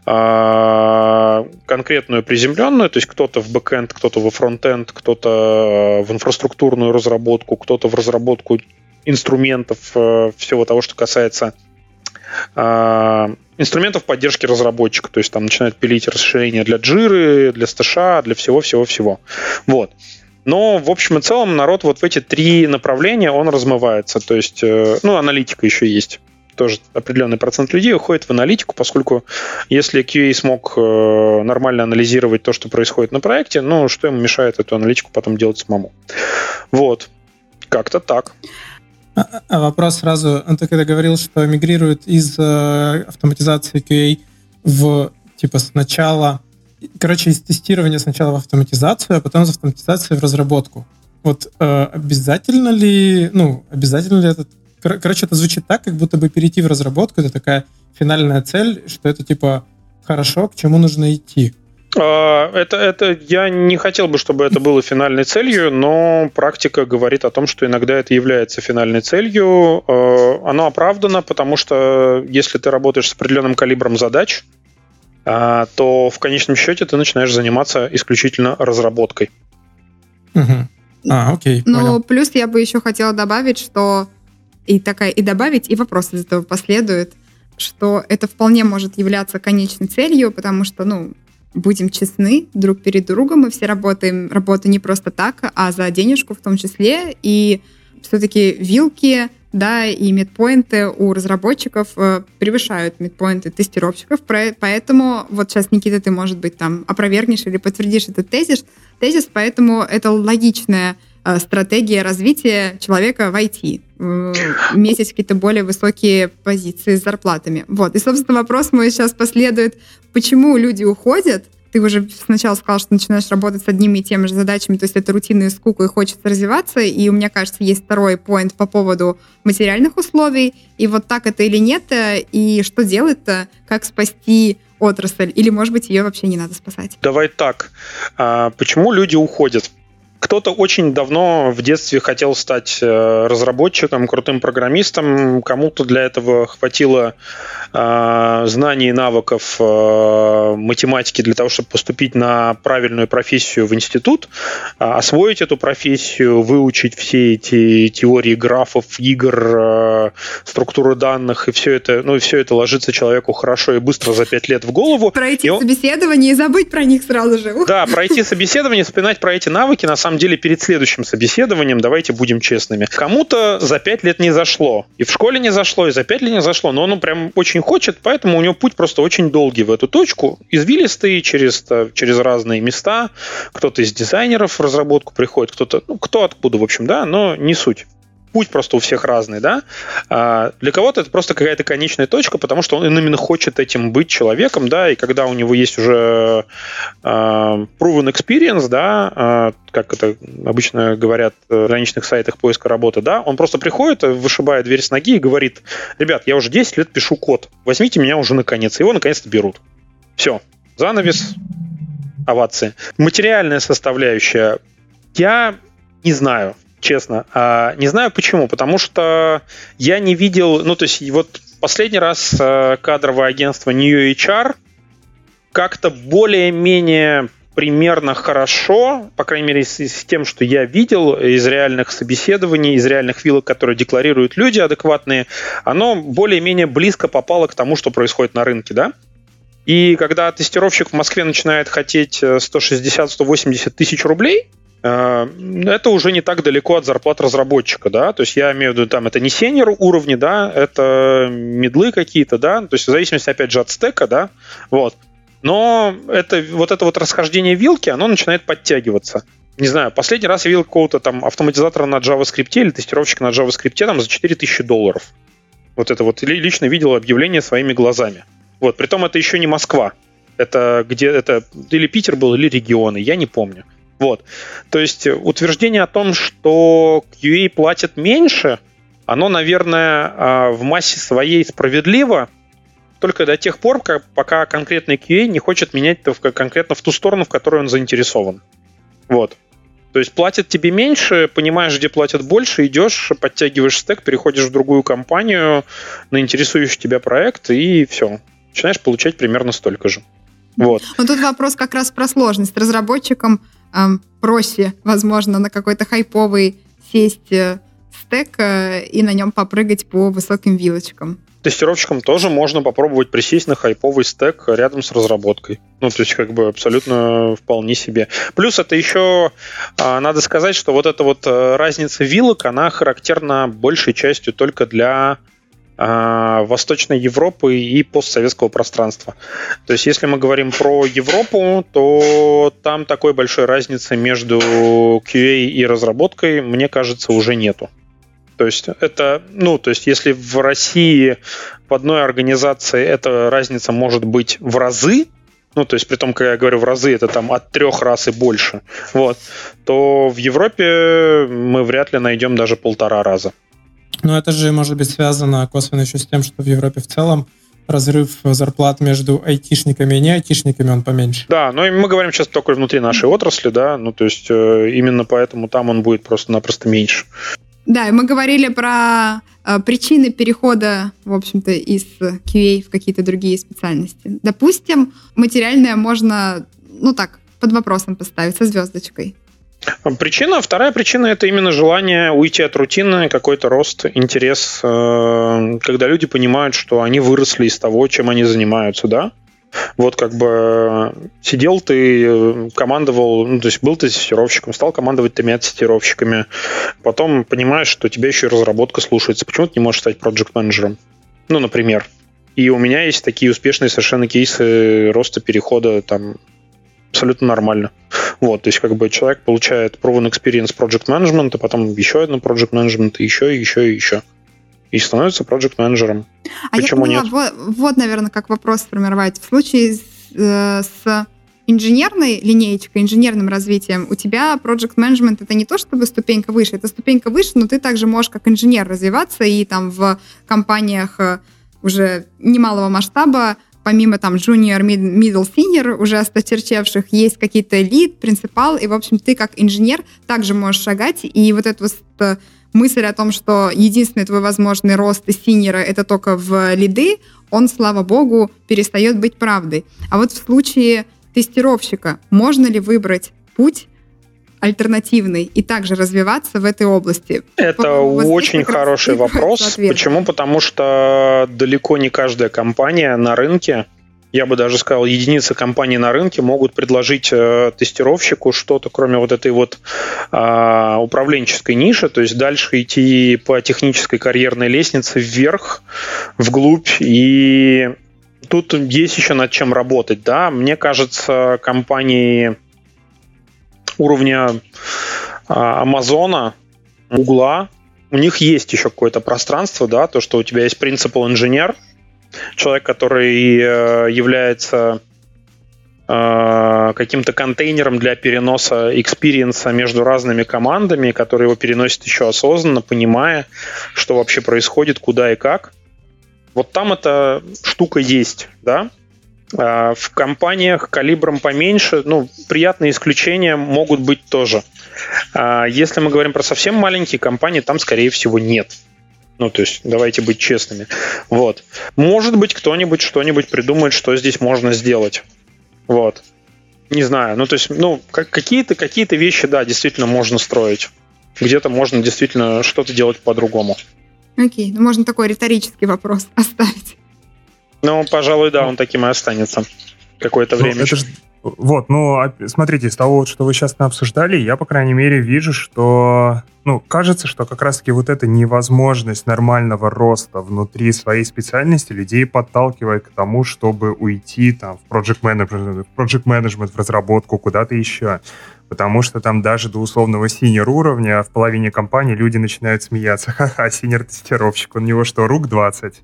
[SPEAKER 4] конкретную приземленную, то есть кто-то в бэкэнд, кто-то во фронтенд, кто-то в инфраструктурную разработку, кто-то в разработку инструментов, всего того, что касается инструментов поддержки разработчика. То есть там начинают пилить расширения для Jira, для Stash, для всего-всего-всего. Вот. Но, в общем и целом, народ вот в эти 3 направления, он размывается. То есть, аналитика еще есть. Тоже определенный процент людей уходит в аналитику, поскольку если QA смог нормально анализировать то, что происходит на проекте, что ему мешает эту аналитику потом делать самому. Вот. Как-то так.
[SPEAKER 3] А вопрос сразу. Ты когда говорил, что мигрируют из автоматизации QA в сначала... из тестирования сначала в автоматизацию, а потом из автоматизации в разработку. Вот обязательно ли это... это звучит так, как будто бы перейти в разработку — это такая финальная цель, что это хорошо, к чему нужно идти.
[SPEAKER 4] Это я не хотел бы, чтобы это было финальной целью, но практика говорит о том, что иногда это является финальной целью. Оно оправдано, потому что если ты работаешь с определенным калибром задач, то в конечном счете ты начинаешь заниматься исключительно разработкой.
[SPEAKER 3] Окей, понял.
[SPEAKER 1] Плюс я бы еще хотела добавить, что и вопрос из этого последует, что это вполне может являться конечной целью, потому что, будем честны друг перед другом, мы все работаем работу не просто так, а за денежку в том числе, и все-таки вилки, да, и мидпоинты у разработчиков превышают мидпоинты тестировщиков, поэтому вот сейчас, Никита, ты, может быть, там опровергнешь или подтвердишь этот тезис, поэтому это логичная стратегия развития человека в IT, месяц какие-то более высокие позиции с зарплатами. Вот. И, собственно, вопрос мой сейчас последует, почему люди уходят. Ты уже сначала сказал, что начинаешь работать с одними и теми же задачами, то есть это рутинная скука и хочется развиваться, и у меня, кажется, есть второй поинт по поводу материальных условий, и вот так это или нет, и что делать-то, как спасти отрасль, или, может быть, ее вообще не надо спасать?
[SPEAKER 4] Давай так. Почему люди уходят? Кто-то очень давно в детстве хотел стать разработчиком, крутым программистом. Кому-то для этого хватило знаний и навыков математики для того, чтобы поступить на правильную профессию в институт, освоить эту профессию, выучить все эти теории графов, игр, структуры данных, и все это ложится человеку хорошо и быстро за 5 лет в голову.
[SPEAKER 1] Пройти собеседование и забыть про них сразу же.
[SPEAKER 4] Да, пройти собеседование, вспоминать про эти навыки, на самом деле, перед следующим собеседованием, давайте будем честными. Кому-то за 5 лет не зашло. И в школе не зашло, и за 5 лет не зашло, но он прям очень хочет, поэтому у него путь просто очень долгий в эту точку, извилистый, через разные места. Кто-то из дизайнеров в разработку приходит, кто откуда, в общем, да, но не суть. Путь просто у всех разный, да. Для кого-то это просто какая-то конечная точка, потому что он именно хочет этим быть человеком, да, и когда у него есть уже proven experience, да, как это обычно говорят в заграничных сайтах поиска работы, да, он просто приходит, вышибает дверь с ноги и говорит: ребят, я уже 10 лет пишу код, возьмите меня уже наконец. Его наконец-то берут. Все, занавес, овации. Материальная составляющая, я не знаю. Честно. Не знаю почему, потому что я не видел, то есть вот последний раз кадровое агентство New HR как-то более-менее примерно хорошо, по крайней мере, с тем, что я видел из реальных собеседований, из реальных вилок, которые декларируют люди адекватные, оно более-менее близко попало к тому, что происходит на рынке, да? И когда тестировщик в Москве начинает хотеть 160-180 тысяч рублей, это уже не так далеко от зарплат разработчика, да, то есть я имею в виду, там, это не сеньор уровни, да, это мидлы какие-то, да, то есть в зависимости, опять же, от стека, да, вот, но это вот расхождение вилки, оно начинает подтягиваться. Не знаю, последний раз я видел какого-то там автоматизатора на JavaScript или тестировщика на JavaScript там за $4000. Вот это вот лично видел объявление своими глазами. Вот, притом это еще не Москва, это где это или Питер был, или регионы, я не помню. Вот. То есть утверждение о том, что QA платят меньше, оно, наверное, в массе своей справедливо только до тех пор, пока конкретный QA не хочет менять конкретно в ту сторону, в которой он заинтересован. Вот. То есть платят тебе меньше, понимаешь, где платят больше, идешь, подтягиваешь стек, переходишь в другую компанию на интересующий тебя проект, и все. Начинаешь получать примерно столько же. Вот.
[SPEAKER 1] Но тут вопрос как раз про сложность. Разработчикам проще, возможно, на какой-то хайповый сесть стек и на нем попрыгать по высоким вилочкам.
[SPEAKER 4] Тестировщикам тоже можно попробовать присесть на хайповый стек рядом с разработкой. То есть абсолютно вполне себе. Плюс это еще, надо сказать, что вот эта вот разница вилок, она характерна большей частью только для Восточной Европы и постсоветского пространства. То есть, если мы говорим про Европу, то там такой большой разницы между QA и разработкой, мне кажется, уже нету. То есть, если в России в одной организации эта разница может быть в разы, то есть, при том, когда я говорю в разы, это там от 3 раз и больше, вот, то в Европе мы вряд ли найдем даже 1,5 раза.
[SPEAKER 3] Но это же может быть связано косвенно еще с тем, что в Европе в целом разрыв зарплат между айтишниками и не айтишниками, он поменьше.
[SPEAKER 4] Да, но мы говорим сейчас только внутри нашей отрасли, да, то есть именно поэтому там он будет просто-напросто меньше.
[SPEAKER 1] Да, и мы говорили про причины перехода, в общем-то, из QA в какие-то другие специальности. Допустим, материальное можно, под вопросом поставить, со звездочкой.
[SPEAKER 4] Вторая причина – это именно желание уйти от рутины, какой-то рост, интерес, когда люди понимают, что они выросли из того, чем они занимаются, да? Вот как бы сидел ты, командовал, то есть был ты тестировщиком, стал командовать 3 тестировщиками, потом понимаешь, что тебя еще и разработка слушается. Почему ты не можешь стать проект-менеджером? Например. И у меня есть такие успешные совершенно кейсы роста, перехода там абсолютно нормально. Вот, то есть как бы человек получает proven experience project management, а потом еще один project management, и еще. И становится проект-менеджером. Почему
[SPEAKER 1] я поняла, вот, наверное, как вопрос сформировать. В случае с инженерной линеечкой, инженерным развитием, у тебя проект-менеджмент — это не то чтобы ступенька выше, это ступенька выше, но ты также можешь как инженер развиваться, и там в компаниях уже немалого масштаба, помимо там junior, middle, senior, уже осточерчевших, есть какие-то лид, принципал, и, в общем, ты как инженер также можешь шагать, и вот эту мысль о том, что единственный твой возможный рост из синьора — это только в лиды, он, слава богу, перестает быть правдой. А вот в случае тестировщика можно ли выбрать путь альтернативный и также развиваться в этой области?
[SPEAKER 4] Это очень хороший вопрос. Почему? Потому что далеко не каждая компания на рынке, я бы даже сказал, единицы компаний на рынке могут предложить тестировщику что-то, кроме вот этой вот управленческой ниши, то есть дальше идти по технической карьерной лестнице вверх, вглубь, и тут есть еще над чем работать, да. Мне кажется, компании уровня Амазона, Гугла, у них есть еще какое-то пространство, да, то, что у тебя есть principal инженер, человек, который является каким-то контейнером для переноса экспириенса между разными командами, который его переносит еще осознанно, понимая, что вообще происходит, куда и как. Вот там эта штука есть, да. В компаниях калибром поменьше, приятные исключения могут быть тоже. Если мы говорим про совсем маленькие компании, там, скорее всего, нет. То есть, давайте быть честными. Вот. Может быть, кто-нибудь что-нибудь придумает, что здесь можно сделать. Вот. Не знаю. То есть, какие-то вещи, да, действительно можно строить. Где-то можно действительно что-то делать по-другому.
[SPEAKER 1] Окей. Можно такой риторический вопрос оставить.
[SPEAKER 4] Пожалуй, да, он таким и останется какое-то время.
[SPEAKER 2] Смотрите, из того, что вы сейчас обсуждали, я, по крайней мере, вижу, что, кажется, что как раз-таки вот эта невозможность нормального роста внутри своей специальности людей подталкивает к тому, чтобы уйти там в project management, в разработку, куда-то еще. Потому что там даже до условного senior уровня в половине компаний люди начинают смеяться. Ха-ха, senior-тестировщик, у него что, рук 20?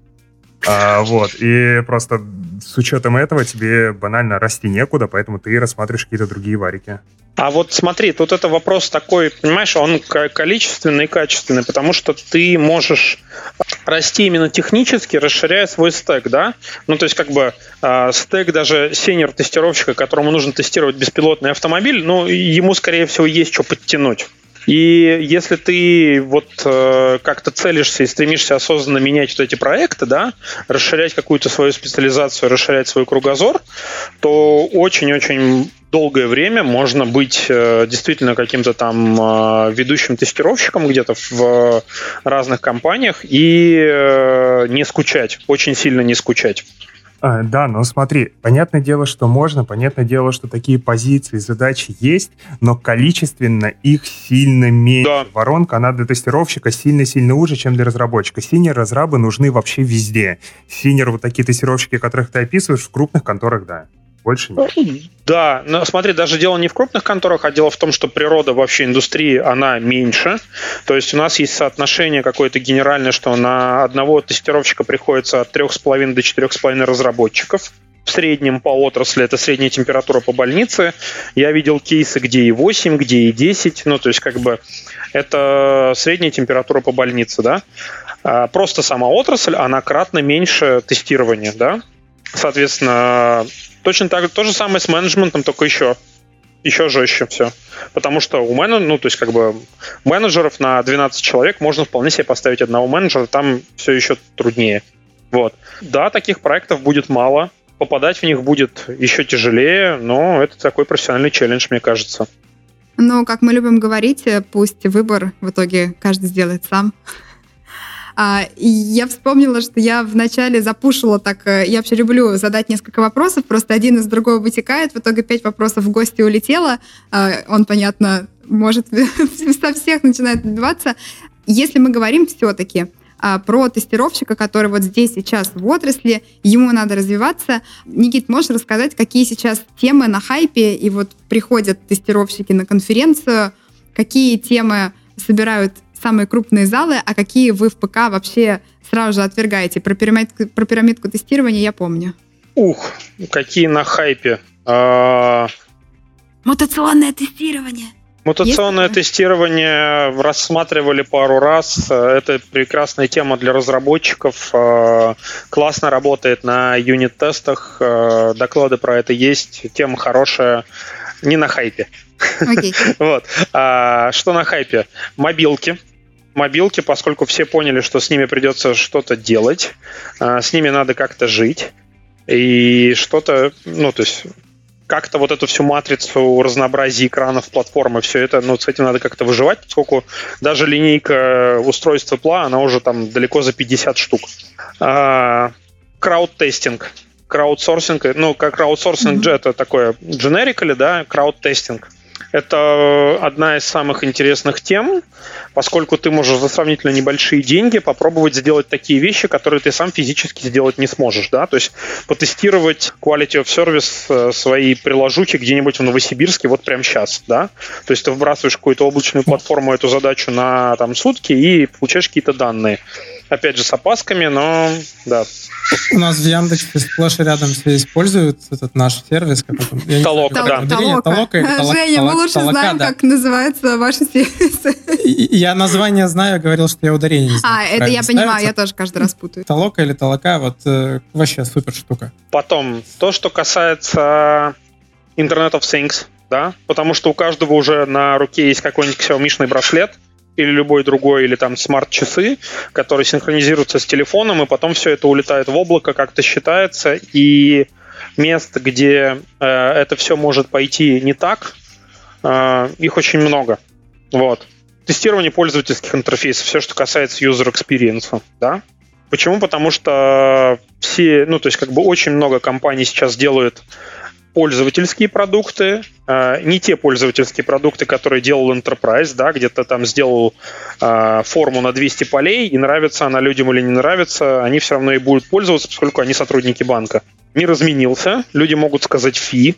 [SPEAKER 2] И просто с учетом этого тебе банально расти некуда, поэтому ты рассматриваешь какие-то другие варики.
[SPEAKER 4] А вот смотри, тут это вопрос такой, понимаешь, он количественный и качественный, потому что ты можешь расти именно технически, расширяя свой стек, да? То есть стек даже сеньор-тестировщика, которому нужно тестировать беспилотный автомобиль, ему, скорее всего, есть что подтянуть. И если ты как-то целишься и стремишься осознанно менять вот эти проекты, да, расширять какую-то свою специализацию, расширять свой кругозор, то очень-очень долгое время можно быть действительно каким-то там ведущим тестировщиком где-то в разных компаниях и не скучать, очень сильно не скучать.
[SPEAKER 2] Да, но смотри, понятное дело, что можно, понятное дело, что такие позиции, задачи есть, но количественно их сильно меньше. Да. Воронка, она для тестировщика сильно-сильно уже, чем для разработчика. Синьор-разрабы нужны вообще везде. Синьор, вот такие тестировщики, которых ты описываешь, в крупных конторах, да. Больше нет.
[SPEAKER 4] Да, но смотри, даже дело не в крупных конторах, а дело в том, что природа вообще индустрии, она меньше. То есть у нас есть соотношение какое-то генеральное, что на одного тестировщика приходится от 3,5 до 4,5 разработчиков. В среднем по отрасли это средняя температура по больнице. Я видел кейсы, где и 8, где и 10. То есть это средняя температура по больнице, да. Просто сама отрасль, она кратно меньше тестирования, да. Соответственно, точно так, то же самое с менеджментом, только еще еще жестче все. Потому что у менеджеров на 12 человек можно вполне себе поставить одного менеджера, там все еще труднее. Вот. Да, таких проектов будет мало, попадать в них будет еще тяжелее, но это такой профессиональный челлендж, мне кажется.
[SPEAKER 1] Но, как мы любим говорить, пусть выбор в итоге каждый сделает сам. И я вспомнила, что я вначале запушила так... Я вообще люблю задать несколько вопросов, просто один из другого вытекает. В итоге 5 вопросов в гости улетело. Он, понятно, может со всех начинает отбиваться. Если мы говорим все-таки про тестировщика, который вот здесь сейчас в отрасли, ему надо развиваться. Никит, можешь рассказать, какие сейчас темы на хайпе, и вот приходят тестировщики на конференцию, какие темы собирают самые крупные залы, а какие вы в ПК вообще сразу же отвергаете? Про пирамидку тестирования я помню.
[SPEAKER 4] Какие на хайпе?
[SPEAKER 1] Мутационное тестирование.
[SPEAKER 4] Мутационное тестирование рассматривали пару раз. Это прекрасная тема для разработчиков. Классно работает на юнит-тестах. Доклады про это есть. Тема хорошая. Не на хайпе.
[SPEAKER 1] Okay.
[SPEAKER 4] Вот. Что на хайпе? Мобилки, поскольку все поняли, что с ними придется что-то делать, с ними надо как-то жить, и что-то, то есть как-то вот эту всю матрицу разнообразия экранов, платформы, все это, с этим надо как-то выживать, поскольку даже линейка устройств Apple, она уже там далеко за 50 штук. Крауд-тестинг. Краудсорсинг, как краудсорсинг это такое generically, да, крауд-тестинг. Это одна из самых интересных тем, поскольку ты можешь за сравнительно небольшие деньги попробовать сделать такие вещи, которые ты сам физически сделать не сможешь, да, то есть потестировать quality of service своей приложухи где-нибудь в Новосибирске вот прямо сейчас, да, то есть ты вбрасываешь какую-то облачную платформу эту задачу на сутки и получаешь какие-то данные. Опять же, с опасками, но да.
[SPEAKER 3] У нас в Яндексе сплошь и рядом все используют этот наш сервис.
[SPEAKER 4] Толока, да.
[SPEAKER 3] Толока или
[SPEAKER 1] Женя, мы лучше знаем, как называются ваши сервисы.
[SPEAKER 3] Я название знаю, говорил, что я ударение не знаю.
[SPEAKER 1] Это я понимаю, я тоже каждый раз путаю.
[SPEAKER 3] Толока или толока, вот вообще супер штука.
[SPEAKER 4] Потом, то, что касается Internet of Things, да, потому что у каждого уже на руке есть какой-нибудь Xiaomi-шный браслет, или любой другой, или там смарт-часы, которые синхронизируются с телефоном, и потом все это улетает в облако, как-то считается, и мест, где это все может пойти не так, их очень много. Вот. Тестирование пользовательских интерфейсов, все, что касается user experience, да. Почему? Потому что все, очень много компаний сейчас делают пользовательские продукты, не те пользовательские продукты, которые делал Enterprise, да, где-то там сделал форму на 200 полей, и нравится она людям или не нравится, они все равно и будут пользоваться, поскольку они сотрудники банка. Мир изменился, люди могут сказать фи,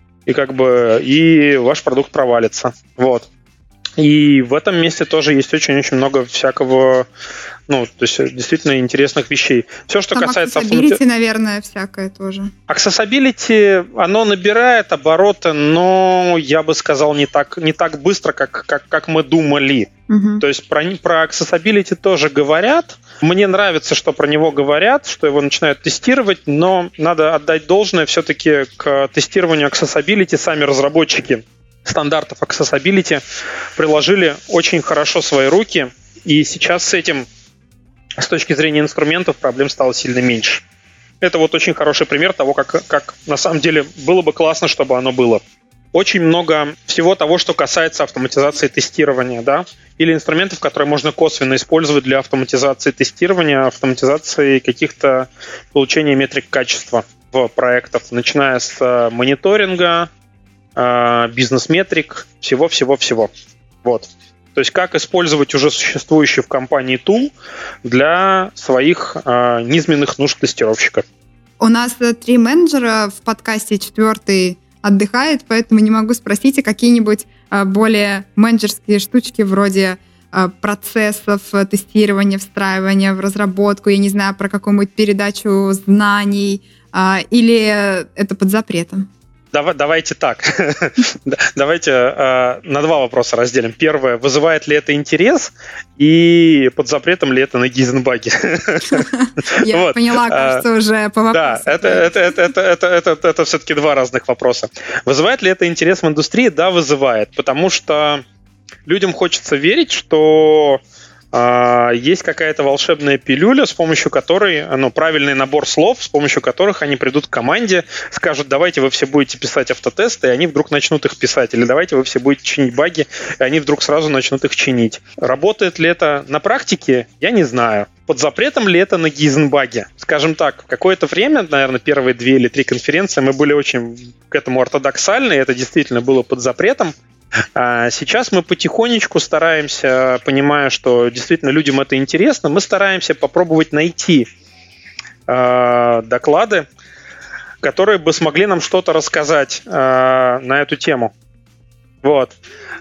[SPEAKER 4] и ваш продукт провалится. Вот. И в этом месте тоже есть очень-очень много всякого, действительно интересных вещей. Все, что касается
[SPEAKER 1] Accessibility, наверное, всякое тоже.
[SPEAKER 4] Accessibility, оно набирает обороты, но я бы сказал не так быстро, как мы думали.
[SPEAKER 1] Угу.
[SPEAKER 4] То есть про Accessibility тоже говорят. Мне нравится, что про него говорят, что его начинают тестировать, но надо отдать должное все-таки к тестированию Accessibility сами разработчики стандартов Accessibility приложили очень хорошо свои руки, и сейчас с этим, с точки зрения инструментов, проблем стало сильно меньше. Это вот очень хороший пример того, как на самом деле было бы классно, чтобы оно было. Очень много всего того, что касается автоматизации тестирования, да, или инструментов, которые можно косвенно использовать для автоматизации тестирования, автоматизации каких-то получения метрик качества в проектах, начиная с мониторинга, бизнес-метрик, всего-всего-всего. Вот. То есть как использовать уже существующий в компании тул для своих низменных нужд тестировщика.
[SPEAKER 1] У нас 3 менеджера в подкасте, 4-й отдыхает, поэтому не могу спросить, какие-нибудь более менеджерские штучки вроде процессов тестирования, встраивания в разработку, я не знаю, про какую-нибудь передачу знаний, или это под запретом?
[SPEAKER 4] Давайте так. Давайте на два вопроса разделим. Первое, вызывает ли это интерес, и под запретом ли это на Гейзенбаге?
[SPEAKER 1] Я поняла, кажется, уже по вопросу.
[SPEAKER 4] Да, это все-таки два разных вопроса. Вызывает ли это интерес в индустрии? Да, вызывает, потому что людям хочется верить, что есть какая-то волшебная пилюля, с помощью которой, правильный набор слов, с помощью которых они придут к команде, скажут, давайте вы все будете писать автотесты, и они вдруг начнут их писать, или давайте вы все будете чинить баги, и они вдруг сразу начнут их чинить. Работает ли это на практике? Я не знаю. Под запретом ли это на Гейзенбаге? Скажем так, какое-то время, наверное, первые 2 или 3 конференции мы были очень к этому ортодоксальны, и это действительно было под запретом. А сейчас мы потихонечку стараемся, понимая, что действительно людям это интересно, мы стараемся попробовать найти доклады, которые бы смогли нам что-то рассказать на эту тему. Вот.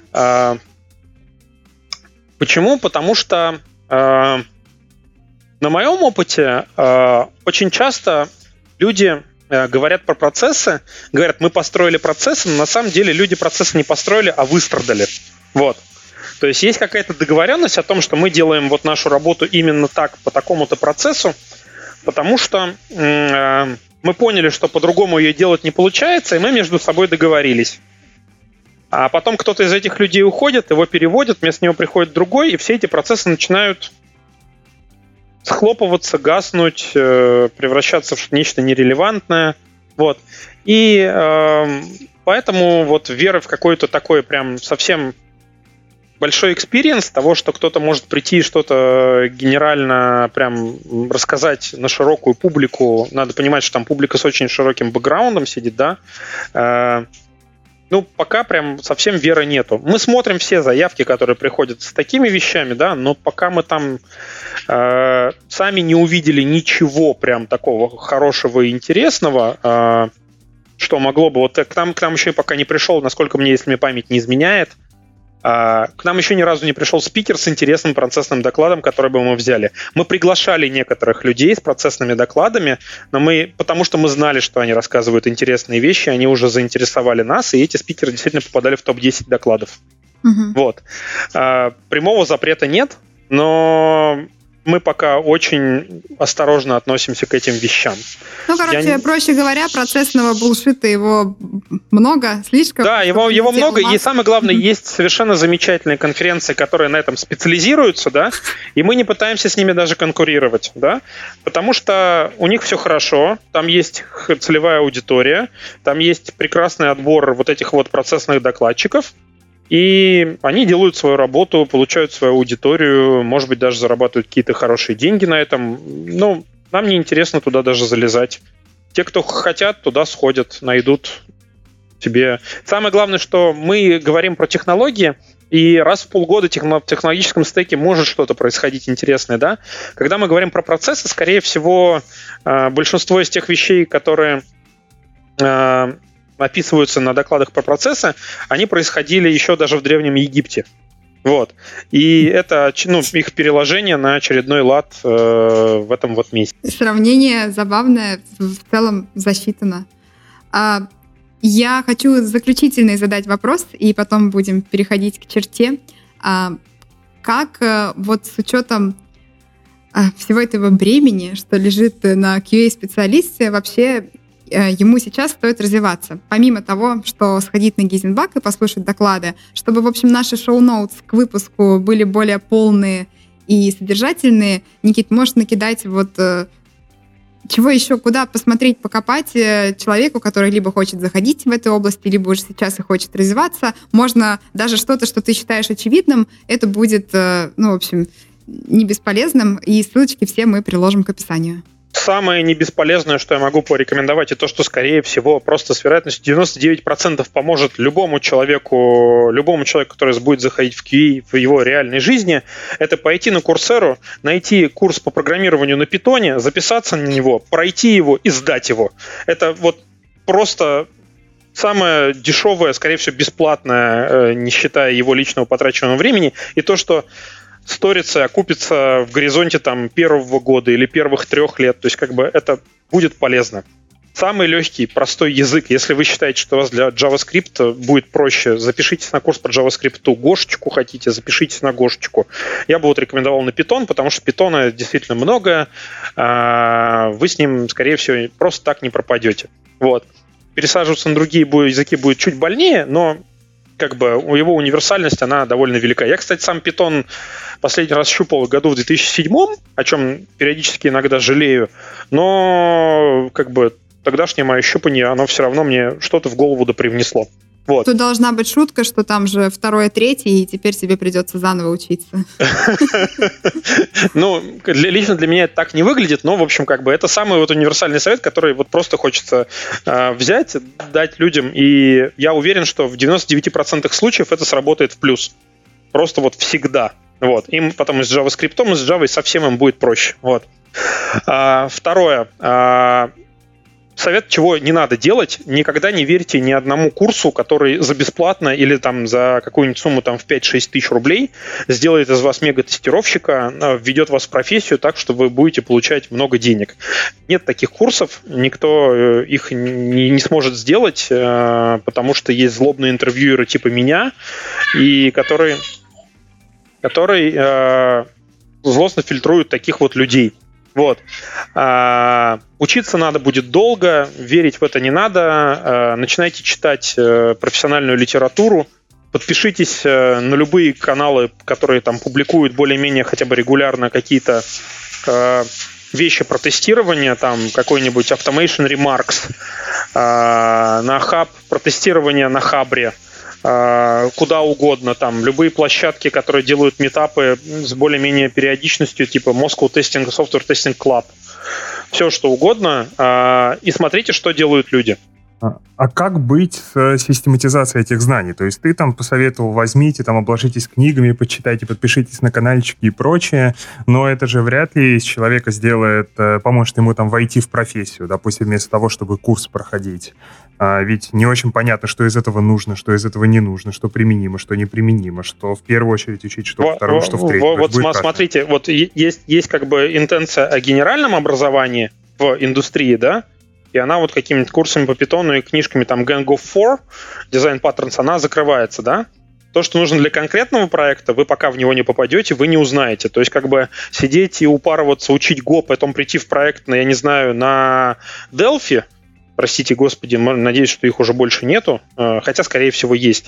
[SPEAKER 4] Почему? Потому что на моем опыте очень часто люди говорят про процессы, говорят, мы построили процессы, но на самом деле люди процессы не построили, а выстрадали. Вот. То есть есть какая-то договоренность о том, что мы делаем вот нашу работу именно так, по такому-то процессу, потому что мы поняли, что по-другому ее делать не получается, и мы между собой договорились. А потом кто-то из этих людей уходит, его переводят, вместо него приходит другой, и все эти процессы начинают схлопываться, гаснуть, превращаться в нечто нерелевантное. Вот. И поэтому вот вера в какой-то такой прям совсем большой экспириенс того, что кто-то может прийти и что-то генерально прям рассказать на широкую публику. Надо понимать, что там публика с очень широким бэкграундом сидит, да. Пока прям совсем веры нету. Мы смотрим все заявки, которые приходят с такими вещами, да, но пока мы там сами не увидели ничего прям такого хорошего и интересного, что могло бы... Вот к нам еще и пока не пришел, насколько мне, если мне память не изменяет, к нам еще ни разу не пришел спикер с интересным процессным докладом, который бы мы взяли. Мы приглашали некоторых людей с процессными докладами, но потому что мы знали, что они рассказывают интересные вещи, они уже заинтересовали нас, и эти спикеры действительно попадали в топ-10 докладов. Угу. Вот. Прямого запрета нет, но мы пока очень осторожно относимся к этим вещам.
[SPEAKER 1] Проще говоря, процессного булшита его много, слишком.
[SPEAKER 4] Да, его много, и самое главное, есть совершенно замечательные конференции, которые на этом специализируются, да, и мы не пытаемся с ними даже конкурировать, да, потому что у них все хорошо, там есть целевая аудитория, там есть прекрасный отбор вот этих вот процессных докладчиков, и они делают свою работу, получают свою аудиторию, может быть, даже зарабатывают какие-то хорошие деньги на этом. Нам не интересно туда даже залезать. Те, кто хотят, туда сходят, найдут себе. Самое главное, что мы говорим про технологии, и раз в полгода в технологическом стеке может что-то происходить интересное, да? Когда мы говорим про процессы, скорее всего, большинство из тех вещей, которые описываются на докладах про процессы, они происходили еще даже в Древнем Египте. Вот. И это их переложение на очередной лад в этом вот месте.
[SPEAKER 1] Сравнение забавное, в целом засчитано. Я хочу заключительный задать вопрос, и потом будем переходить к черте. Как вот с учетом всего этого бремени, что лежит на QA-специалисте, вообще ему сейчас стоит развиваться. Помимо того, что сходить на Гейзенбаг и послушать доклады, чтобы, в общем, наши шоу-ноутс к выпуску были более полные и содержательные, Никит, можешь накидать чего еще, куда посмотреть, покопать человеку, который либо хочет заходить в эту область, либо уже сейчас и хочет развиваться. Можно даже что-то, что ты считаешь очевидным, это будет, в общем, не бесполезным, и ссылочки все мы приложим к описанию.
[SPEAKER 4] Самое небесполезное, что я могу порекомендовать, и то, что, скорее всего, просто с вероятностью 99% поможет любому человеку, который будет заходить в QA в его реальной жизни, это пойти на Coursera, найти курс по программированию на Python, записаться на него, пройти его и сдать его. Это вот просто самое дешевое, скорее всего, бесплатное, не считая его личного потраченного времени, и то, что сторится, окупится в горизонте там первого года или первых 3 лет. То есть как бы это будет полезно. самый легкий, простой язык. Если вы считаете, что у вас для JavaScript будет проще, запишитесь на курс по JavaScript. Гошечку хотите, запишитесь на Гошечку. Я бы вот рекомендовал на Python, потому что Python действительно много. Вы с ним, скорее всего, просто так не пропадете. Вот. Пересаживаться на другие языки будет чуть больнее, но как бы его универсальность, она довольно велика. Я, кстати, сам Python последний раз щупал году в 2007, о чем периодически иногда жалею, но как бы тогдашнее мое щупание, оно все равно мне что-то в голову допривнесло. Вот.
[SPEAKER 1] Тут должна быть шутка, что там же 2-й, 3-й, и теперь тебе придется заново учиться.
[SPEAKER 4] Ну, лично для меня это так не выглядит, но, в общем, как бы это самый вот универсальный совет, который вот просто хочется взять, дать людям, и я уверен, что в 99% случаев это сработает в плюс. Просто вот всегда. Вот. Им потом и с JavaScript, и с Java совсем им будет проще. Вот. Второе. Совет, чего не надо делать, никогда не верьте ни одному курсу, который за бесплатно или там за какую-нибудь сумму там, в 5-6 тысяч рублей сделает из вас мега-тестировщика, введет вас в профессию так, что вы будете получать много денег. Нет таких курсов, никто их не сможет сделать, потому что есть злобные интервьюеры типа меня, и которые злостно фильтруют таких вот людей. Вот. Учиться надо будет долго, верить в это не надо. Начинайте читать профессиональную литературу, подпишитесь на любые каналы, которые там публикуют более-менее хотя бы регулярно какие-то вещи про тестирование, там какой-нибудь Automation Remarks, на хаб, про тестирование на хабре, куда угодно, там, любые площадки, которые делают митапы с более-менее периодичностью, типа Moscow Testing, Software Testing Club. Все, что угодно. И смотрите, что делают люди.
[SPEAKER 2] А как быть с систематизацией этих знаний? То есть ты там посоветовал, возьмите, там, обложитесь книгами, почитайте, подпишитесь на канальчики и прочее, но это же вряд ли из человека сделает, поможет ему там войти в профессию, допустим, вместо того, чтобы курс проходить. Ведь не очень понятно, что из этого нужно, что из этого не нужно, что применимо, что неприменимо, что в первую очередь учить, что во вторую, что в третью.
[SPEAKER 4] Вот смотрите, вот есть как бы интенция о генеральном образовании в индустрии, да, и она вот какими-то курсами по питону и книжками там Gang of Four, Design Patterns, она закрывается, да? То, что нужно для конкретного проекта, вы пока в него не попадете, вы не узнаете. То есть как бы сидеть и упарываться, учить Go, потом прийти в проект, я не знаю, на Delphi, простите господи, надеюсь, что их уже больше нету, хотя, скорее всего, есть,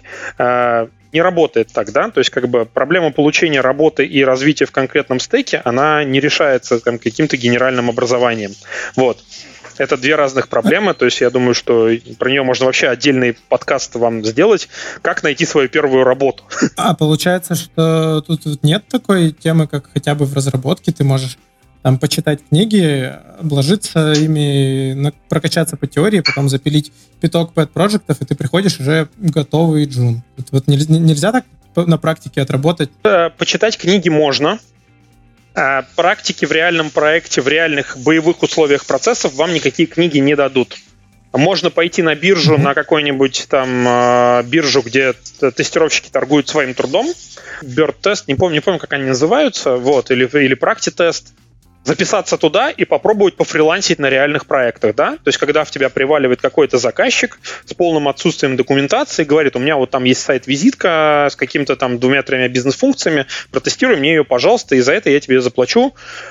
[SPEAKER 4] не работает так, да? То есть как бы проблема получения работы и развития в конкретном стеке, она не решается там, каким-то генеральным образованием. Вот. Это две разных проблемы, то есть я думаю, что про нее можно вообще отдельный подкаст вам сделать, как найти свою первую работу.
[SPEAKER 3] А получается, что тут нет такой темы, как хотя бы в разработке ты можешь там почитать книги, обложиться ими, прокачаться по теории, потом запилить пяток пэт-проектов, и ты приходишь уже готовый джун. Вот нельзя так на практике отработать?
[SPEAKER 4] Почитать книги можно. Практики в реальном проекте, в реальных боевых условиях процессов вам никакие книги не дадут. Можно пойти на биржу, на какую-нибудь там биржу, где тестировщики торгуют своим трудом. Bird Test, не помню, как они называются, вот, или Practi-тест. Записаться туда и попробовать пофрилансить на реальных проектах, да? То есть, когда в тебя приваливает какой-то заказчик с полным отсутствием документации, говорит, у меня вот там есть сайт-визитка с какими-то там 2-3 бизнес-функциями, протестируй мне ее, пожалуйста, и за это я тебе заплачу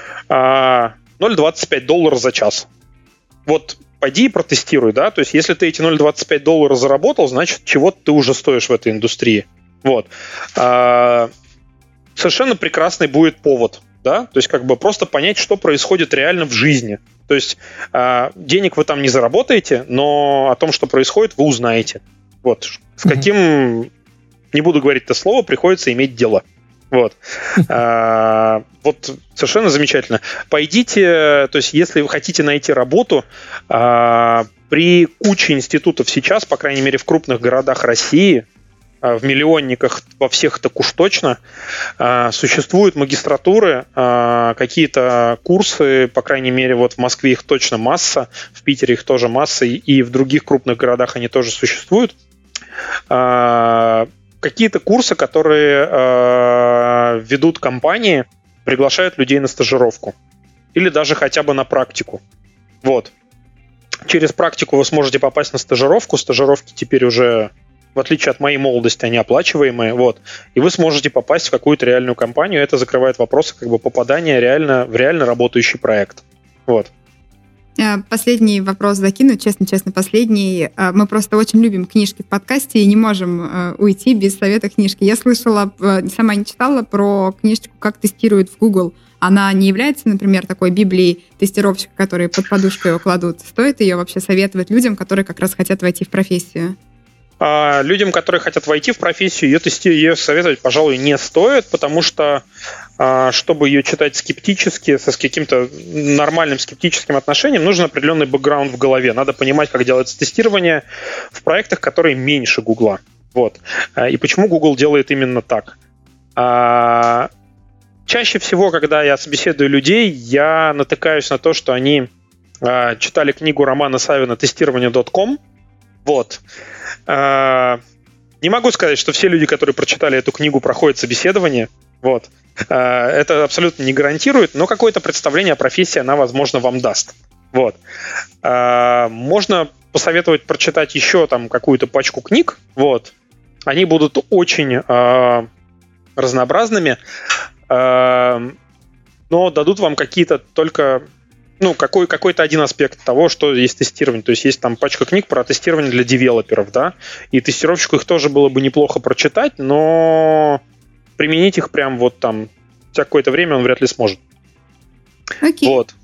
[SPEAKER 4] $0.25 за час. Вот пойди и протестируй, да? То есть, если ты эти $0.25 заработал, значит, чего-то ты уже стоишь в этой индустрии. Вот. Совершенно прекрасный будет повод. Да? То есть как бы просто понять, что происходит реально в жизни. То есть денег вы там не заработаете, но о том, что происходит, вы узнаете. Вот. С каким, не буду говорить это слово, приходится иметь дело. Вот. Вот совершенно замечательно. Пойдите, то есть если вы хотите найти работу, при куче институтов сейчас, по крайней мере в крупных городах России, в миллионниках во всех так уж точно, существуют магистратуры, какие-то курсы, по крайней мере, вот в Москве их точно масса, в Питере их тоже масса, и в других крупных городах они тоже существуют. Какие-то курсы, которые ведут компании, приглашают людей на стажировку или даже хотя бы на практику. Вот. через практику вы сможете попасть на стажировку. Стажировки теперь уже, в отличие от моей молодости, они оплачиваемые. Вот. И вы сможете попасть в какую-то реальную компанию. Это закрывает вопросы попадания в реально работающий проект. Вот.
[SPEAKER 1] Последний вопрос закину, честно, последний. Мы просто очень любим книжки в подкасте и не можем уйти без совета книжки. Я слышала, сама не читала про книжечку «Как тестируют в Google». Она не является, например, такой библией тестировщика, которые под подушку его кладут. Стоит ее вообще советовать людям, которые как раз хотят войти в профессию?
[SPEAKER 4] Людям, которые хотят войти в профессию, ее советовать, пожалуй, не стоит, потому что, чтобы ее читать скептически, с каким-то нормальным скептическим отношением, нужен определенный бэкграунд в голове. Надо понимать, как делается тестирование в проектах, которые меньше Гугла. Вот. И почему Google делает именно так. Чаще всего, когда я собеседую людей, я натыкаюсь на то, что они читали книгу Романа Савина «Тестирование.com». Вот. Не могу сказать, что все люди, которые прочитали эту книгу, проходят собеседование. Вот. Это абсолютно не гарантирует, но какое-то представление о профессии она, возможно, вам даст. Вот. Можно посоветовать прочитать еще там какую-то пачку книг. Вот. Они будут очень разнообразными, но дадут вам какие-то только... какой-то один аспект того, что есть тестирование. То есть есть там пачка книг про тестирование для девелоперов, да, и тестировщику их тоже было бы неплохо прочитать, но применить их прям вот там за какое-то время он вряд ли сможет.
[SPEAKER 1] Окей.
[SPEAKER 4] Вот.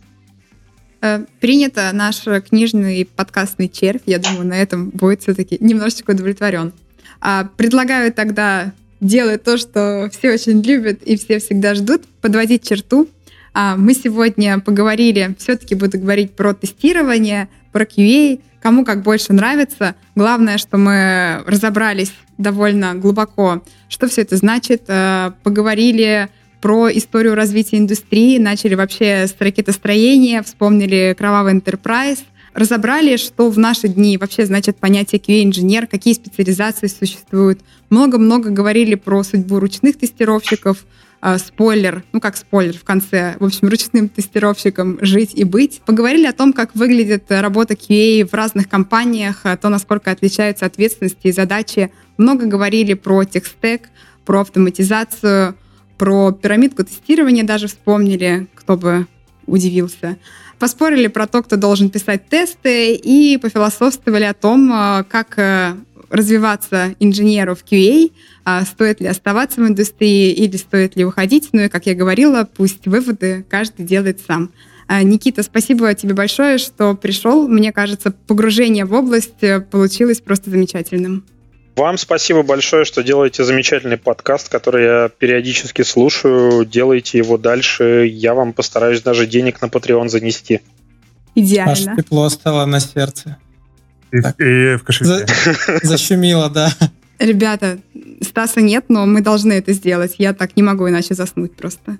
[SPEAKER 1] Принято наш книжный подкастный червь. Я думаю, на этом будет все-таки немножечко удовлетворен. Предлагаю тогда делать то, что все очень любят и все всегда ждут, подводить черту. Мы сегодня поговорили, все-таки буду говорить про тестирование, про QA, кому как больше нравится. Главное, что мы разобрались довольно глубоко, что все это значит. Поговорили про историю развития индустрии, начали вообще с ракетостроения, вспомнили кровавый Enterprise, разобрали, что в наши дни вообще значит понятие QA-инженер, какие специализации существуют. Много-много говорили про судьбу ручных тестировщиков, спойлер, как спойлер в конце, в общем, ручным тестировщиком жить и быть. Поговорили о том, как выглядит работа QA в разных компаниях, то, насколько отличаются ответственности и задачи. Много говорили про техстек, про автоматизацию, про пирамидку тестирования даже вспомнили, кто бы удивился. Поспорили про то, кто должен писать тесты, и пофилософствовали о том, как развиваться инженеру в QA, стоит ли оставаться в индустрии или стоит ли уходить. Ну и, как я говорила, пусть выводы каждый делает сам. Никита, спасибо тебе большое, что пришел. Мне кажется, погружение в область получилось просто замечательным.
[SPEAKER 4] Вам спасибо большое, что делаете замечательный подкаст, который я периодически слушаю. Делайте его дальше. Я вам постараюсь даже денег на Patreon занести.
[SPEAKER 1] Идеально.
[SPEAKER 3] Аж тепло стало на сердце.
[SPEAKER 2] И в кошельке.
[SPEAKER 3] Защемило, да.
[SPEAKER 1] Ребята, Стаса нет, но мы должны это сделать. Я так не могу иначе заснуть просто.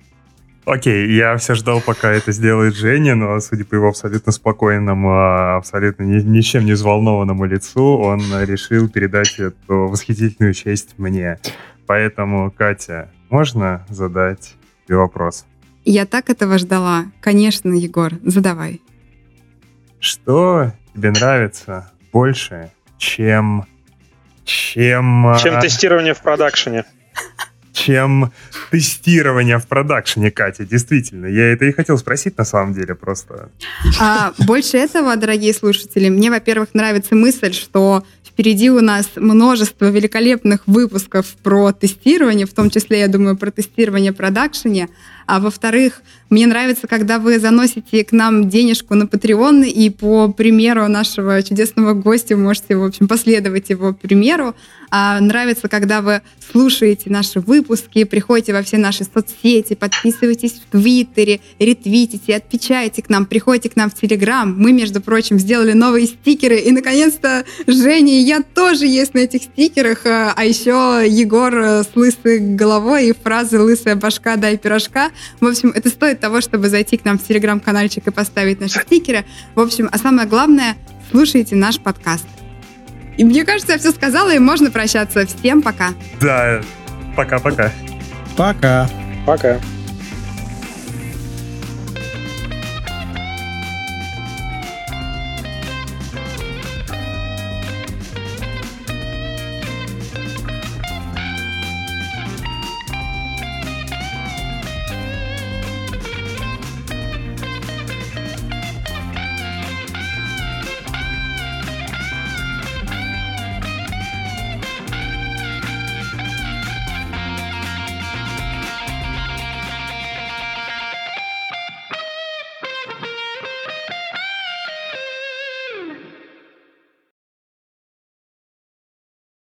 [SPEAKER 2] Окей, я все ждал, пока это сделает Женя, но, судя по его абсолютно спокойному, абсолютно ничем не взволнованному лицу, он решил передать эту восхитительную честь мне. Поэтому, Катя, можно задать тебе вопрос?
[SPEAKER 1] Я так этого ждала. Конечно, Егор, задавай.
[SPEAKER 2] Что тебе нравится больше, чем
[SPEAKER 4] тестирование в продакшене?
[SPEAKER 2] Чем тестирование в продакшене, Катя, действительно. Я это и хотел спросить, на самом деле, просто.
[SPEAKER 1] Больше этого, дорогие слушатели, мне, во-первых, нравится мысль, что впереди у нас множество великолепных выпусков про тестирование, в том числе, я думаю, про тестирование в продакшене. А во-вторых, мне нравится, когда вы заносите к нам денежку на Patreon, и по примеру нашего чудесного гостя можете, в общем, последовать его примеру. Нравится, когда вы слушаете наши выпуски, приходите во все наши соцсети, подписывайтесь в Твиттере, ретвитите, отпечатайте к нам, приходите к нам в Телеграм. Мы, между прочим, сделали новые стикеры, и, наконец-то, Женя и я тоже есть на этих стикерах, а еще Егор с лысой головой и фразы «лысая башка, дай пирожка». В общем, это стоит того, чтобы зайти к нам в Телеграм-канальчик и поставить наши стикеры. В общем, а самое главное, слушайте наш подкаст. И мне кажется, я все сказала, и можно прощаться. Всем пока.
[SPEAKER 2] Да, пока-пока.
[SPEAKER 3] Пока.
[SPEAKER 4] Пока.